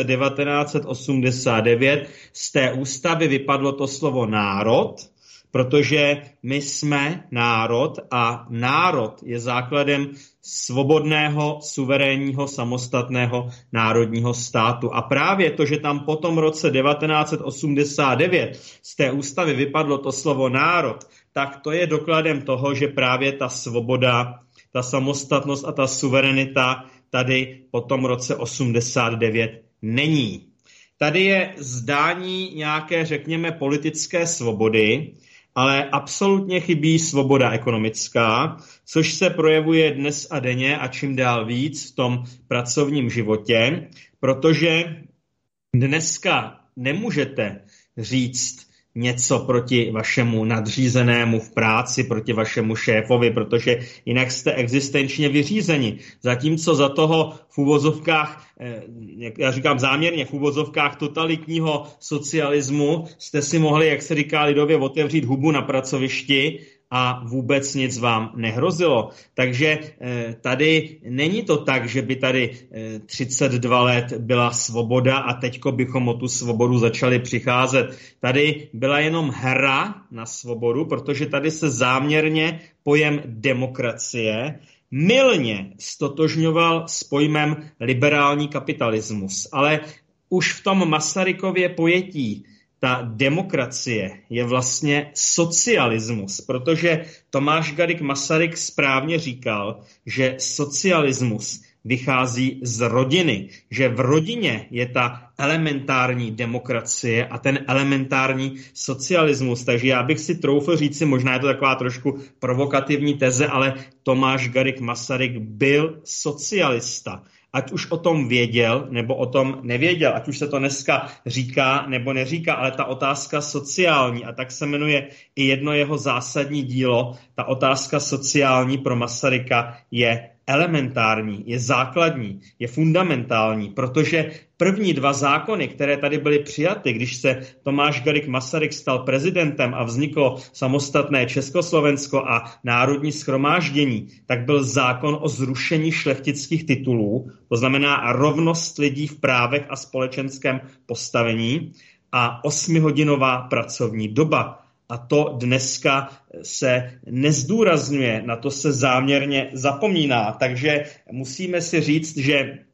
1989 z té ústavy vypadlo to slovo národ, protože my jsme národ a národ je základem svobodného, suverénního, samostatného národního státu. A právě to, že tam po tom roce 1989 z té ústavy vypadlo to slovo národ, tak to je dokladem toho, že právě ta svoboda, ta samostatnost a ta suverenita tady po tom roce 89 není. Tady je zdání nějaké, řekněme, politické svobody, ale absolutně chybí svoboda ekonomická, což se projevuje dnes a denně a čím dál víc v tom pracovním životě, protože dneska nemůžete říct něco proti vašemu nadřízenému v práci, proti vašemu šéfovi, protože jinak jste existenčně vyřízeni. Zatímco za toho v uvozovkách, já říkám záměrně, v uvozovkách totalitního socialismu jste si mohli, jak se říká lidově, otevřít hubu na pracovišti a vůbec nic vám nehrozilo. Takže tady není to tak, že by tady 32 let byla svoboda a teďko bychom o tu svobodu začali přicházet. Tady byla jenom hra na svobodu, protože tady se záměrně pojem demokracie mylně stotožňoval s pojmem liberální kapitalismus. Ale už v tom Masarykově pojetí ta demokracie je vlastně socialismus, protože Tomáš Garrigue Masaryk správně říkal, že socialismus vychází z rodiny, že v rodině je ta elementární demokracie a ten elementární socialismus. Takže já bych si troufl říci, možná je to taková trošku provokativní teze, ale Tomáš Garrigue Masaryk byl socialista. Ať už o tom věděl, nebo o tom nevěděl, ať už se to dneska říká, nebo neříká, ale ta otázka sociální, a tak se jmenuje i jedno jeho zásadní dílo, ta otázka sociální pro Masaryka je elementární, je základní, je fundamentální, protože první dva zákony, které tady byly přijaty, když se Tomáš Garrigue Masaryk stal prezidentem a vzniklo samostatné Československo a Národní shromáždění, tak byl zákon o zrušení šlechtických titulů, to znamená rovnost lidí v právech a společenském postavení a 8hodinová pracovní doba. A to dneska se nezdůrazňuje, na to se záměrně zapomíná. Takže musíme si říct, že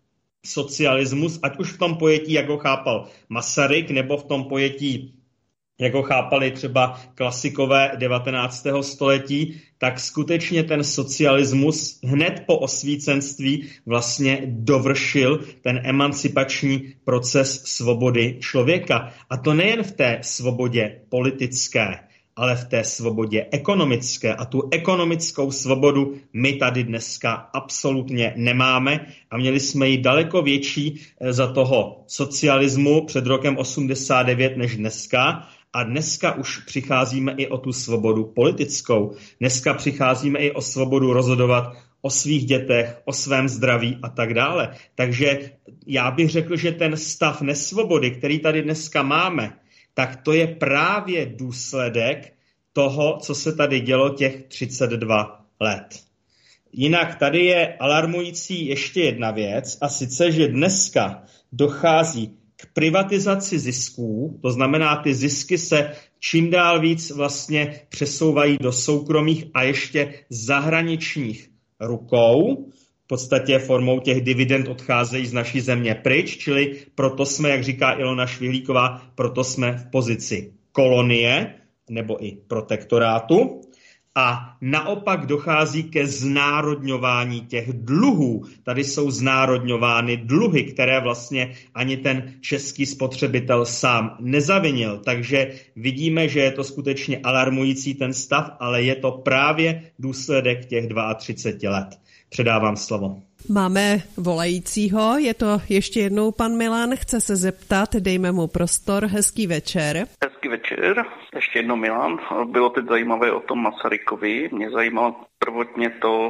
socialismus, ať už v tom pojetí, jak ho chápal Masaryk, nebo v tom pojetí, jak ho chápali třeba klasikové 19. století, tak skutečně ten socialismus hned po osvícenství vlastně dovršil ten emancipační proces svobody člověka. A to nejen v té svobodě politické, ale v té svobodě ekonomické. A tu ekonomickou svobodu my tady dneska absolutně nemáme a měli jsme ji daleko větší za toho socialismu před rokem 89 než dneska. A dneska už přicházíme i o tu svobodu politickou. Dneska přicházíme i o svobodu rozhodovat o svých dětech, o svém zdraví a tak dále. Takže já bych řekl, že ten stav nesvobody, který tady dneska máme, tak to je právě důsledek toho, co se tady dělo těch 32 let. Jinak tady je alarmující ještě jedna věc, a sice, že dneska dochází k privatizaci zisků, to znamená, ty zisky se čím dál víc vlastně přesouvají do soukromých a ještě zahraničních rukou. V podstatě formou těch dividend odcházejí z naší země pryč, čili proto jsme, jak říká Ilona Švihlíková, proto jsme v pozici kolonie nebo i protektorátu. A naopak dochází ke znárodňování těch dluhů. Tady jsou znárodňovány dluhy, které vlastně ani ten český spotřebitel sám nezavinil. Takže vidíme, že je to skutečně alarmující ten stav, ale je to právě důsledek těch 32 let. Předávám slovo. Máme volajícího, je to ještě jednou pan Milan, chce se zeptat, dejme mu prostor, hezký večer. Hezký večer, ještě jednou Milan. Bylo teď zajímavé o tom Masarykovi, mě zajímalo prvotně to,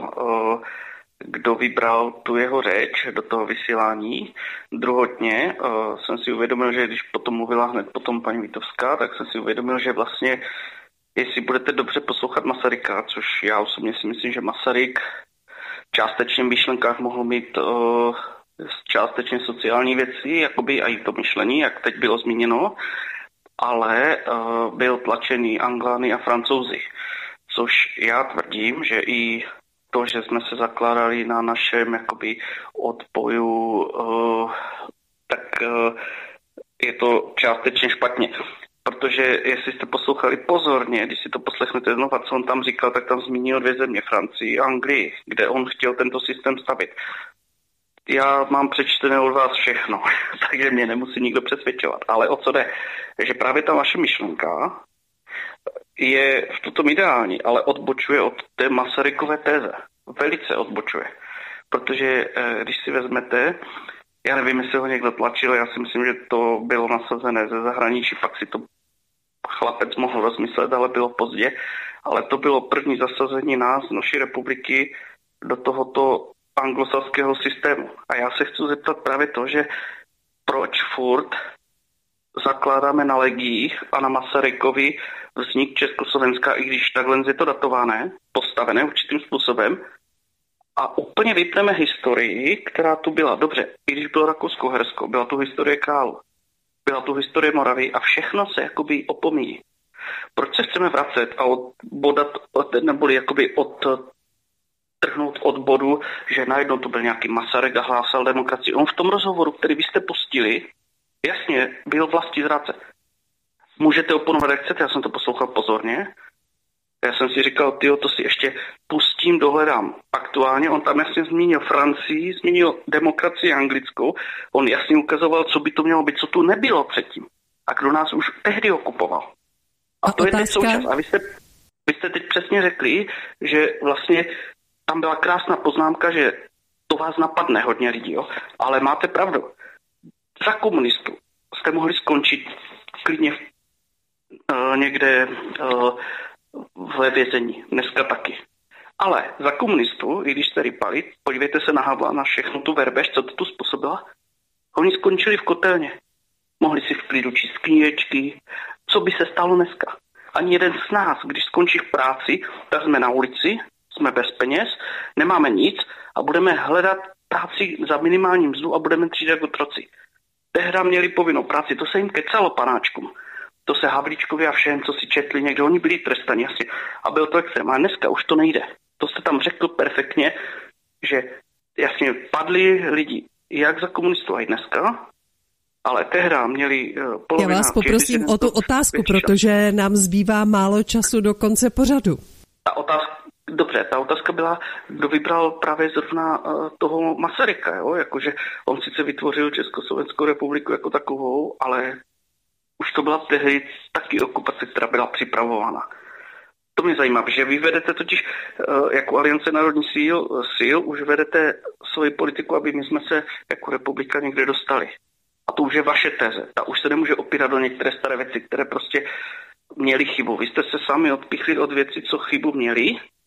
kdo vybral tu jeho řeč do toho vysílání. Druhotně jsem si uvědomil, že když potom mluvila hned potom paní Vítovská, tak jsem si uvědomil, že vlastně, jestli budete dobře poslouchat Masaryka, což já osobně si myslím, že Masaryk částečně v myšlenkách mohl mít částečně sociální věci, jakoby i to myšlení, jak teď bylo zmíněno, ale byl tlačený Anglány a Francouzi. Což já tvrdím, že i to, že jsme se zakládali na našem jakoby odpoju, tak je to částečně špatně. Protože jestli jste poslouchali pozorně, když si to poslechnete znova, co on tam říkal, tak tam zmínil 2 země, Francii a Anglii, kde on chtěl tento systém stavit. Já mám přečtené od vás všechno, takže mě nemusí nikdo přesvědčovat. Ale o co jde? Že právě ta vaše myšlenka je v tom ideální, ale odbočuje od té Masarykové téze. Velice odbočuje. Protože když si vezmete, já nevím, jestli ho někdo tlačil, já si myslím, že to bylo nasazené ze zahraničí, pak si to chlapec mohl rozmyslet, ale bylo pozdě. Ale to bylo první zasazení nás, naší republiky, do tohoto anglosaského systému. A já se chci zeptat právě to, že proč furt zakládáme na legiích a na Masarykovi vznik Československa, i když takhle je to datované, postavené určitým způsobem, a úplně vypneme historii, která tu byla. Dobře, i když bylo Rakousko-Uhersko, byla tu historie králu, byla tu historie Moravy a všechno se jakoby opomíjí. Proč se chceme vracet a neboli jakoby odtrhnout od bodu, že najednou to byl nějaký Masaryk a hlásal demokracii. On v tom rozhovoru, který vy jste pustili, jasně, byl vlastní zrádce. Můžete oponovat, jak chcete, já jsem to poslouchal pozorně. Já jsem si říkal, to si ještě pustím, dohledám. Aktuálně on tam jasně zmínil Francii, zmínil demokracii anglickou, on jasně ukazoval, co by to mělo být, co tu nebylo předtím. A kdo nás už tehdy okupoval. A to otázka... je teď součas. A vy jste teď přesně řekli, že vlastně tam byla krásná poznámka, že to vás napadne hodně lidí, jo? Ale máte pravdu. Za komunistů jste mohli skončit klidně někde ve vězení, dneska taky. Ale za komunistů, i když jste rypali, podívejte se na Havla, na všechno tu verbež, co to tu způsobila, oni skončili v kotelně. Mohli si v klidu číst knížečky. Co by se stalo dneska? Ani jeden z nás, když skončí v práci, tak jsme na ulici, jsme bez peněz, nemáme nic a budeme hledat práci za minimální mzdu a budeme třídit jako otroci. Tehda měli povinnou práci, to se jim kecalo panáčkům. To se Havlíčkovi a všem, co si četli někdo, oni byli trestaní asi. A byl to extrém. A dneska už to nejde. To jste tam řekl perfektně, že jasně padli lidi. jak za komunistů i dneska, ale tehda měli polovina... Já vás poprosím o tu otázku, protože nám zbývá málo času do konce pořadu. Ta otázka byla, kdo vybral právě zrovna toho Masaryka, jo? Jakože on sice vytvořil Československou republiku jako takovou, ale už to byla tehdy taky okupace, která byla připravována. To mě zajímá, že vy vedete totiž jako Aliance národních sil už vedete svoji politiku, aby my jsme se jako republika někde dostali. A to už je vaše teze. Ta už se nemůže opírat do některé staré věci, které prostě měly chybu. Vy jste se sami odpichli od věcí, co chybu měli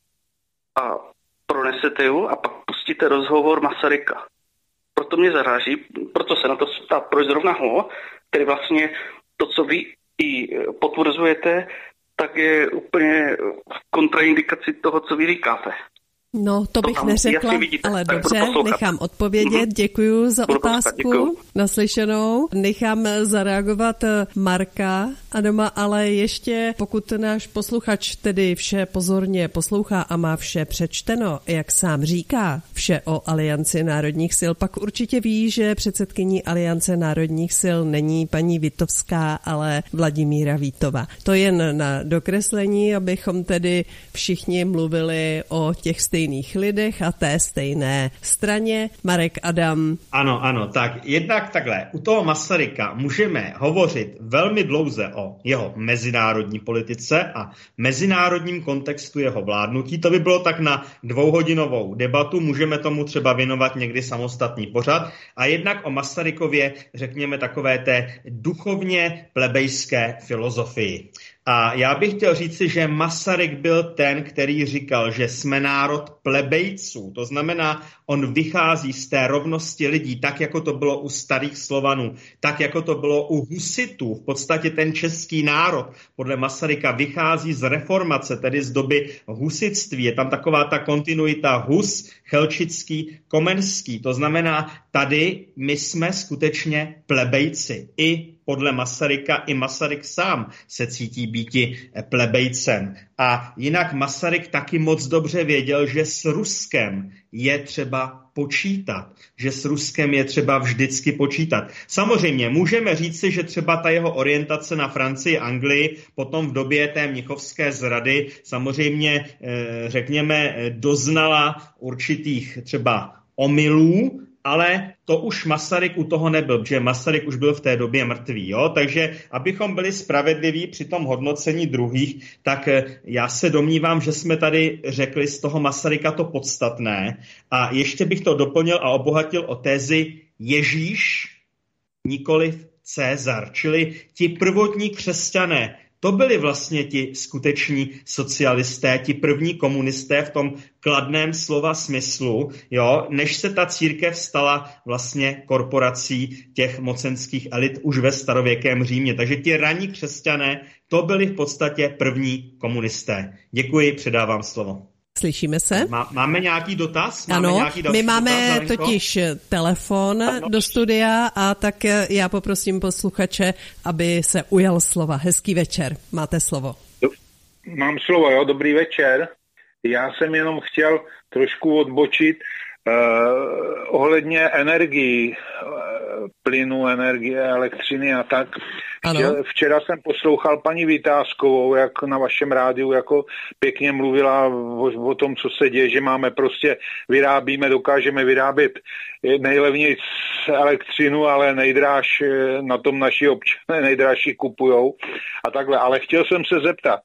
a pronesete ju a pak pustíte rozhovor Masaryka. Proto mě zaráží, proto se na to ptá, proč zrovna ho, který vlastně to, co vy i potvrzujete, tak je úplně v kontraindikaci toho, co vy říkáte. No, to bych neřekla, ale dobře, nechám odpovědět. Děkuju za otázku. Naslyšenou. Nechám zareagovat Marka Adama, ale ještě pokud náš posluchač tedy vše pozorně poslouchá a má vše přečteno, jak sám říká, vše o Alianci národních sil, pak určitě ví, že předsedkyní Aliance národních sil není paní Witowská, ale Vladimíra Víttová. To jen na dokreslení, abychom tedy všichni mluvili o těch stejných lidech a té stejné straně. Marek Adam. Ano, tak jednak takhle. U toho Masaryka můžeme hovořit velmi dlouze o jeho mezinárodní politice a mezinárodním kontextu jeho vládnutí. To by bylo tak na 2hodinovou debatu, můžeme tomu třeba věnovat někdy samostatný pořad. A jednak o Masarykově, řekněme, takové té duchovně plebejské filozofii. A já bych chtěl říci, že Masaryk byl ten, který říkal, že jsme národ plebejců. To znamená, on vychází z té rovnosti lidí, tak jako to bylo u starých Slovanů, tak jako to bylo u husitů. V podstatě ten český národ podle Masaryka vychází z reformace, tedy z doby husitství. Je tam taková ta kontinuita Hus, Chelčický, Komenský. To znamená, tady my jsme skutečně plebejci. I podle Masaryka, i Masaryk sám se cítí býti plebejcem. A jinak Masaryk taky moc dobře věděl, že s Ruskem je třeba počítat, že s Ruskem je třeba vždycky počítat. Samozřejmě můžeme říci, že třeba ta jeho orientace na Francii, Anglii, potom v době té mnichovské zrady samozřejmě, řekněme, doznala určitých třeba omylů, ale to už Masaryk u toho nebyl, protože Masaryk už byl v té době mrtvý. Jo? Takže abychom byli spravedliví při tom hodnocení druhých, tak já se domnívám, že jsme tady řekli z toho Masaryka to podstatné. A ještě bych to doplnil a obohatil o tézi Ježíš, nikoliv Cezar, čili ti prvotní křesťané. To byli vlastně ti skuteční socialisté, ti první komunisté v tom kladném slova smyslu, jo, než se ta církev stala vlastně korporací těch mocenských elit už ve starověkém Římě. Takže ti ranní křesťané, to byli v podstatě první komunisté. Děkuji, předávám slovo. Slyšíme se? Máme nějaký dotaz? Ano, my máme totiž telefon do studia a tak já poprosím posluchače, aby se ujal slova. Hezký večer, máte slovo. Mám slovo, jo, dobrý večer. Já jsem jenom chtěl trošku odbočit ohledně energií, plynu, energie, elektřiny a tak. Včera jsem poslouchal paní Vitáskovou, jak na vašem rádiu jako pěkně mluvila o tom, co se děje, že máme prostě, dokážeme vyrábět nejlevněji elektřinu, ale nejdráž na tom naši občané nejdrážší kupujou a takhle. Ale chtěl jsem se zeptat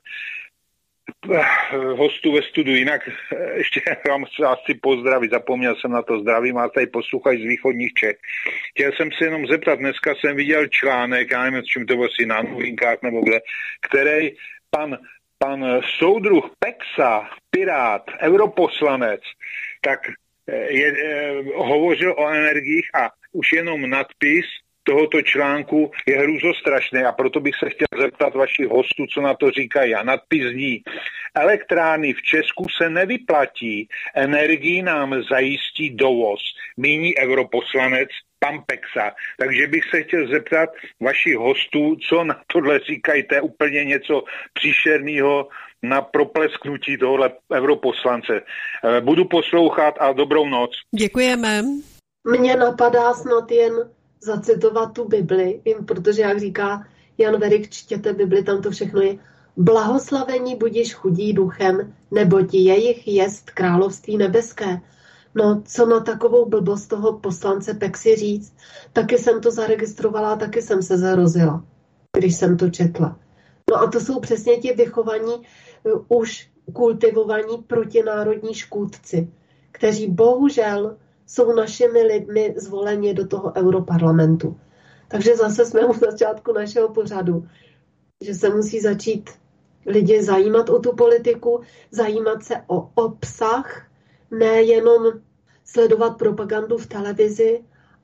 hostů ve studiu, jinak ještě vám asi pozdravit, zapomněl jsem na to, zdravím vás tady posluchač z východních Čech. Chtěl jsem se jenom zeptat, dneska jsem viděl článek, já nevím, s čím to bylo, si na Novinkách nebo kde, který pan soudruh Peksa, pirát, europoslanec, tak hovořil o energiích a už jenom nadpis tohoto článku je hrůzostrašný a proto bych se chtěl zeptat vašich hostů, co na to říkají. A nadpis zní: elektrárny v Česku se nevyplatí, energii nám zajistí dovoz, míní europoslanec pan Peksa. Takže bych se chtěl zeptat vašich hostů, co na tohle říkají, to je úplně něco příšerného na proplesknutí tohohle europoslance. Budu poslouchat a dobrou noc. Děkujeme. Mně napadá snad jen zacitovat tu Bibli, protože jak říká Jan Verik, čtěte Bibli, tam to všechno je. Blahoslavení budiš chudí duchem, neboť jejich jest království nebeské. No, co na takovou blbost toho poslance Peksy říct? Taky jsem to zaregistrovala, taky jsem se zarozila, když jsem to četla. No a to jsou přesně ti vychovaní, už kultivovaní protinárodní škůdci, kteří bohužel jsou našimi lidmi zvoleni do toho europarlamentu. Takže zase jsme u začátku našeho pořadu, že se musí začít lidi zajímat o tu politiku, zajímat se o obsah, nejenom sledovat propagandu v televizi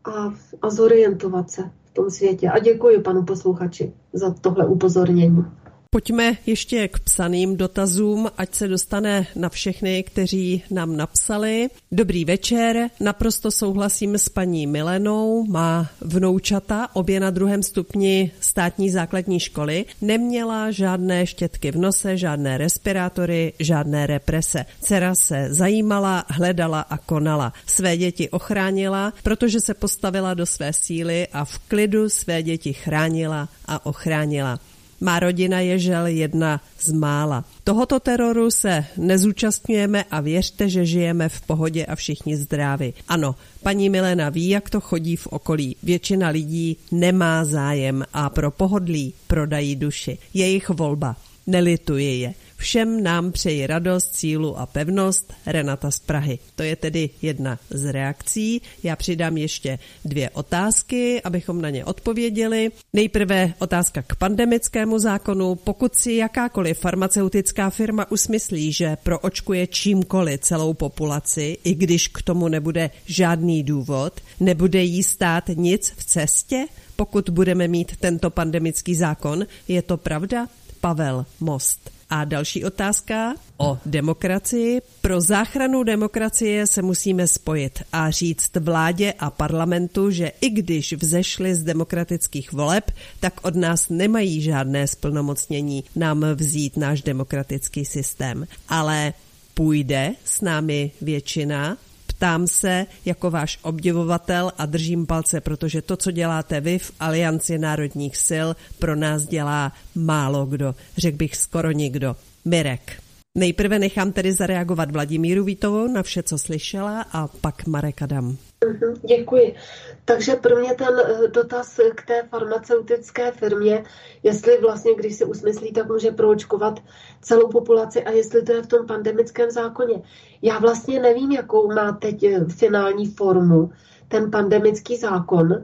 a zorientovat se v tom světě. A děkuji panu posluchači za tohle upozornění. Pojďme ještě k psaným dotazům, ať se dostane na všechny, kteří nám napsali. Dobrý večer, naprosto souhlasím s paní Milenou, má vnoučata, obě na 2. stupni státní základní školy, neměla žádné štětky v nose, žádné respirátory, žádné represe. Dcera se zajímala, hledala a konala. Své děti ochránila, protože se postavila do své síly a v klidu své děti chránila a ochránila. Má rodina je žel jedna z mála. Tohoto teroru se nezúčastňujeme a věřte, že žijeme v pohodě a všichni zdraví. Ano, paní Milena ví, jak to chodí v okolí. Většina lidí nemá zájem a pro pohodlí prodají duši. Jejich volba. Nelituji je. Všem nám přeji radost, sílu a pevnost. Renata z Prahy. To je tedy jedna z reakcí. Já přidám ještě 2 otázky, abychom na ně odpověděli. Nejprve otázka k pandemickému zákonu. Pokud si jakákoliv farmaceutická firma usmyslí, že proočkuje čímkoliv celou populaci, i když k tomu nebude žádný důvod, nebude jí stát nic v cestě, pokud budeme mít tento pandemický zákon? Je to pravda? Pavel Most. A další otázka o demokracii. Pro záchranu demokracie se musíme spojit a říct vládě a parlamentu, že i když vzešli z demokratických voleb, tak od nás nemají žádné splnomocnění nám vzít náš demokratický systém. Ale půjde s námi většina? Ptám se jako váš obdivovatel a držím palce, protože to, co děláte vy v Alianci národních sil, pro nás dělá málo kdo, řekl bych skoro nikdo. Mirek. Nejprve nechám tedy zareagovat Vladimíru Vítovou na vše, co slyšela, a pak Marek Adam. Děkuji. Takže pro mě ten dotaz k té farmaceutické firmě, jestli vlastně, když si usmyslí, tak může proočkovat celou populaci a jestli to je v tom pandemickém zákoně. Já vlastně nevím, jakou má teď finální formu ten pandemický zákon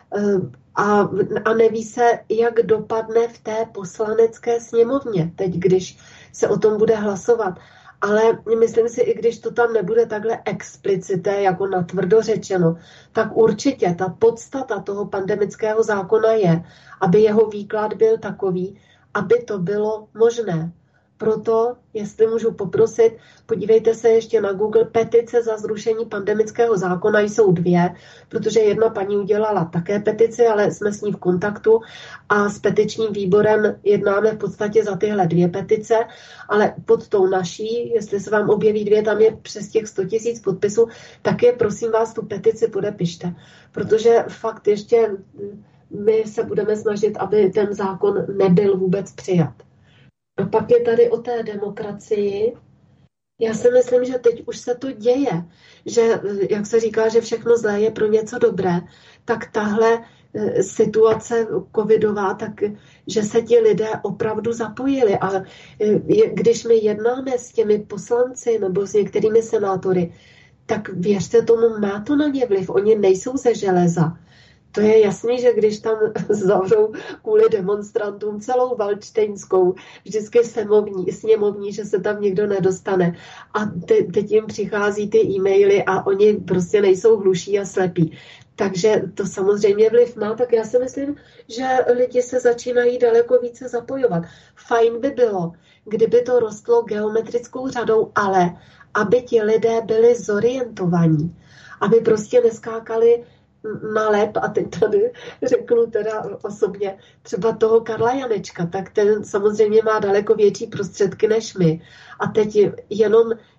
a neví se, jak dopadne v té poslanecké sněmovně teď, když se o tom bude hlasovat. Ale myslím si, i když to tam nebude takhle explicité, jako natvrdo řečeno, tak určitě ta podstata toho pandemického zákona je, aby jeho výklad byl takový, aby to bylo možné. Proto, jestli můžu poprosit, podívejte se ještě na Google, petice za zrušení pandemického zákona jsou 2, protože jedna paní udělala také petici, ale jsme s ní v kontaktu a s petičním výborem jednáme v podstatě za tyhle 2 petice, ale pod tou naší, jestli se vám objeví 2, tam je přes těch 100 000 podpisů, tak je prosím vás tu petici podepište, protože fakt ještě my se budeme snažit, aby ten zákon nebyl vůbec přijat. A pak je tady o té demokracii. Já si myslím, že teď už se to děje, že, jak se říká, že všechno zlé je pro něco dobré, tak tahle situace covidová, tak že se ti lidé opravdu zapojili. A když my jednáme s těmi poslanci nebo s některými senátory, tak věřte tomu, má to na ně vliv. Oni nejsou ze železa. To je jasný, že když tam zavřou kvůli demonstrantům celou Valčtejnskou, vždycky sněmovní, že se tam nikdo nedostane. A teď jim přichází ty e-maily a oni prostě nejsou hluší a slepí. Takže to samozřejmě vliv má, tak já si myslím, že lidi se začínají daleko více zapojovat. Fajn by bylo, kdyby to rostlo geometrickou řadou, ale aby ti lidé byli zorientovaní, aby prostě neskákali na lep, a teď tady řeknu teda osobně třeba toho Karla Janečka, tak ten samozřejmě má daleko větší prostředky než my. A teď jenom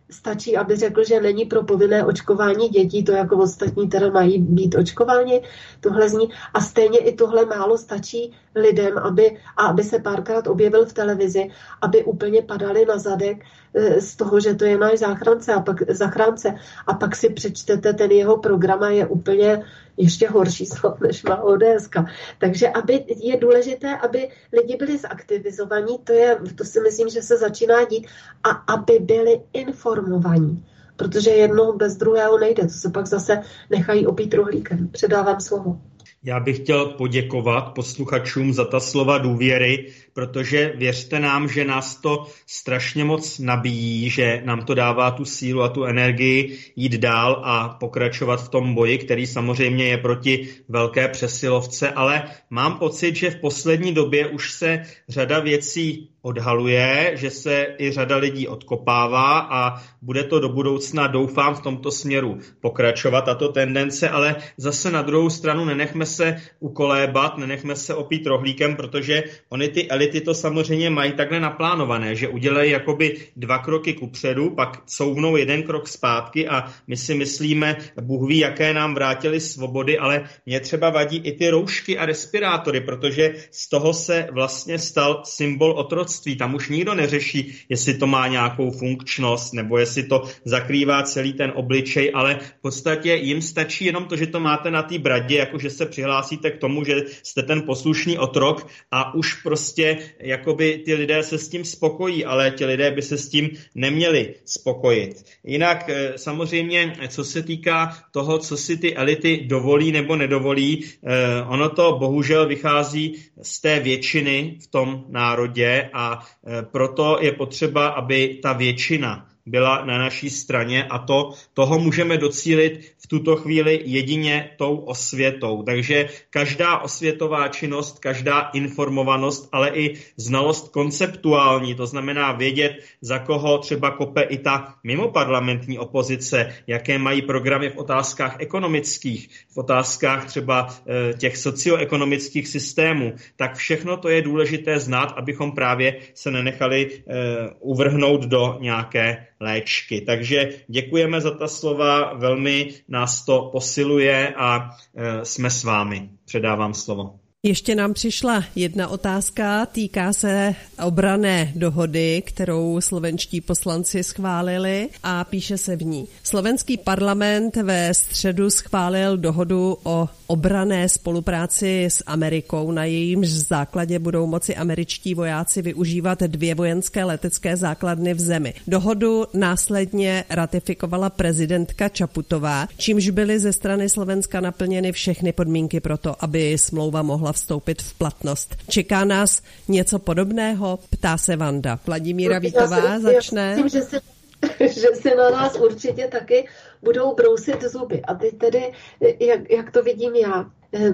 stačí, aby řekl, že není pro povinné očkování dětí, to jako ostatní teda mají být očkováni, tohle zní. A stejně i tohle málo stačí lidem, aby se párkrát objevil v televizi, aby úplně padali na zadek z toho, že to je náš zachránce. A pak si přečtete ten jeho program a je úplně ještě horší snad, než má ODS. Takže je důležité, aby lidi byli zaktivizovaní, to si myslím, že se začíná dít, a aby byli informovaní. Protože jedno bez druhého nejde, to se pak zase nechají opít rohlíkem. Předávám slovo. Já bych chtěl poděkovat posluchačům za ta slova důvěry, protože věřte nám, že nás to strašně moc nabíjí, že nám to dává tu sílu a tu energii jít dál a pokračovat v tom boji, který samozřejmě je proti velké přesilovce, ale mám pocit, že v poslední době už se řada věcí odhaluje, že se i řada lidí odkopává a bude to do budoucna, doufám, v tomto směru pokračovat tato tendence, ale zase na druhou stranu nenechme se ukolébat, nenechme se opít rohlíkem, protože ony ty elity to samozřejmě mají takhle naplánované, že udělají jakoby 2 kroky kupředu, pak couvnou 1 krok zpátky a my si myslíme, Bůh ví, jaké nám vrátili svobody, ale mě třeba vadí i ty roušky a respirátory, protože z toho se vlastně stal symbol otroctví. Tam už nikdo neřeší, jestli to má nějakou funkčnost, nebo jestli to zakrývá celý ten obličej, ale v podstatě jim stačí jenom to, že to máte na té bradě, jako že se přihlásíte k tomu, že jste ten poslušný otrok a už prostě jakoby ty lidé se s tím spokojí, ale ti lidé by se s tím neměli spokojit. Jinak samozřejmě, co se týká toho, co si ty elity dovolí nebo nedovolí, ono to bohužel vychází z té většiny v tom národě a proto je potřeba, aby ta většina byla na naší straně a toho můžeme docílit v tuto chvíli jedině tou osvětou. Takže každá osvětová činnost, každá informovanost, ale i znalost konceptuální, to znamená vědět, za koho třeba kope i ta mimoparlamentní opozice, jaké mají programy v otázkách ekonomických, v otázkách třeba těch socioekonomických systémů, tak všechno to je důležité znát, abychom právě se nenechali uvrhnout do nějaké léčky. Takže děkujeme za ta slova, velmi nás to posiluje a jsme s vámi. Předávám slovo. Ještě nám přišla jedna otázka, týká se obranné dohody, kterou slovenští poslanci schválili a píše se v ní. Slovenský parlament ve středu schválil dohodu o obranné spolupráci s Amerikou, na jejímž základě budou moci američtí vojáci využívat 2 vojenské letecké základny v zemi. Dohodu následně ratifikovala prezidentka Čaputová, čímž byly ze strany Slovenska naplněny všechny podmínky pro to, aby smlouva mohla vstoupit v platnost. Čeká nás něco podobného? Ptá se Vanda. Vladimíra Vítová začne. Já myslím, že se na nás určitě taky budou brousit zuby. A teď tedy, jak to vidím já,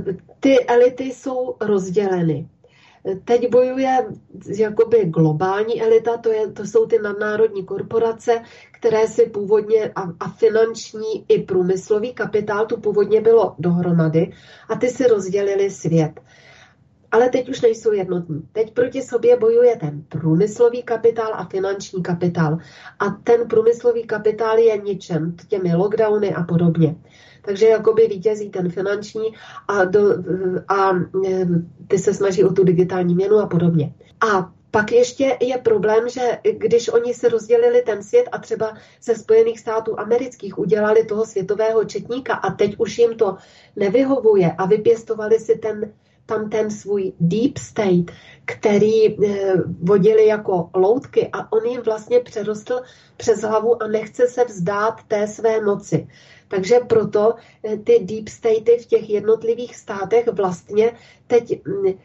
ty elity jsou rozděleny. Teď bojuje jakoby globální elita, to jsou ty nadnárodní korporace, které si původně a finanční i průmyslový kapitál, tu původně bylo dohromady a ty si rozdělili svět. Ale teď už nejsou jednotní. Teď proti sobě bojuje ten průmyslový kapitál a finanční kapitál. A ten průmyslový kapitál je ničem, těmi lockdowny a podobně. Takže jakoby vítězí ten finanční a ty se snaží o tu digitální měnu a podobně. A pak ještě je problém, že když oni se rozdělili ten svět a třeba ze Spojených států amerických udělali toho světového četníka a teď už jim to nevyhovuje a vypěstovali si ten svůj deep state, který vodili jako loutky a on jim vlastně přerostl přes hlavu a nechce se vzdát té své moci. Takže proto ty deep statey v těch jednotlivých státech vlastně teď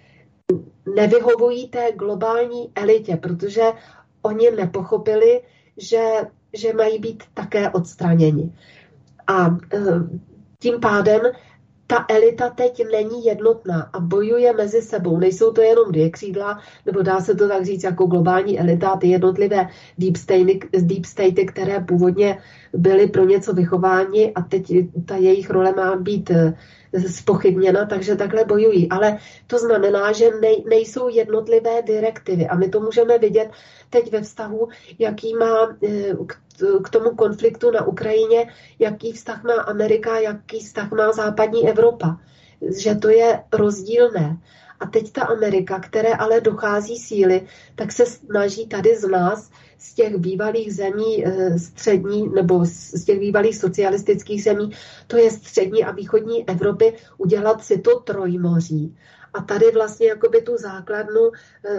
nevyhovují té globální elitě, protože oni nepochopili, že mají být také odstraněni. A tím pádem ta elita teď není jednotná a bojuje mezi sebou. Nejsou to jenom 2 křídla, nebo dá se to tak říct jako globální elita, ty jednotlivé deep statey, které původně byly pro něco vychováni a teď ta jejich role má být zpochybněna, takže takhle bojují. Ale to znamená, že nejsou jednotlivé direktivy a my to můžeme vidět teď ve vztahu, jaký má k tomu konfliktu na Ukrajině, jaký vztah má Amerika, jaký vztah má západní Evropa. Že to je rozdílné. A teď ta Amerika, které ale dochází síly, tak se snaží tady z nás, z těch bývalých zemí střední, nebo z těch bývalých socialistických zemí, to je střední a východní Evropy, udělat si to trojmoří. A tady vlastně jakoby tu základnu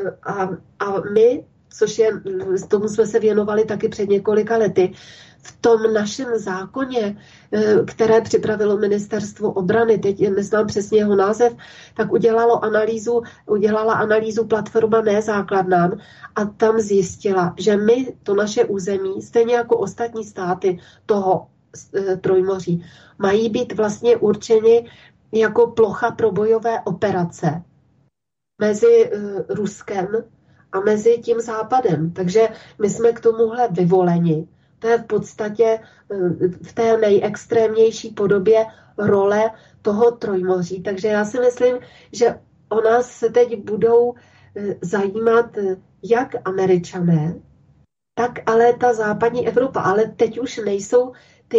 a my, což je, tomu jsme se věnovali taky před několika lety, v tom našem zákoně, které připravilo Ministerstvo obrany, teď neznám přesně jeho název, tak udělala analýzu platforma Ne základnám a tam zjistila, že my, to naše území, stejně jako ostatní státy toho trojmoří, mají být vlastně určeny jako plocha pro bojové operace mezi Ruskem a mezi tím západem. Takže my jsme k tomuhle vyvoleni. To je v podstatě v té nejextrémnější podobě role toho trojmoří. Takže já si myslím, že o nás se teď budou zajímat jak Američané, tak ale ta západní Evropa. Ale teď už nejsou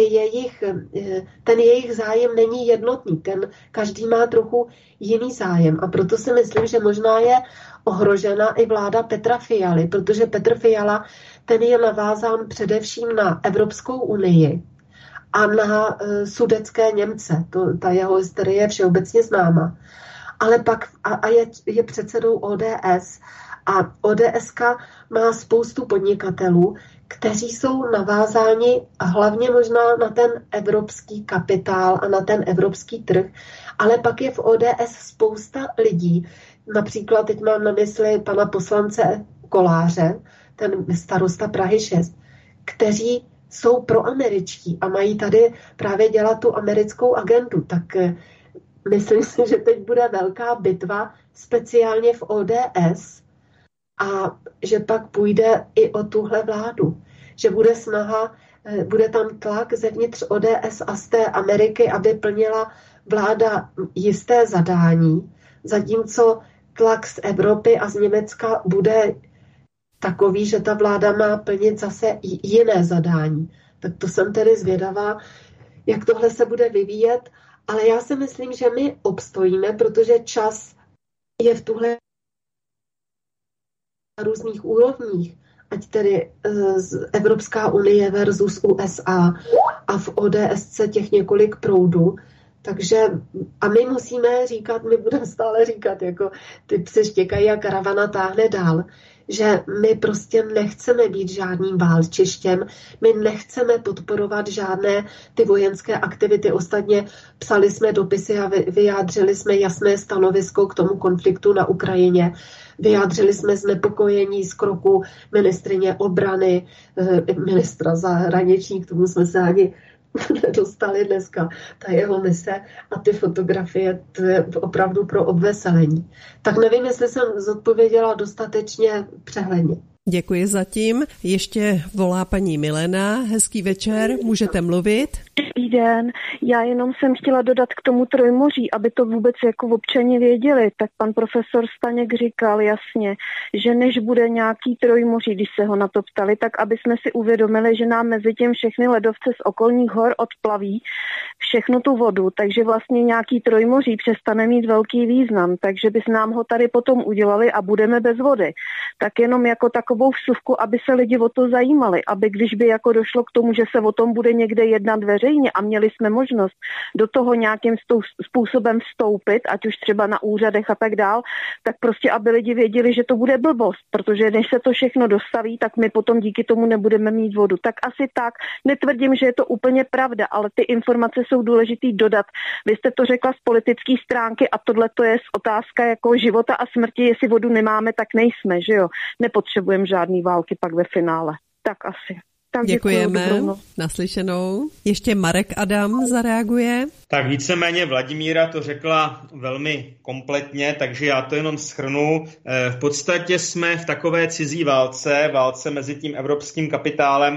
ten jejich zájem není jednotný. Každý má trochu jiný zájem. A proto si myslím, že možná je ohrožena i vláda Petra Fialy, protože Petr Fiala, ten je navázán především na Evropskou unii a na sudetské Němce. Ta jeho historie je všeobecně známa. Ale pak je předsedou ODS a ODSka má spoustu podnikatelů, kteří jsou navázáni hlavně možná na ten evropský kapitál a na ten evropský trh, ale pak je v ODS spousta lidí, například teď mám na mysli pana poslance Koláře, ten starosta Prahy 6, kteří jsou proameričtí a mají tady právě dělat tu americkou agendu. Tak myslím si, že teď bude velká bitva speciálně v ODS a že pak půjde i o tuhle vládu. Že bude snaha, bude tam tlak zevnitř ODS a z té Ameriky, aby plnila vláda jisté zadání, zatímco tlak z Evropy a z Německa bude takový, že ta vláda má plnit zase jiné zadání. Tak to jsem tedy zvědavá, jak tohle se bude vyvíjet, ale já si myslím, že my obstojíme, protože čas je v tuhle různých úrovních, ať tedy Evropská unie versus USA a v ODSC těch několik proudů. Takže a my musíme říkat, my budeme stále říkat, jako ty psy štěkají a karavana táhne dál, že my prostě nechceme být žádným válčištěm, my nechceme podporovat žádné ty vojenské aktivity. Ostatně psali jsme dopisy a vyjádřili jsme jasné stanovisko k tomu konfliktu na Ukrajině. Vyjádřili jsme znepokojení z kroku ministryně obrany, ministra zahraničí, k tomu jsme se ani nedostali dneska, ta jeho mise a ty fotografie, to je opravdu pro obveselení. Tak nevím, jestli jsem zodpověděla dostatečně přehledně. Děkuji zatím. Ještě volá paní Milena. Hezký večer, můžete mluvit? Dobrý den. Já jenom jsem chtěla dodat k tomu trojmoří, aby to vůbec jako občani věděli. Tak pan profesor Staněk říkal jasně, že než bude nějaký trojmoří, když se ho na to ptali, tak aby jsme si uvědomili, že nám mezi tím všechny ledovce z okolních hor odplaví všechnu tu vodu, takže vlastně nějaký trojmoří přestane mít velký význam, takže bys nám ho tady potom udělali a budeme bez vody. Tak jenom jako takovou vsuvku, aby se lidi o to zajímali, aby když by jako došlo k tomu, že se o tom bude někde jednat veřejně a měli jsme možnost do toho nějakým způsobem vstoupit, ať už třeba na úřadech a tak dál, tak prostě aby lidi věděli, že to bude blbost, protože než se to všechno dostaví, tak my potom díky tomu nebudeme mít vodu. Tak asi tak, netvrdím, že je to úplně pravda, ale ty informace jsou důležitý dodat. Vy jste to řekla z politické stránky a tohle to je otázka jako života a smrti, jestli vodu nemáme, tak nejsme, že jo. Nepotřebujeme žádný války pak ve finále. Tak asi. Tak děkujeme, naslyšenou. Ještě Marek Adam zareaguje. Tak víceméně Vladimíra to řekla velmi kompletně, takže já to jenom shrnu. V podstatě jsme v takové cizí válce mezi tím evropským kapitálem a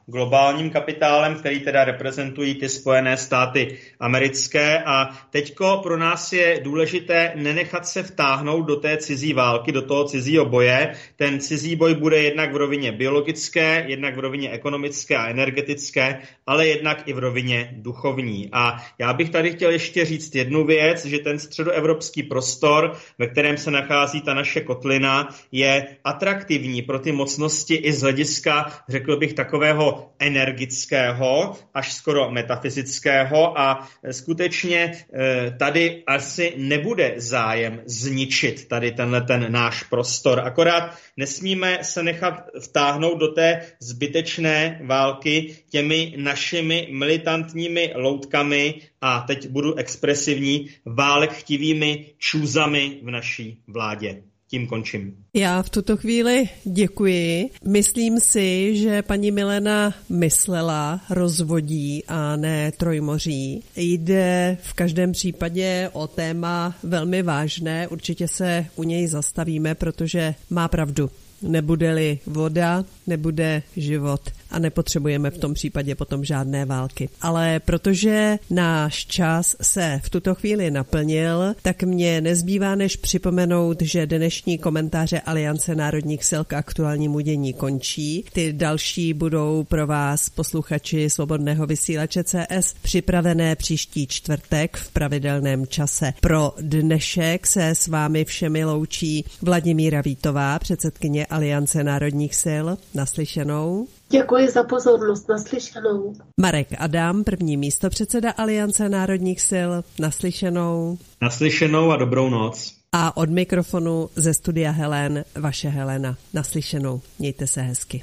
globálním kapitálem, který teda reprezentují ty Spojené státy americké. A teďko pro nás je důležité nenechat se vtáhnout do té cizí války, do toho cizího boje. Ten cizí boj bude jednak v rovině biologické, jednak v rovině ekonomické a energetické, ale jednak i v rovině duchovní. A já bych tady chtěl ještě říct jednu věc, že ten středoevropský prostor, ve kterém se nachází ta naše kotlina, je atraktivní pro ty mocnosti i z hlediska, řekl bych, takového energického, až skoro metafyzického, a skutečně tady asi nebude zájem zničit tady ten náš prostor. Akorát nesmíme se nechat vtáhnout do té zbytečné války těmi našimi militantními loutkami a teď budu expresivní, válek chtivými čůzami v naší vládě. Tím končím. Já v tuto chvíli děkuji. Myslím si, že paní Milena myslela rozvodí a ne trojmoří. Jde v každém případě o téma velmi vážné. Určitě se u něj zastavíme, protože má pravdu. Nebude-li voda, nebude život a nepotřebujeme v tom případě potom žádné války. Ale protože náš čas se v tuto chvíli naplnil, tak mě nezbývá než připomenout, že dnešní komentáře Aliance národních sil k aktuálnímu dění končí. Ty další budou pro vás, posluchači Svobodného vysílače CS, připravené příští čtvrtek v pravidelném čase. Pro dnešek se s vámi všemi loučí Vladimíra Vítová, předsedkyně Aliance národních sil. Naslyšenou. Děkuji za pozornost, naslyšenou. Marek Adam, první místopředseda Aliance národních sil. Naslyšenou. Naslyšenou a dobrou noc. A od mikrofonu ze studia Helen, vaše Helena. Naslyšenou. Mějte se hezky.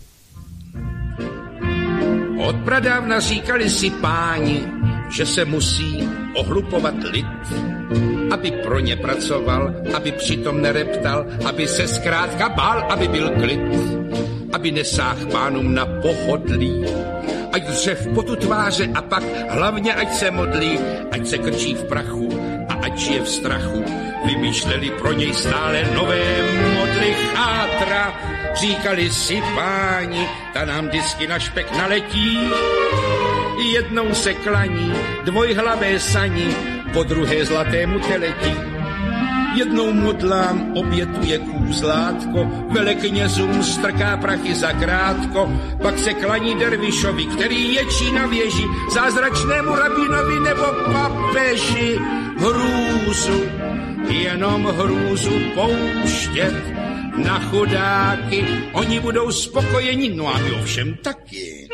Od pradávna říkali si páni, že se musí ohlupovat lid, aby pro ně pracoval, aby přitom nereptal, aby se zkrátka bál, aby byl klid, aby nesáhl pánům na pohodlí, ať dřev potu tváře a pak hlavně ať se modlí, ať se krčí v prachu a ať žije v strachu. Vymýšleli pro něj stále nové modly chátra, říkali si páni, ta nám vždycky na špek naletí. Jednou se klaní dvojhlavé sani, po druhé zlatému teletí. Jednou modlám obětuje kůzlátko, veleknězům strká prachy za krátko, pak se klaní dervišovi, který ječí na věži, zázračnému rabínovi nebo papeži. Hrůzu, jenom hrůzu pouštět na chudáky, oni budou spokojeni, no a my ovšem taky.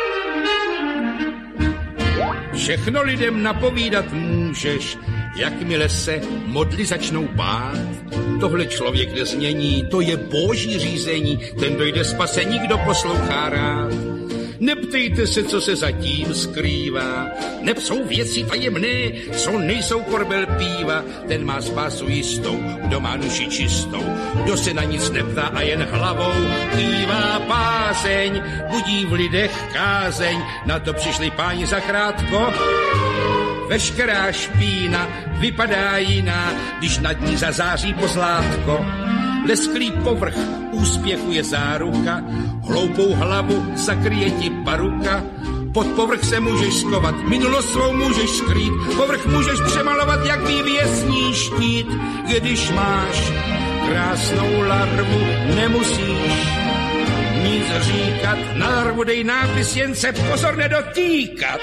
Všechno lidem napovídat můžeš, jakmile se modly začnou bát. Tohle člověk nezmění, to je boží řízení, ten dojde spasení, kdo poslouchá rád. Neptejte se, co se zatím skrývá, neb jsou věci tajemné, co nejsou korbel píva. Ten má spásu jistou, kdo má duši čistou, kdo se na nic neptá a jen hlavou kývá. Páseň budí v lidech kázeň, na to přišli páni zakrátko. Veškerá špína vypadá jiná, když nad ní zazáří pozlátko. Lesklý povrch úspěchu je záruka, hloupou hlavu zakryje ti paruka. Pod povrch se můžeš skovat, minulost svou můžeš skrýt, povrch můžeš přemalovat jak vývěsní štít. Když máš krásnou larvu, nemusíš nic říkat, na larvu dej nápis, jen se pozor nedotýkat.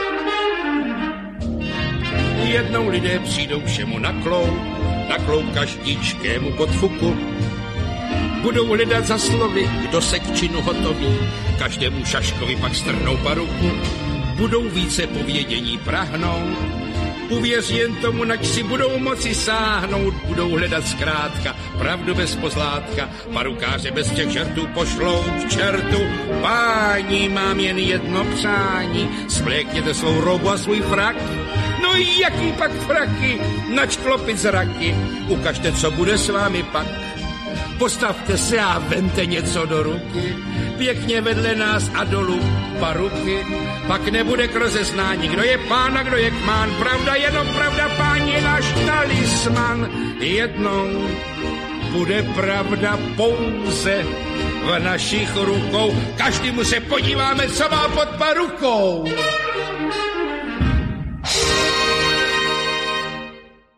Jednou lidé přijdou všemu na kloub každičkému podfuku. Budou hledat za slovy, kdo se k činu hotoví, každému šaškovi pak strhnou paruku. Budou více povědění prahnout, uvěř jen tomu, nač si budou moci sáhnout. Budou hledat zkrátka pravdu bez pozlátka, parukáře bez těch žertů pošlou k čertu. Páni, mám jen jedno přání, splékněte svou robu a svůj frak. No jaký pak fraky, nač klopit zraky, ukažte, co bude s vámi pak. Postavte se a vemte něco do ruky, pěkně vedle nás a dolů paruky. Pak nebude k rozeznání, kdo je pán a kdo je kmán. Pravda, jenom pravda, pán je náš talisman. Jednou bude pravda pouze v našich rukou. Každému se podíváme, co má pod parukou.